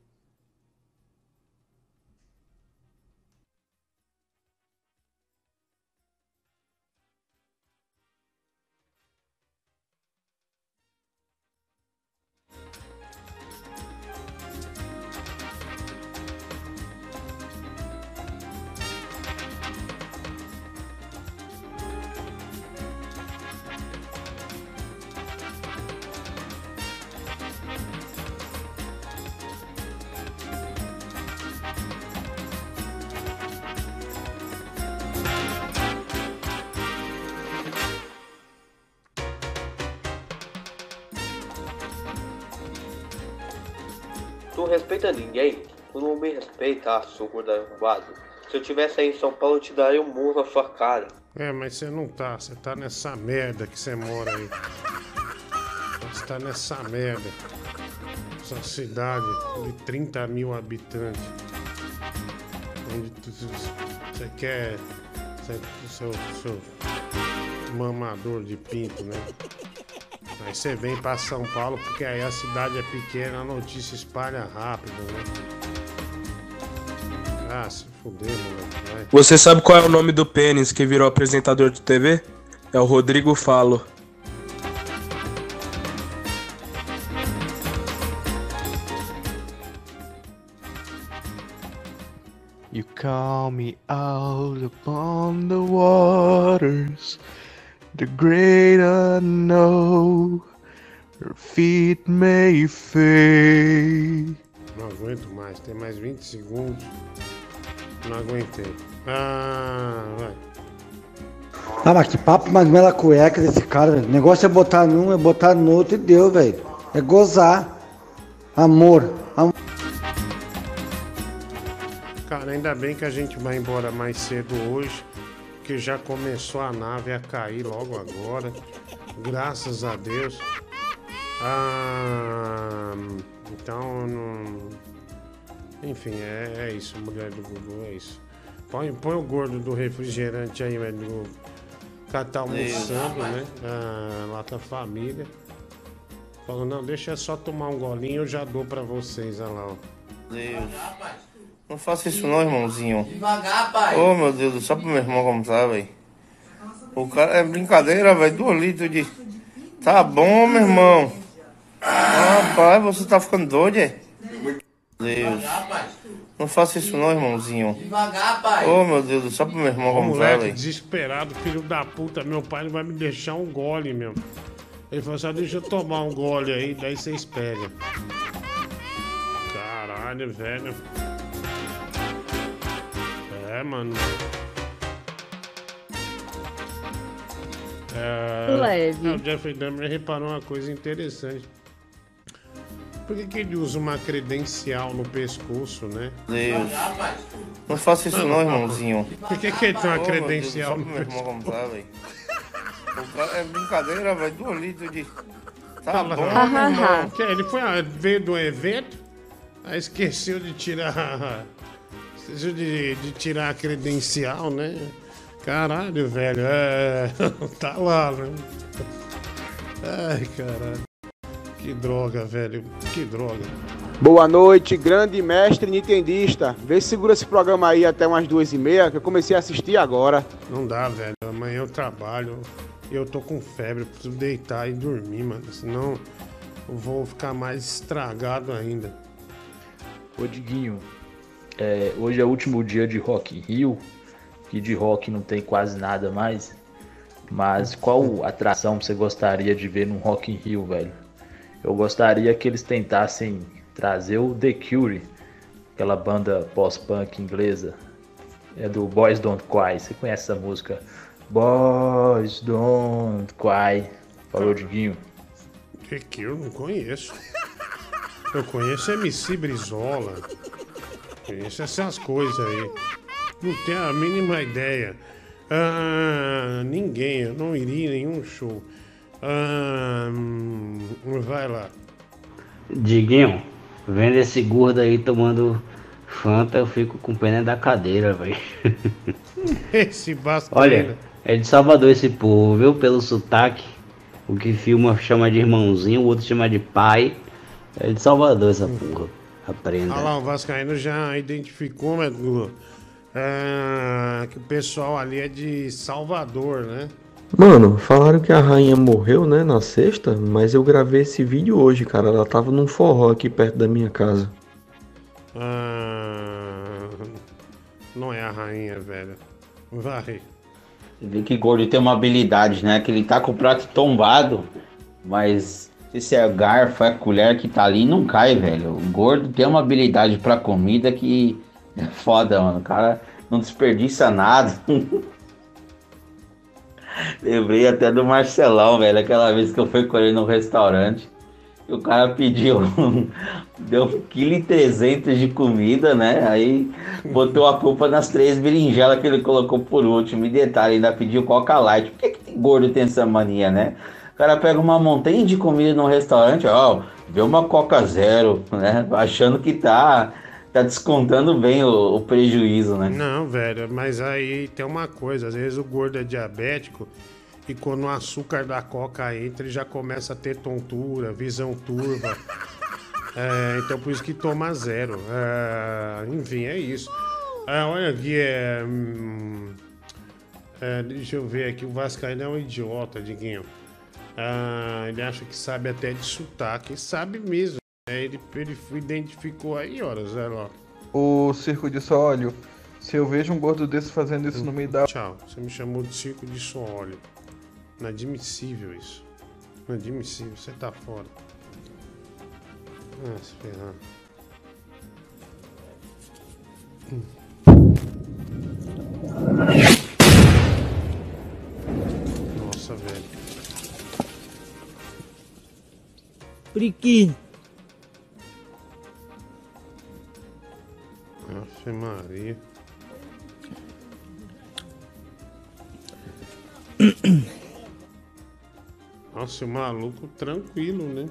Tu não respeita ninguém? Tu não me respeita, ah, seu gordo arrombado. Se eu tivesse aí em São Paulo, eu te daria um murro na sua cara. É, mas você não tá. Você tá nessa merda que você mora aí. Você tá nessa merda. Essa cidade de trinta mil habitantes. Onde tu- você quer ser seu, seu mamador de pinto, né? Aí você vem pra São Paulo porque aí a cidade é pequena, a notícia espalha rápido, né? Ah, se fuder, moleque. Vai. Você sabe qual é o nome do pênis que virou apresentador de T V? É o Rodrigo Falo. You call me out upon the waters, the great unknown, her feet may fade. Não aguento mais, tem mais vinte segundos. Não aguentei. Ah, vai. Ah, mas que papo mais mela cueca desse cara, velho. O negócio é botar num, é botar no outro e deu, velho. É gozar. Amor. Amor. Cara, ainda bem que a gente vai embora mais cedo hoje, que já começou a nave a cair logo agora. Graças a Deus. Ah, então, não... enfim, é, é isso, mulher do Google, é isso. Põe, põe o gordo do refrigerante aí, velho, do... cara tá almoçando, né? Ah, lá com a família. Falou, não, deixa só tomar um golinho, eu já dou pra vocês, olha lá, ó. Deus. Não faça isso não, irmãozinho. Devagar, pai. Oh, meu Deus, só pro meu irmão como tá, velho. O cara é brincadeira, velho. dois litros de... Tá bom, meu irmão. Rapaz, você tá ficando doido, é? Deus. Não faça isso não, irmãozinho. Devagar, pai. Oh, meu Deus, só pro meu irmão Ô, como tá, moleque velho. desesperado, filho da puta, meu pai não vai me deixar um gole, meu. Ele falou assim, deixa eu tomar um gole aí, daí vocês pegam. Caralho, velho. É, mano. É, Leve. é, o Jeffrey Dahmer reparou uma coisa interessante. Por que, que ele usa uma credencial no pescoço, né? Deus. Não faça isso não, irmãozinho. Por que, que ele tem uma Oh, meu Deus, credencial só no pro meu irmão pescoço? como tá, velho. O cara é brincadeira, velho. dois litros de... Tá bom, Ah, meu irmão. que ele foi, ah, veio do evento, aí esqueceu de tirar. Esqueceu de, de tirar a credencial, né? Caralho, velho. É. Tá lá, né? Ai, caralho. Que droga, velho. Que droga. Boa noite, grande mestre nintendista. Vê se segura esse programa aí até umas duas e meia, que eu comecei a assistir agora. Não dá, velho. Amanhã eu trabalho. Eu tô com febre. Preciso deitar e dormir, mano. Senão eu vou ficar mais estragado ainda. Ô Diguinho, é, hoje é o último dia de Rock in Rio, que de rock não tem quase nada mais. Mas qual atração você gostaria de ver num Rock in Rio, velho? Eu gostaria que eles tentassem trazer o The Cure, aquela banda pós-punk inglesa. É do Boys Don't Cry. Você conhece essa música? Boys Don't Cry. Falou, Diguinho. The Cure eu não conheço. Eu conheço M C Brizola. Conheço essas coisas aí. Não tenho a mínima ideia. Ah, ninguém, eu não iria em nenhum show. Ah, hum, vai lá. Diguinho, vendo esse gordo aí tomando Fanta, eu fico com pena da cadeira, velho. Esse basta. Olha, é de Salvador esse povo, viu? Pelo sotaque. O que filma chama de irmãozinho, o outro chama de pai. É de Salvador essa porra. Aprenda. Olha lá, o Vascaíno já identificou, né, Gu? Ah, que o pessoal ali é de Salvador, né? Mano, falaram que a rainha morreu, né, na sexta, mas eu gravei esse vídeo hoje, cara. Ela tava num forró aqui perto da minha casa. Ah, não é a rainha, velho. Vai. Você vê que gordo tem uma habilidade, né? Que ele tá com o prato tombado, mas se é o garfo, é a colher que tá ali, não cai, velho. O gordo tem uma habilidade pra comida que é foda, mano. O cara não desperdiça nada. Lembrei até do Marcelão, velho. Aquela vez que eu fui com ele no restaurante. que o cara pediu, deu um quilo e trezentos de comida, né? Aí botou a culpa nas três berinjelas que ele colocou por último. E detalhe, ainda pediu Coca Light. Por que, que gordo tem essa mania, né? O cara pega uma montanha de comida num restaurante, ó, vê uma Coca Zero, né? Achando que tá, tá descontando bem o, o prejuízo, né? Não, velho, mas aí tem uma coisa, às vezes o gordo é diabético e quando o açúcar da Coca entra, ele já começa a ter tontura, visão turva. É, então por isso que toma zero. É, enfim, é isso. É, olha aqui, é, hum, é, deixa eu ver aqui, o Vascaíno é um idiota, Diguinho. Ah, ele acha que sabe até de sotaque, sabe mesmo. Né? Ele, ele identificou aí, olha, Zé Ló. O circo de só óleo. Se eu vejo um gordo desse fazendo isso no meio da... Tchau, você me chamou de circo de só óleo. Inadmissível isso. Inadmissível, você tá fora. Ah, se ferrar. Nossa, velho. Priquinho. Ave Maria. Nossa, o maluco tranquilo, né?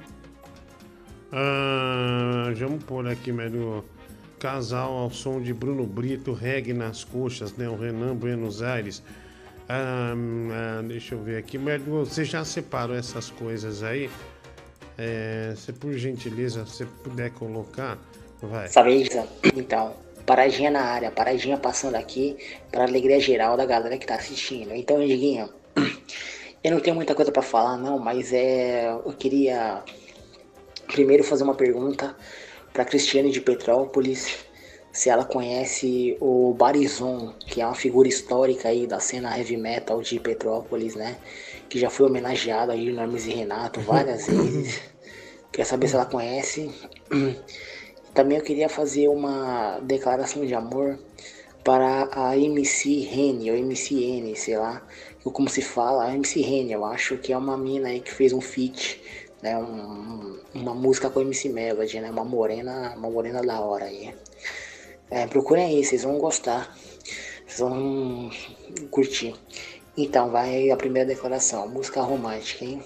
Ah, vamos pôr aqui, melhor. Casal ao som de Bruno Brito, reggae nas coxas, né? O Renan Buenos Aires. Ah, ah, deixa eu ver aqui. Mas você já separou essas coisas aí? É, se por gentileza você puder colocar, vai. Sabeza, então, paradinha na área, paradinha passando aqui para alegria geral da galera que tá assistindo. Então, Diguinho, eu não tenho muita coisa para falar, não, mas é, eu queria primeiro fazer uma pergunta para Cristiane de Petrópolis, se ela conhece o Barizon, que é uma figura histórica aí da cena heavy metal de Petrópolis, né? Que já foi homenageado aí no Hermes e Renato várias vezes. Quer saber se ela conhece. Também eu queria fazer uma declaração de amor para a M C Rene, ou M C N, sei lá, como se fala, a M C Rene, eu acho que é uma mina aí que fez um feat, né, um, uma música com a M C Melody, né, uma morena, uma morena da hora aí. É, procurem aí, vocês vão gostar, vocês vão curtir. Então, vai aí a primeira declaração, música romântica, hein?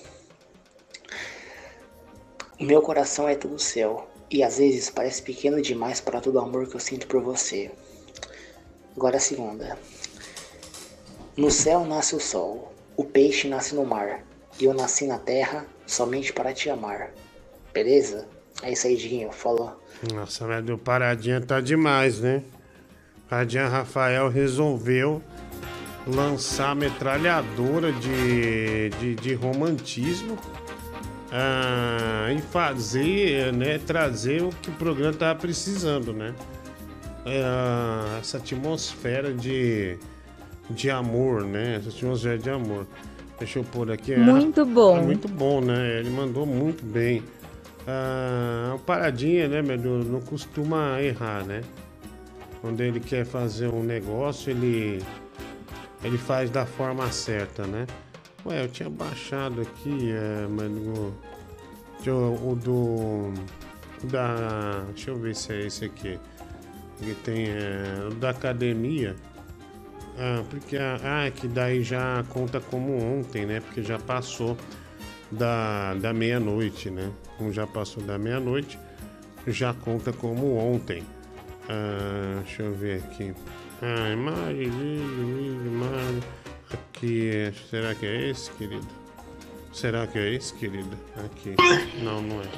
Meu coração é tudo seu, e às vezes parece pequeno demais para todo o amor que eu sinto por você. Agora a segunda. No céu nasce o sol, o peixe nasce no mar, e eu nasci na terra somente para te amar. Beleza? É isso aí, Diguinho, falou. Nossa, mas o Paradinha tá demais, né? Paradinha Rafael resolveu lançar a metralhadora de, de, de romantismo ah, e fazer, né, trazer o que o programa tava precisando, né? Ah, essa atmosfera de, de amor, né? Essa atmosfera de amor. Deixa eu pôr aqui. Muito bom. É muito bom, né? Ele mandou muito bem. Ah, o Paradinha, né, meu, não costuma errar, né? Quando ele quer fazer um negócio, ele, ele faz da forma certa, né? Ué, eu tinha baixado aqui, é, mano, o, o do... Da... Deixa eu ver se é esse aqui. Que tem é, o da academia. Ah, porque... Ah, que daí já conta como ontem, né? Porque já passou da, da meia-noite, né? Como já passou da meia-noite, já conta como ontem. Ah, deixa eu ver aqui. Ah, imagem, vídeo, vídeo, imagem. Aqui, será que é esse, querido? Será que é esse, querido? Aqui. Não, não é.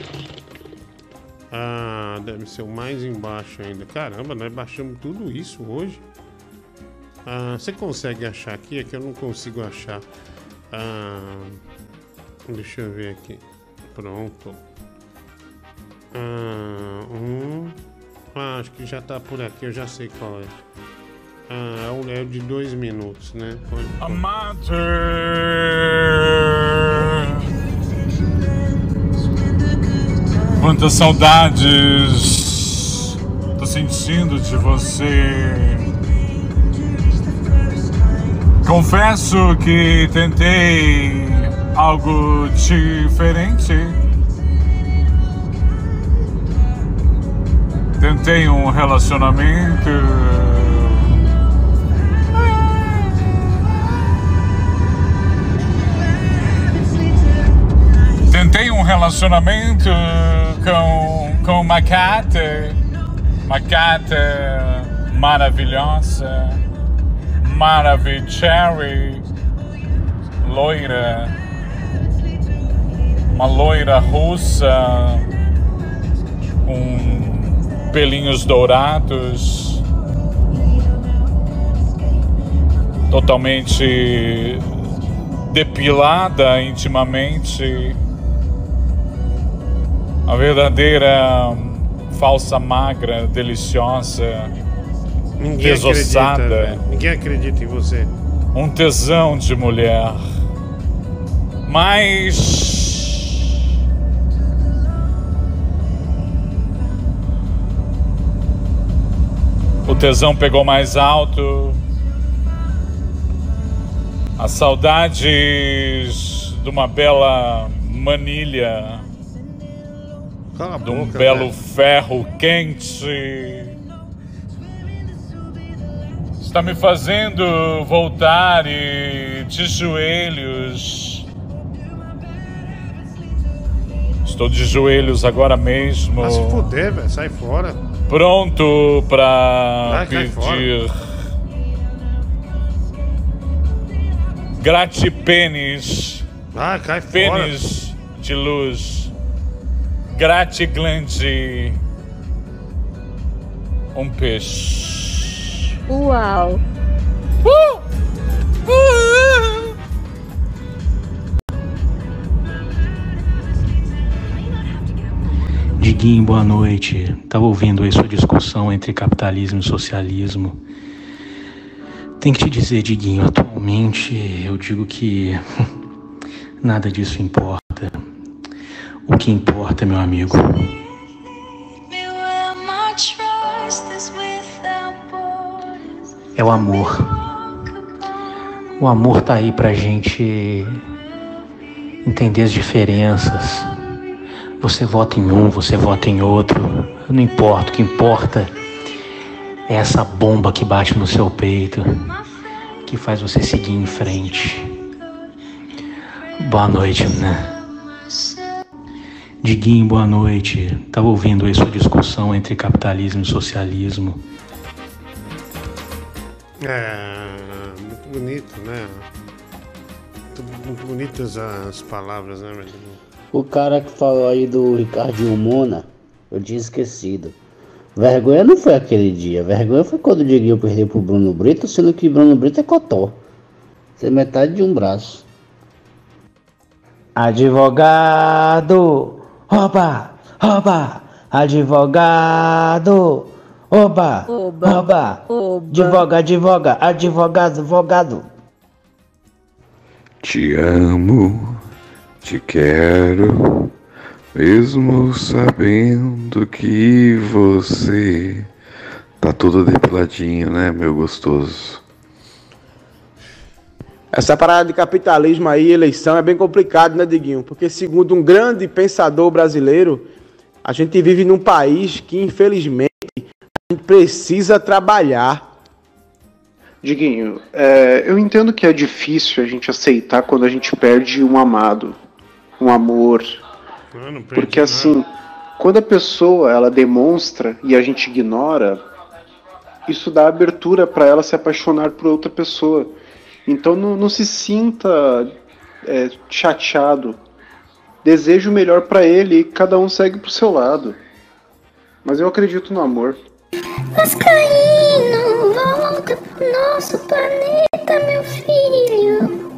Ah, deve ser o mais embaixo ainda. Caramba, nós baixamos tudo isso hoje. Ah, você consegue achar aqui? É que eu não consigo achar. Ah, deixa eu ver aqui. Pronto. Ah, um. Ah, acho que já tá por aqui, eu já sei qual é. Ah, é o, é o de dois minutos, né? Pode, pode. Amante. Quantas saudades tô sentindo de você. Confesso que tentei algo diferente. Tentei um relacionamento. Tentei um relacionamento com, com uma gata, uma gata maravilhosa, maravilhosa, loira, uma loira russa, com pelinhos dourados, totalmente depilada intimamente, a verdadeira falsa magra, deliciosa, Ninguém desossada. acredita, velho. Ninguém acredita em você. Um tesão de mulher. Mas o tesão pegou mais alto. As saudades de uma bela manilha, Cala a de um boca, belo velho. ferro quente, está me fazendo voltar e de joelhos. Estou de joelhos agora mesmo. Vai se fuder, velho. Sai fora. Pronto pra Vai, cai pedir gratipênis. Ah, cai fora. Pênis de luz. Gratiglande. Um peixe. Uau! Uh! Uh! Diguinho, boa noite. Tava ouvindo aí sua discussão entre capitalismo e socialismo. Tem que te dizer, Diguinho, atualmente eu digo que nada disso importa. O que importa, meu amigo, é o amor. O amor tá aí pra gente entender as diferenças. Você vota em um, você vota em outro, não importa. O que importa é essa bomba que bate no seu peito, que faz você seguir em frente. Boa noite, né? Diguinho, boa noite. Tava ouvindo aí sua discussão entre capitalismo e socialismo. É, muito bonito, né? Muito, muito bonitas as palavras, né, velho? O cara que falou aí do Ricardinho Mona, eu tinha esquecido. Vergonha não foi aquele dia. Vergonha foi quando o Diguinho perdeu pro Bruno Brito, sendo que Bruno Brito é cotó. Tem metade de um braço. Advogado! Rouba! Rouba! Advogado! Oba! Oba! Oba! Oba! Advoga, advoga, advogado, advogado. Te amo, te quero, mesmo sabendo que você tá todo depiladinho, né, meu gostoso? Essa parada de capitalismo aí, eleição, é bem complicado, né, Diguinho? Porque segundo um grande pensador brasileiro, a gente vive num país que, infelizmente, a gente precisa trabalhar. Diguinho, é, eu entendo que é difícil a gente aceitar quando a gente perde um amado, um amor. Eu não perdi Porque nada. assim, quando a pessoa ela demonstra e a gente ignora, isso dá abertura para ela se apaixonar por outra pessoa. Então não, não se sinta é, chateado. Deseje o melhor para ele e cada um segue pro seu lado. Mas eu acredito no amor. Vascaíno, volta pro nosso planeta, meu filho.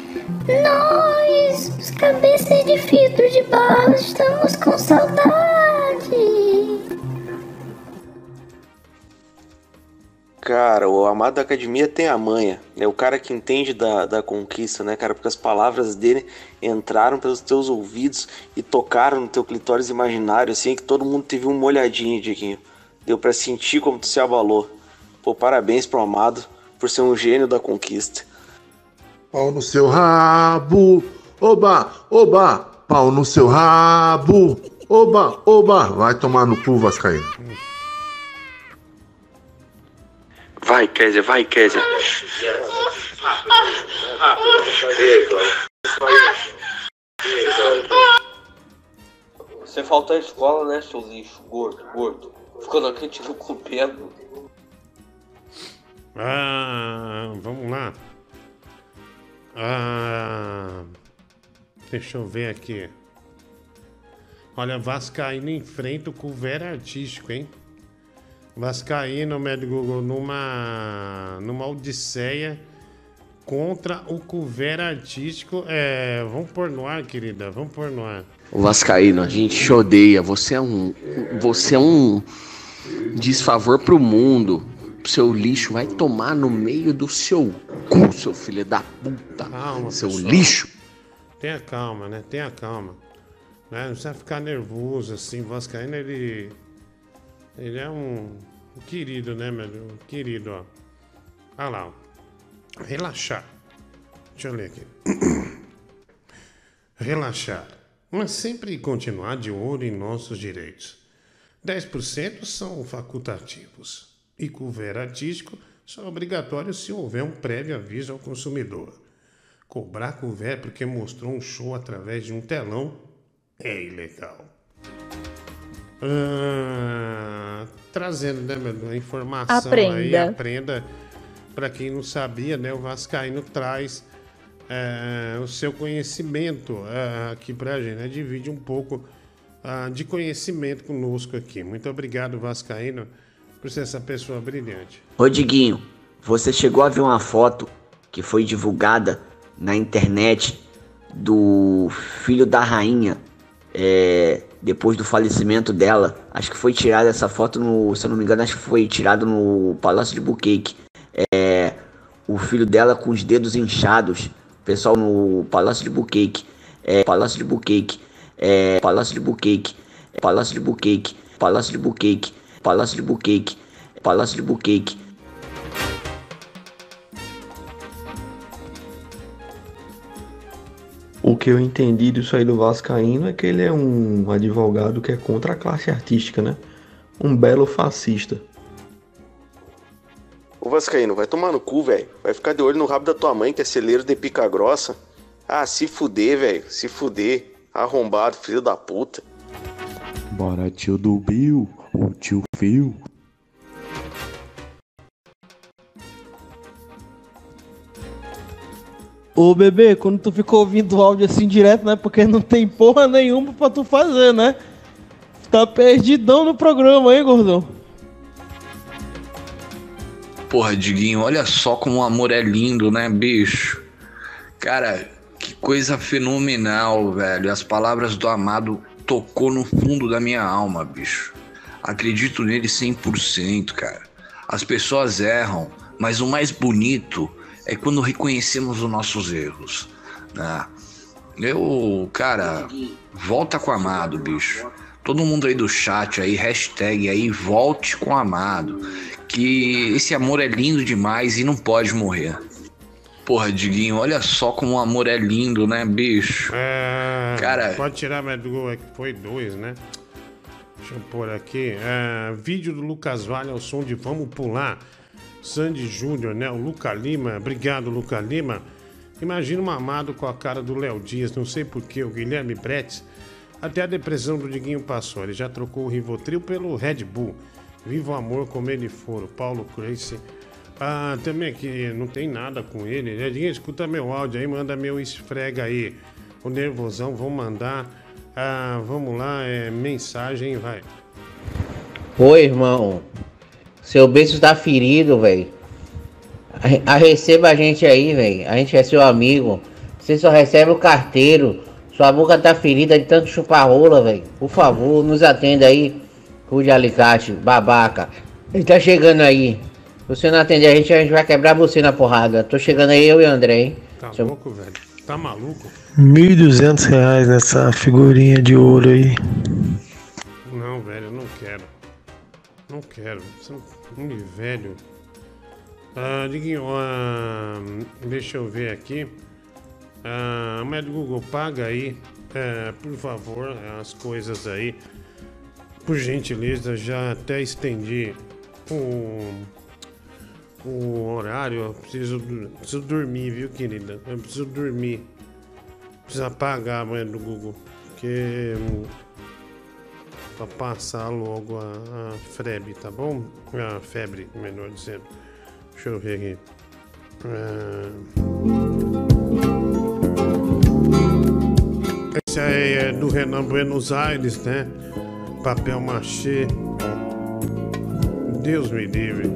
Nós, os cabeças de filtro de barro, estamos com saudade. Cara, o Amado da Academia tem a manha. É o cara que entende da, da conquista, né, cara? Porque as palavras dele entraram pelos teus ouvidos e tocaram no teu clitóris imaginário, assim, que todo mundo teve uma olhadinha, Diguinho. Deu pra sentir como tu se abalou. Pô, parabéns pro Amado por ser um gênio da conquista. Pau no seu rabo, oba, oba, pau no seu rabo, oba, oba, vai tomar no cu, Vascaíno. vai, Kézia, vai, Kézia. Você faltou à escola, né, seu lixo, gordo, gordo. Ficou na cantina comendo. Ah, vamos lá. Ah, deixa eu ver aqui. Olha, Vascaíno enfrenta o couvert artístico, hein? Vascaíno, médico Google, numa, numa odisseia contra o couvert artístico. É, vamos pôr no ar, querida, vamos pôr no ar. O Vascaíno, a gente te odeia. Você é um. Você é um desfavor pro mundo. Seu lixo vai tomar no meio do seu cu, seu filho da puta. Calma, seu pessoal. lixo. Tenha calma, né? Tenha calma. Né? Não precisa ficar nervoso assim. O Vascaíno, ele. Ele é um, um querido, né, meu? Um querido, ó. Olha lá, ó. Relaxar. Deixa eu ler aqui. Relaxar. Mas sempre continuar de olho em nossos direitos. dez por cento são facultativos. E couvert artístico só é obrigatório se houver um prévio aviso ao consumidor. Cobrar couvert porque mostrou um show através de um telão é ilegal. Ah, trazendo, né, a informação Aprenda. aí, aprenda. Para quem não sabia, né, o Vascaíno traz é, o seu conhecimento é, aqui pra gente, né, divide um pouco é, de conhecimento conosco aqui. Muito obrigado, Vascaíno, por ser essa pessoa brilhante. Ô Diguinho, você chegou a ver uma foto que foi divulgada na internet do filho da rainha, é, depois do falecimento dela? Acho que foi tirada essa foto, no, se eu não me engano, acho que foi tirado no Palácio de Buqueque. É, o filho dela com os dedos inchados, pessoal, no Palácio de Buqueque, é, Palácio de Buqueque, é, Palácio de Buqueque, é, Palácio de Buqueque, Palácio de Buqueque, Palácio de Buqueque, Palácio de Buqueque. O que eu entendi disso aí do Vascaíno é que ele é um advogado que é contra a classe artística, né? Um belo fascista. Ô Vascaíno, vai tomar no cu, velho. Vai ficar de olho no rabo da tua mãe, que é celeiro de pica grossa. Ah, se fuder, velho. Se fuder. Arrombado, filho da puta. Bora, tio do Bill, o tio Phil. Ô bebê, quando tu ficou ouvindo o áudio assim direto, né? Porque não tem porra nenhuma pra tu fazer, né? Tá perdidão no programa, hein, gordão? Porra, Diguinho, olha só como o amor é lindo, né, bicho? Cara, que coisa fenomenal, velho. As palavras do amado tocou no fundo da minha alma, bicho. Acredito nele cem por cento, cara. As pessoas erram, mas o mais bonito é quando reconhecemos os nossos erros, né? Eu, cara, volta com o amado, bicho. Todo mundo aí do chat aí, hashtag aí, volte com o amado. Que esse amor é lindo demais e não pode morrer. Porra, Diguinho, olha só como o amor é lindo, né, bicho? É, Cara, pode tirar, mas do- foi dois, né? Deixa eu pôr aqui. É, vídeo do Lucas Vale ao som de Vamos Pular. Sandy Júnior, né? O Luca Lima. Obrigado, Luca Lima. Imagina um amado com a cara do Léo Dias. Não sei porquê. O Guilherme Bretes. Até a depressão do Diguinho passou. Ele já trocou o Rivotril pelo Red Bull. Viva o amor como ele for. O Paulo Crace. Ah, também aqui não tem nada com ele, né? Diguinho, escuta meu áudio aí, manda meu esfrega aí. O nervosão, vamos mandar. Ah, vamos lá, é mensagem, vai. Oi, irmão. Seu beijo tá ferido, velho. A, a receba a gente aí, velho. A gente é seu amigo. Você só recebe o carteiro. Sua boca tá ferida de tanto chupar rola, velho. Por favor, nos atenda aí. Cu de alicate, babaca. Ele tá chegando aí. Se você não atender a gente, a gente vai quebrar você na porrada. Tô chegando aí, eu e o André, hein? Tá Seu... louco, velho? Tá maluco? mil e duzentos reais nessa figurinha de ouro aí. Não, velho, eu não quero. Não quero. Você não me velho. Ah, Diguinho, ah, deixa eu ver aqui. Ah, mas do Google, paga aí, é, por favor, as coisas aí. Por gentileza, já até estendi o, o horário. Eu preciso, preciso dormir, viu, querida? Eu preciso dormir. Preciso apagar a manhã do Google. Porque... pra passar logo a, a febre, tá bom? A febre, melhor dizendo. Deixa eu ver aqui. Ah... Esse aí é do Renan Buenos Aires, né? Papel machê. Deus me livre.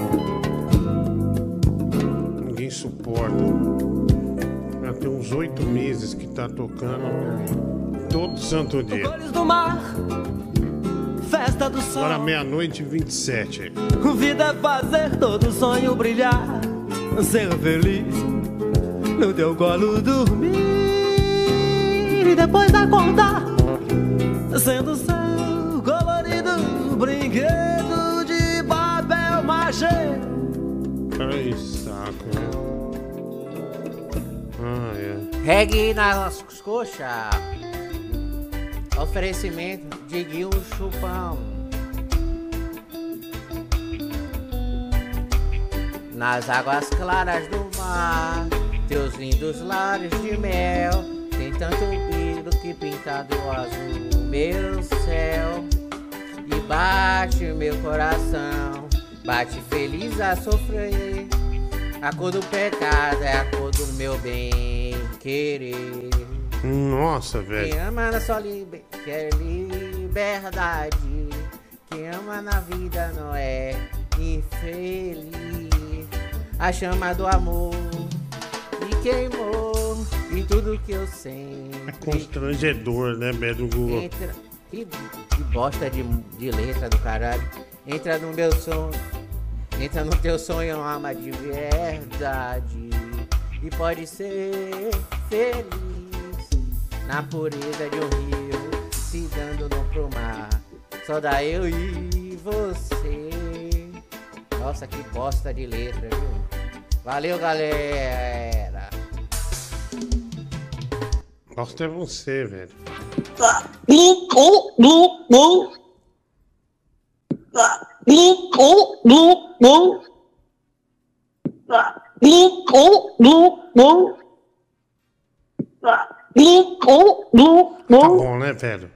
Ninguém suporta. Já tem uns oito meses que tá tocando todo santo dia. Cores do mar, festa do sol. Agora meia-noite e vinte e sete. Vida é fazer todo sonho brilhar, ser feliz, no teu colo dormir e depois acordar, sendo seu colorido brinquedo de papel machê. Ai, saco, né? Ah, é. Reggae nas coxas. Oferecimento de Guil Chupão. Nas águas claras do mar, teus lindos lares de mel, tem tanto brilho que pintado azul meu céu. E bate meu coração, bate feliz a sofrer. A cor do pecado é a cor do meu bem querer. Nossa, velho. Quem ama na sua liber... quer liberdade. Quem ama na vida não é infeliz. A chama do amor me queimou e tudo que eu sempre... É constrangedor, né, Beto Google? Entra... Que, que bosta de, de letra do caralho. Entra no meu sonho, entra no teu sonho, ama de verdade. E pode ser feliz na pureza de um rio, se dando no pro mar. Só dá eu e você. Nossa, que bosta de letra, viu? Valeu, galera. Bosta é você, velho. Tá bom, né, velho?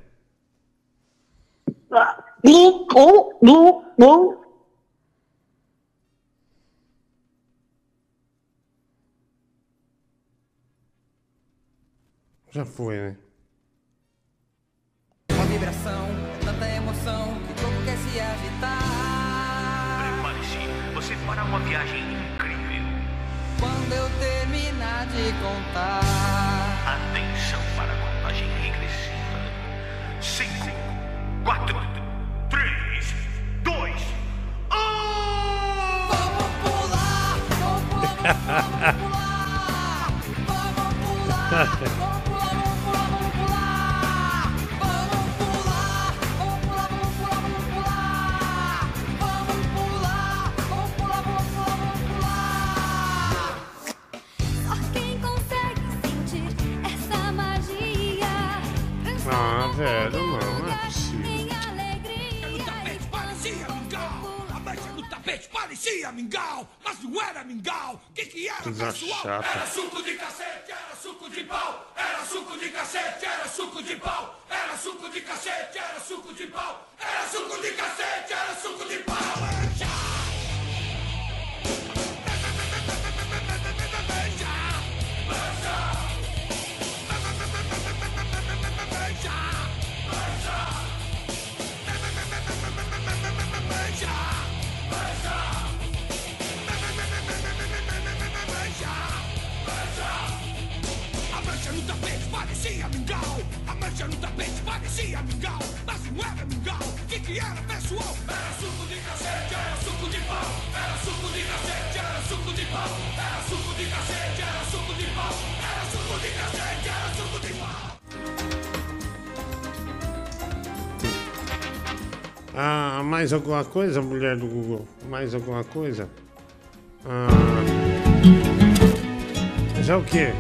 Já foi, né? Uma vibração, tanta emoção que o corpo quer se agitar. Prepare-se, você fará uma viagem incrível. Quando eu terminar de contar, atenção para a contagem regressiva. Cinco, quatro, três, dois, um. Vamos pular, vamos pular, vamos pular, vamos pular, vamos pular. Ah, velho, não, não é possível. No tapete parecia mingau, a mancha no tapete parecia mingau, mas não era mingau. O que que era, coisa pessoal? chata. Era suco de cacete, era suco de pau, era suco de cacete, era suco de pau, era suco de cacete, era suco de pau, era suco de cacete, era suco de pau. A mancha no tapete parecia mingau, a mancha no tapete parecia mingau, mas não era mingau. O que que era, pessoal? Era suco de cacete, era suco de pau, era suco de cacete, era suco de pau, era suco de cacete, era suco de pau, era suco de cacete, era suco de pau. Ah, mais alguma coisa, mulher do Google? Mais alguma coisa? Ah, já o quê?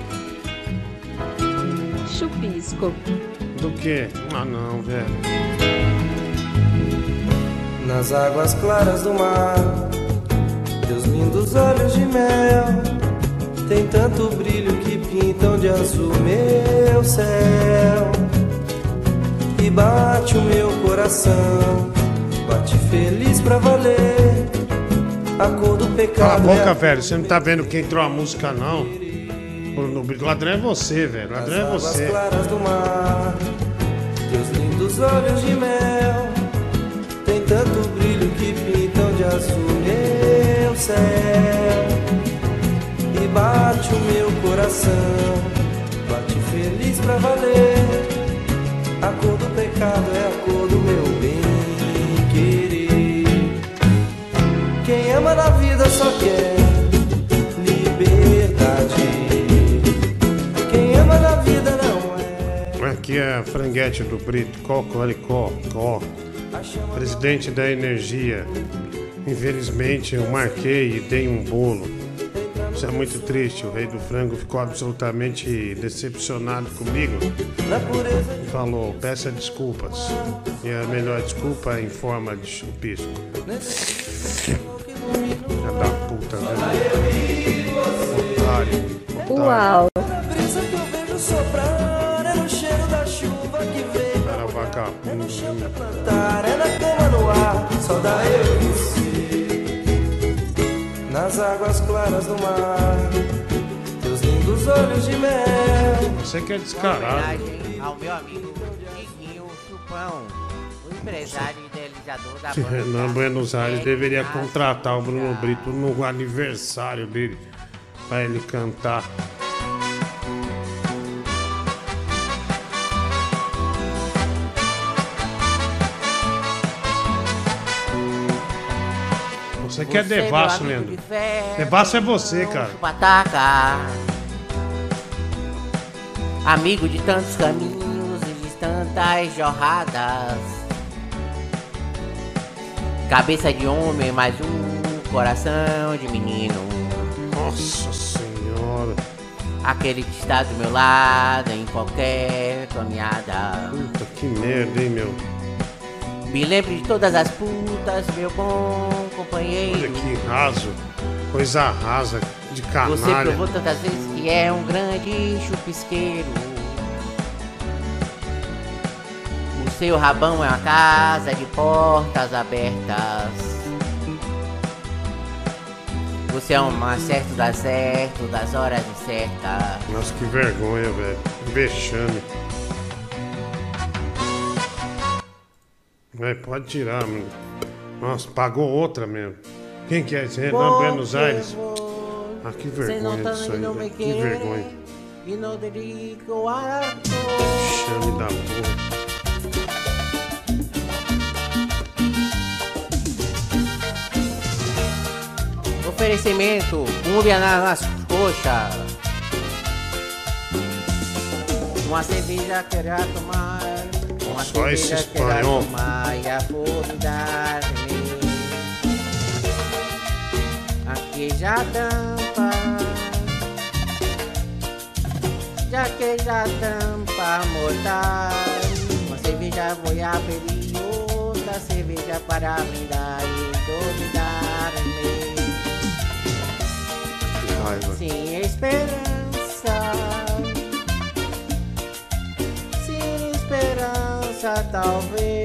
Chupisco. Do quê? Ah, não, velho. Nas águas claras do mar, Teus lindos olhos de mel tem tanto brilho que pintam de azul meu céu. E bate o meu coração, bate feliz pra valer. A cor do pecado. Cala a boca, é a... velho. Você não tá vendo que entrou a música, não? Bruno Brito. Ladrão é você, velho. Ladrão é você. As claras do mar, teus lindos olhos de mel tem tanto brilho que pintam de azul meu céu. E bate o meu coração, bate feliz pra valer. A cor do pecado é a cor do meu bem querer. Quem ama na vida só quer liberdade. Quem ama na vida não é. Aqui é a franguete do Brito. Cocoricó, có. Presidente da Energia. Infelizmente eu marquei e dei um bolo. Isso é muito triste. O rei do frango ficou absolutamente decepcionado comigo. E falou, peça desculpas. E a melhor desculpa é em forma de chupisco. Já dá puta, velho. Otário. Uau! Brisa que eu vejo soprar é no cheiro da chuva que vem. Cara vagabundo. É no chão pra plantar, é na cama no ar. Só dá eu e você. Nas águas claras do mar, teus lindos olhos de mel. Você que é descarado. Ao meu amigo Diguinho Chupão, o empresário e idealizador da Que banda. Renan Buenos Aires deveria contratar o Bruno Brito no aniversário dele pra ele cantar. Você que é devasso, Leandro. Devasso é você, cara. Pataca. Amigo de tantos caminhos e de tantas jorradas. Cabeça de homem, mais um coração de menino. Nossa Senhora. Aquele que está do meu lado em qualquer caminhada. Puta que merda, hein, meu. Me lembro de todas as putas, meu bom companheiro. Olha que raso. Coisa rasa de Você canalha. provou tantas vezes que é um grande chupisqueiro. O seu rabão é uma casa de portas abertas. Você é um acerto das certo, das horas incertas. Nossa, que vergonha, velho. Vexame. É, pode tirar, mano. Nossa, pagou outra mesmo. Quem que é esse? Renan Buenos Aires? Ah, que vergonha disso aí, velho. Que vergonha. Chame da porra. Oferecimento, cumbia nas coxas. Uma cerveja queria tomar. Uma Só esse cerveja queria espanhol. tomar e a oportunidade. Aqui já tampa. Já que já tampa mortal. Uma cerveja vou abrir, outra cerveja para brindar e dominar-me. Raiva. Sem esperança, sem esperança talvez.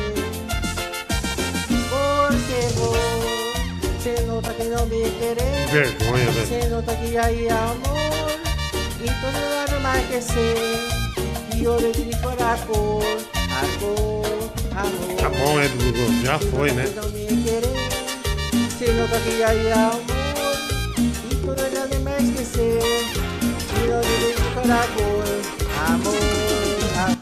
Porque vou, cê nota que não me querer. Vergonha, velho. Cê nota que aí é amor. E tudo vai me marquecer. E olho de fora a cor, a cor, amor. Tá bom, é, Dudu. Já foi, né? Não me querer. Cê nota que aí é amor. E tudo já me me esquecer. E olho de fora a cor, amor.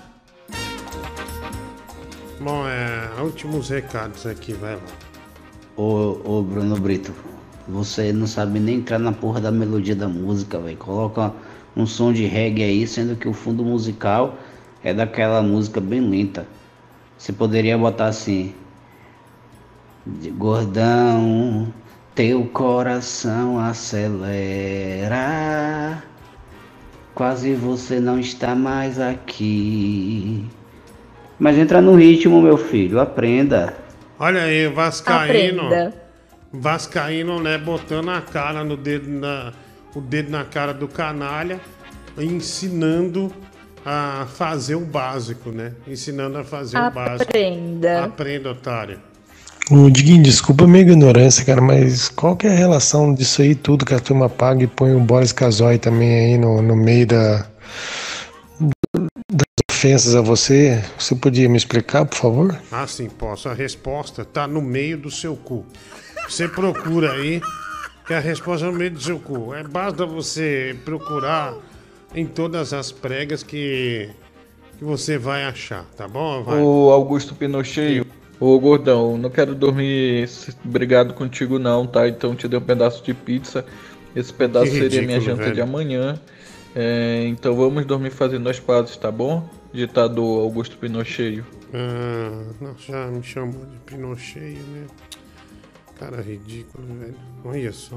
Bom, é. Últimos recados aqui, vai lá. Ô, ô Bruno Brito, você não sabe nem entrar na porra da melodia da música, velho. Coloca um som de reggae aí, sendo que o fundo musical é daquela música bem lenta. Você poderia botar assim: de gordão, teu coração acelera, quase você não está mais aqui. Mas entra no ritmo, meu filho, aprenda. Olha aí, Vascaíno. Aprenda. vascaíno, né, botando a cara no dedo na, o dedo na cara do canalha, ensinando a fazer o básico, né? Ensinando a fazer o básico. Aprenda. Aprenda, otário. Ô, Diguinho, desculpa a minha ignorância, cara, mas qual que é a relação disso aí tudo que a turma paga e põe o Boris Casoy também aí no, no meio da, das ofensas a você? Você podia me explicar, por favor? Ah, sim, posso. A resposta tá no meio do seu cu. Você procura aí, que a resposta é no meio do seu cu. É basta você procurar em todas as pregas que, que você vai achar, tá bom? Vai. Ô Augusto Pinochet, ô gordão, não quero dormir brigado contigo não, tá? Então te dei um pedaço de pizza. Esse pedaço Que seria minha ridículo, janta velho. de amanhã. É, então vamos dormir fazendo as pazes, tá bom? Ditador Augusto Pinochet. Ah, não, já me chamou de Pinochet, né? Cara ridículo, velho. Olha só.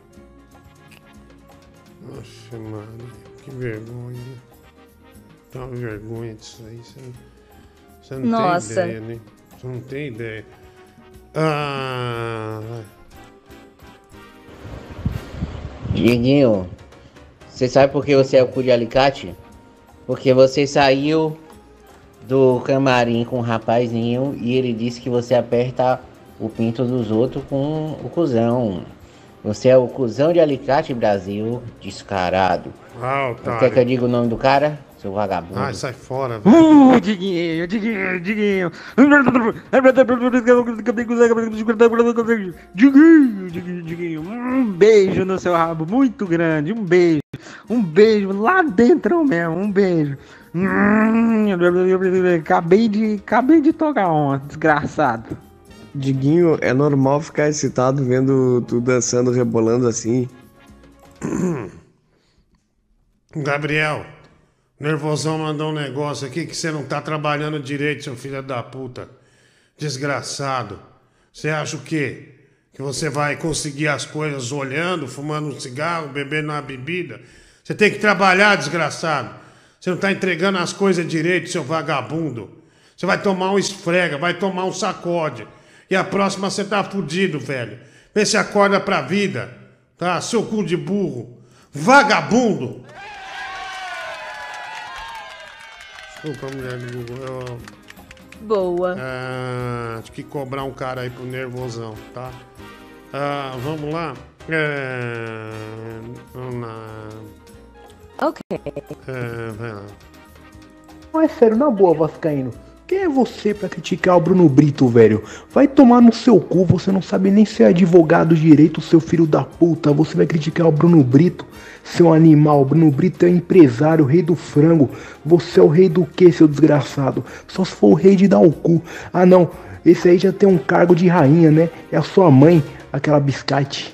Nossa, Maria, que vergonha, né? Tá uma vergonha disso aí. Você não, você não Nossa. tem ideia, né? Você não tem ideia. Ah, vai. Diguinho, você sabe por que você é o cu de alicate? Porque você saiu do camarim com um rapazinho e ele disse que você aperta o pinto dos outros com o cuzão. Você é o cuzão de alicate, Brasil, descarado. Ah, Quer otário. que eu diga o nome do cara? Seu vagabundo. Ai, sai fora, velho. Uh, Diguinho, Diguinho, Diguinho. Diguinho, Diguinho, Diguinho. Um beijo no seu rabo, muito grande. Um beijo. Um beijo lá dentro mesmo. Um beijo. Hum, Acabei de, acabei de tocar ontem, desgraçado. Diguinho, é normal ficar excitado vendo tu dançando, rebolando assim? Gabriel, Nervosão mandou um negócio aqui que você não tá trabalhando direito, seu filho da puta. Desgraçado. Você acha o quê? Que você vai conseguir as coisas olhando, fumando um cigarro, bebendo uma bebida? Você tem que trabalhar, desgraçado. Você não tá entregando as coisas direito, seu vagabundo. Você vai tomar um esfrega, vai tomar um sacode. E a próxima você tá fudido, velho. Vê se acorda pra vida. Tá? Seu cu de burro. Vagabundo. Desculpa, mulher do Google. Eu, Boa. ah, acho que cobrar um cara aí pro nervosão, tá? Ah, vamos lá. É, vamos lá. Ok. É, vai lá. Mas sério, na boa, vascaíno. Quem é você pra criticar o Bruno Brito, velho? Vai tomar no seu cu, você não sabe nem ser advogado direito, seu filho da puta. Você vai criticar o Bruno Brito, seu animal. O Bruno Brito é empresário, rei do frango. Você é o rei do quê, seu desgraçado? Só se for o rei de dar o cu. Ah não, esse aí já tem um cargo de rainha, né? É a sua mãe, aquela biscate.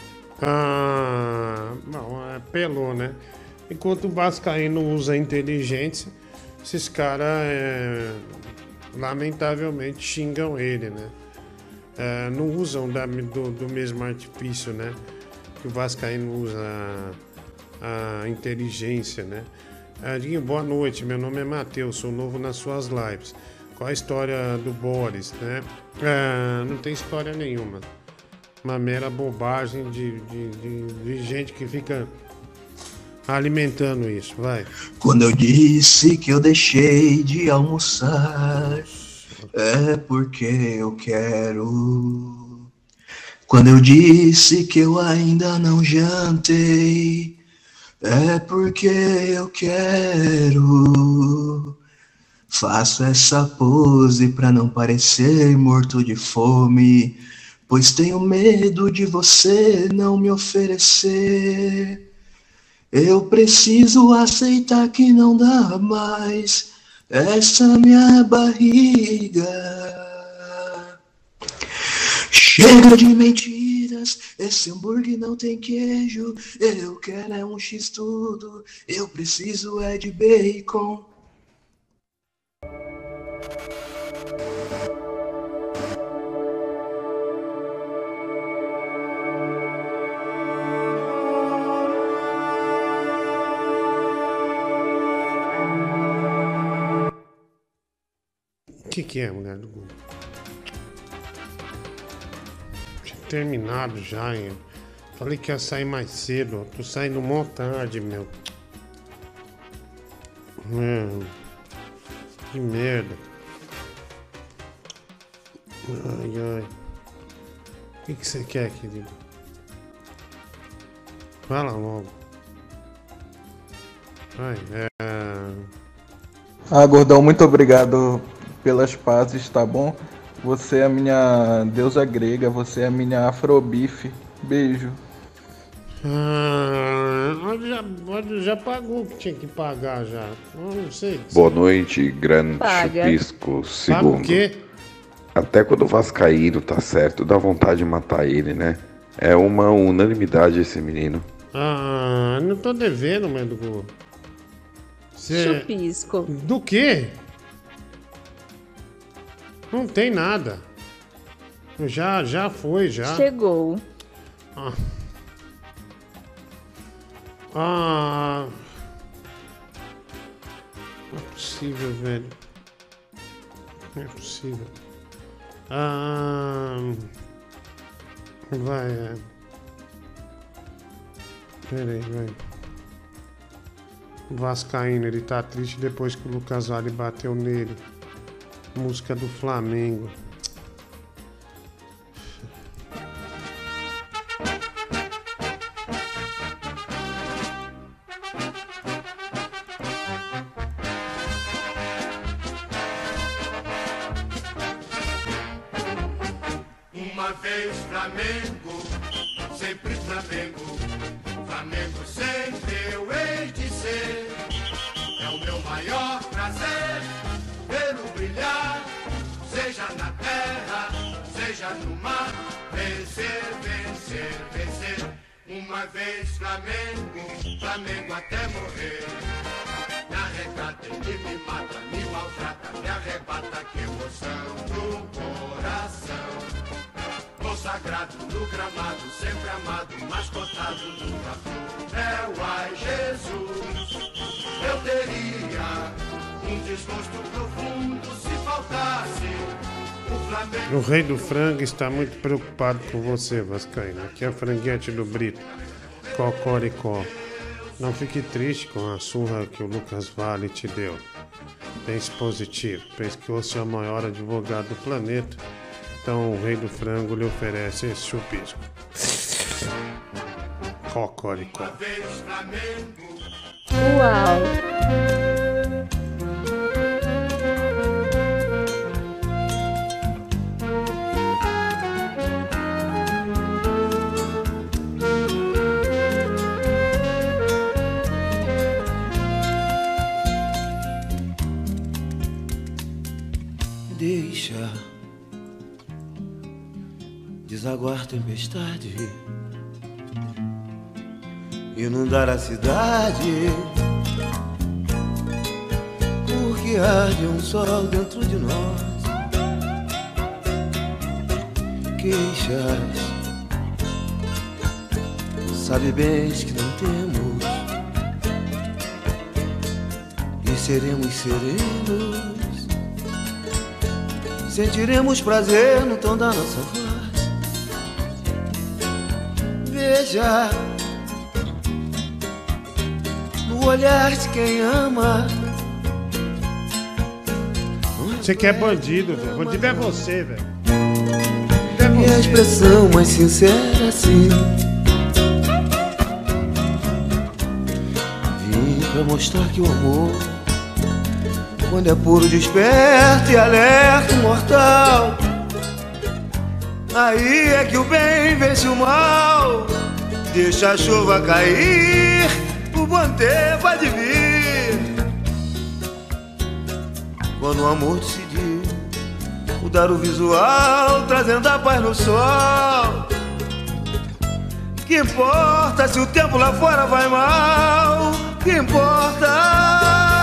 Ah, não, é pelou, né? Enquanto o vascaíno usa a inteligência, esses caras, é, lamentavelmente, xingam ele, né? É, não usam da, do, do mesmo artifício, né? Que o vascaíno usa a, a inteligência, né? É, Diguinho, boa noite, meu nome é Matheus, sou novo nas suas lives. Qual a história do Boris, né? É, não tem história nenhuma. Uma mera bobagem de, de, de, de gente que fica alimentando isso, vai. Quando eu disse que eu deixei de almoçar, é porque eu quero. Quando eu disse que eu ainda não jantei, é porque eu quero. Faço essa pose pra não parecer morto de fome, pois tenho medo de você não me oferecer. Eu preciso aceitar que não dá mais essa minha barriga. Chega de mentiras, esse hambúrguer não tem queijo. Eu quero é um x-tudo, eu preciso é de bacon. O que, que é, mulher do Google? terminado já, hein? Falei que ia sair mais cedo. Tô saindo mó tarde, meu. Hum, que merda. Ai, ai. O que que você quer, querido? Fala logo. Ai, é... Ah, gordão, muito obrigado pelas pazes, tá bom? Você é a minha deusa grega, você é a minha afrobife. Beijo. Ah, já, já pagou o que tinha que pagar já. Eu não sei. Boa noite, grande Paga. chupisco Paga o segundo. quê? Até quando o Vascaíno tá certo, dá vontade de matar ele, né? É uma unanimidade esse menino. Ah, não tô devendo, meu do Cê... Chupisco. Do quê? Não tem nada. Já, já foi, já. Chegou. Ah. Ah. Não é possível, velho. Não é possível. Ah. Vai, é. Pera aí, vai. O Vascaíno, ele tá triste depois que o Lucas Vale bateu nele. Música do Flamengo. Uma vez Flamengo, sempre Flamengo. Flamengo sempre eu hei de ser. É o meu maior prazer vê-lo brilhar, seja na terra, seja no mar. Vencer, vencer, vencer. Uma vez Flamengo, Flamengo até morrer. Me arrecata, ele me mata, me maltrata, me arrebata, que emoção do coração. Consagrado no gramado, sempre amado, mascotado nunca foi. É o ai Jesus, eu teria um desgosto profundo se faltasse o Flamengo. O rei do frango está muito preocupado com você, Vascaíno. Aqui é a franguete do Brito. Cocoricó. Não fique triste com a surra que o Lucas Vale te deu. Pense positivo. Pense que você é o maior advogado do planeta. Então o rei do frango lhe oferece esse chupisco. Cocoricó. Uau. Deixa desaguar tempestade, inundar a cidade, porque arde um sol dentro de nós. Queixas, sabe bens que não temos, e seremos serenos. Sentiremos prazer no tom da nossa voz. Veja no olhar de quem ama. Você que é bandido, velho. Bandido é você, velho. E a expressão mais sincera assim. Vim pra mostrar que o amor, quando é puro, desperto e alerta o mortal, aí é que o bem vence o mal. Deixa a chuva cair, o bom tempo há de vir. Quando o amor decidir mudar o visual, trazendo a paz no sol, que importa se o tempo lá fora vai mal? Que importa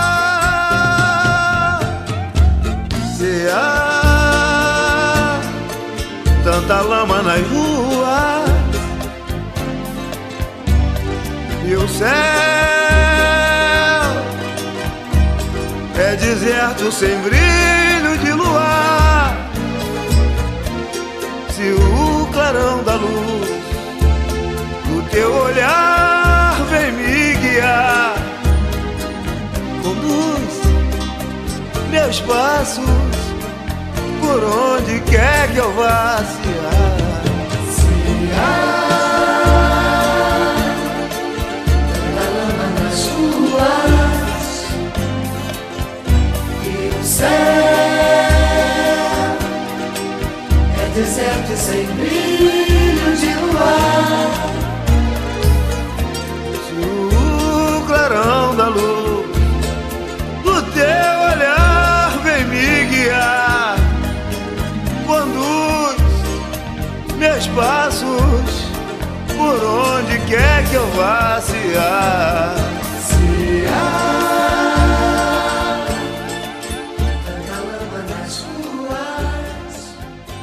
se há tanta lama nas ruas e o céu é deserto sem brilho de luar? Se o claro clarão da luz do teu olhar vem me guiar. Conduz meus passos por onde quer que eu vá. Se há, se há na lama nas ruas e o céu é deserto e sem brilho de luar. Se o clarão da luz do teu olhar vem me guiar, conduz meus passos por onde quer que eu vá. Se há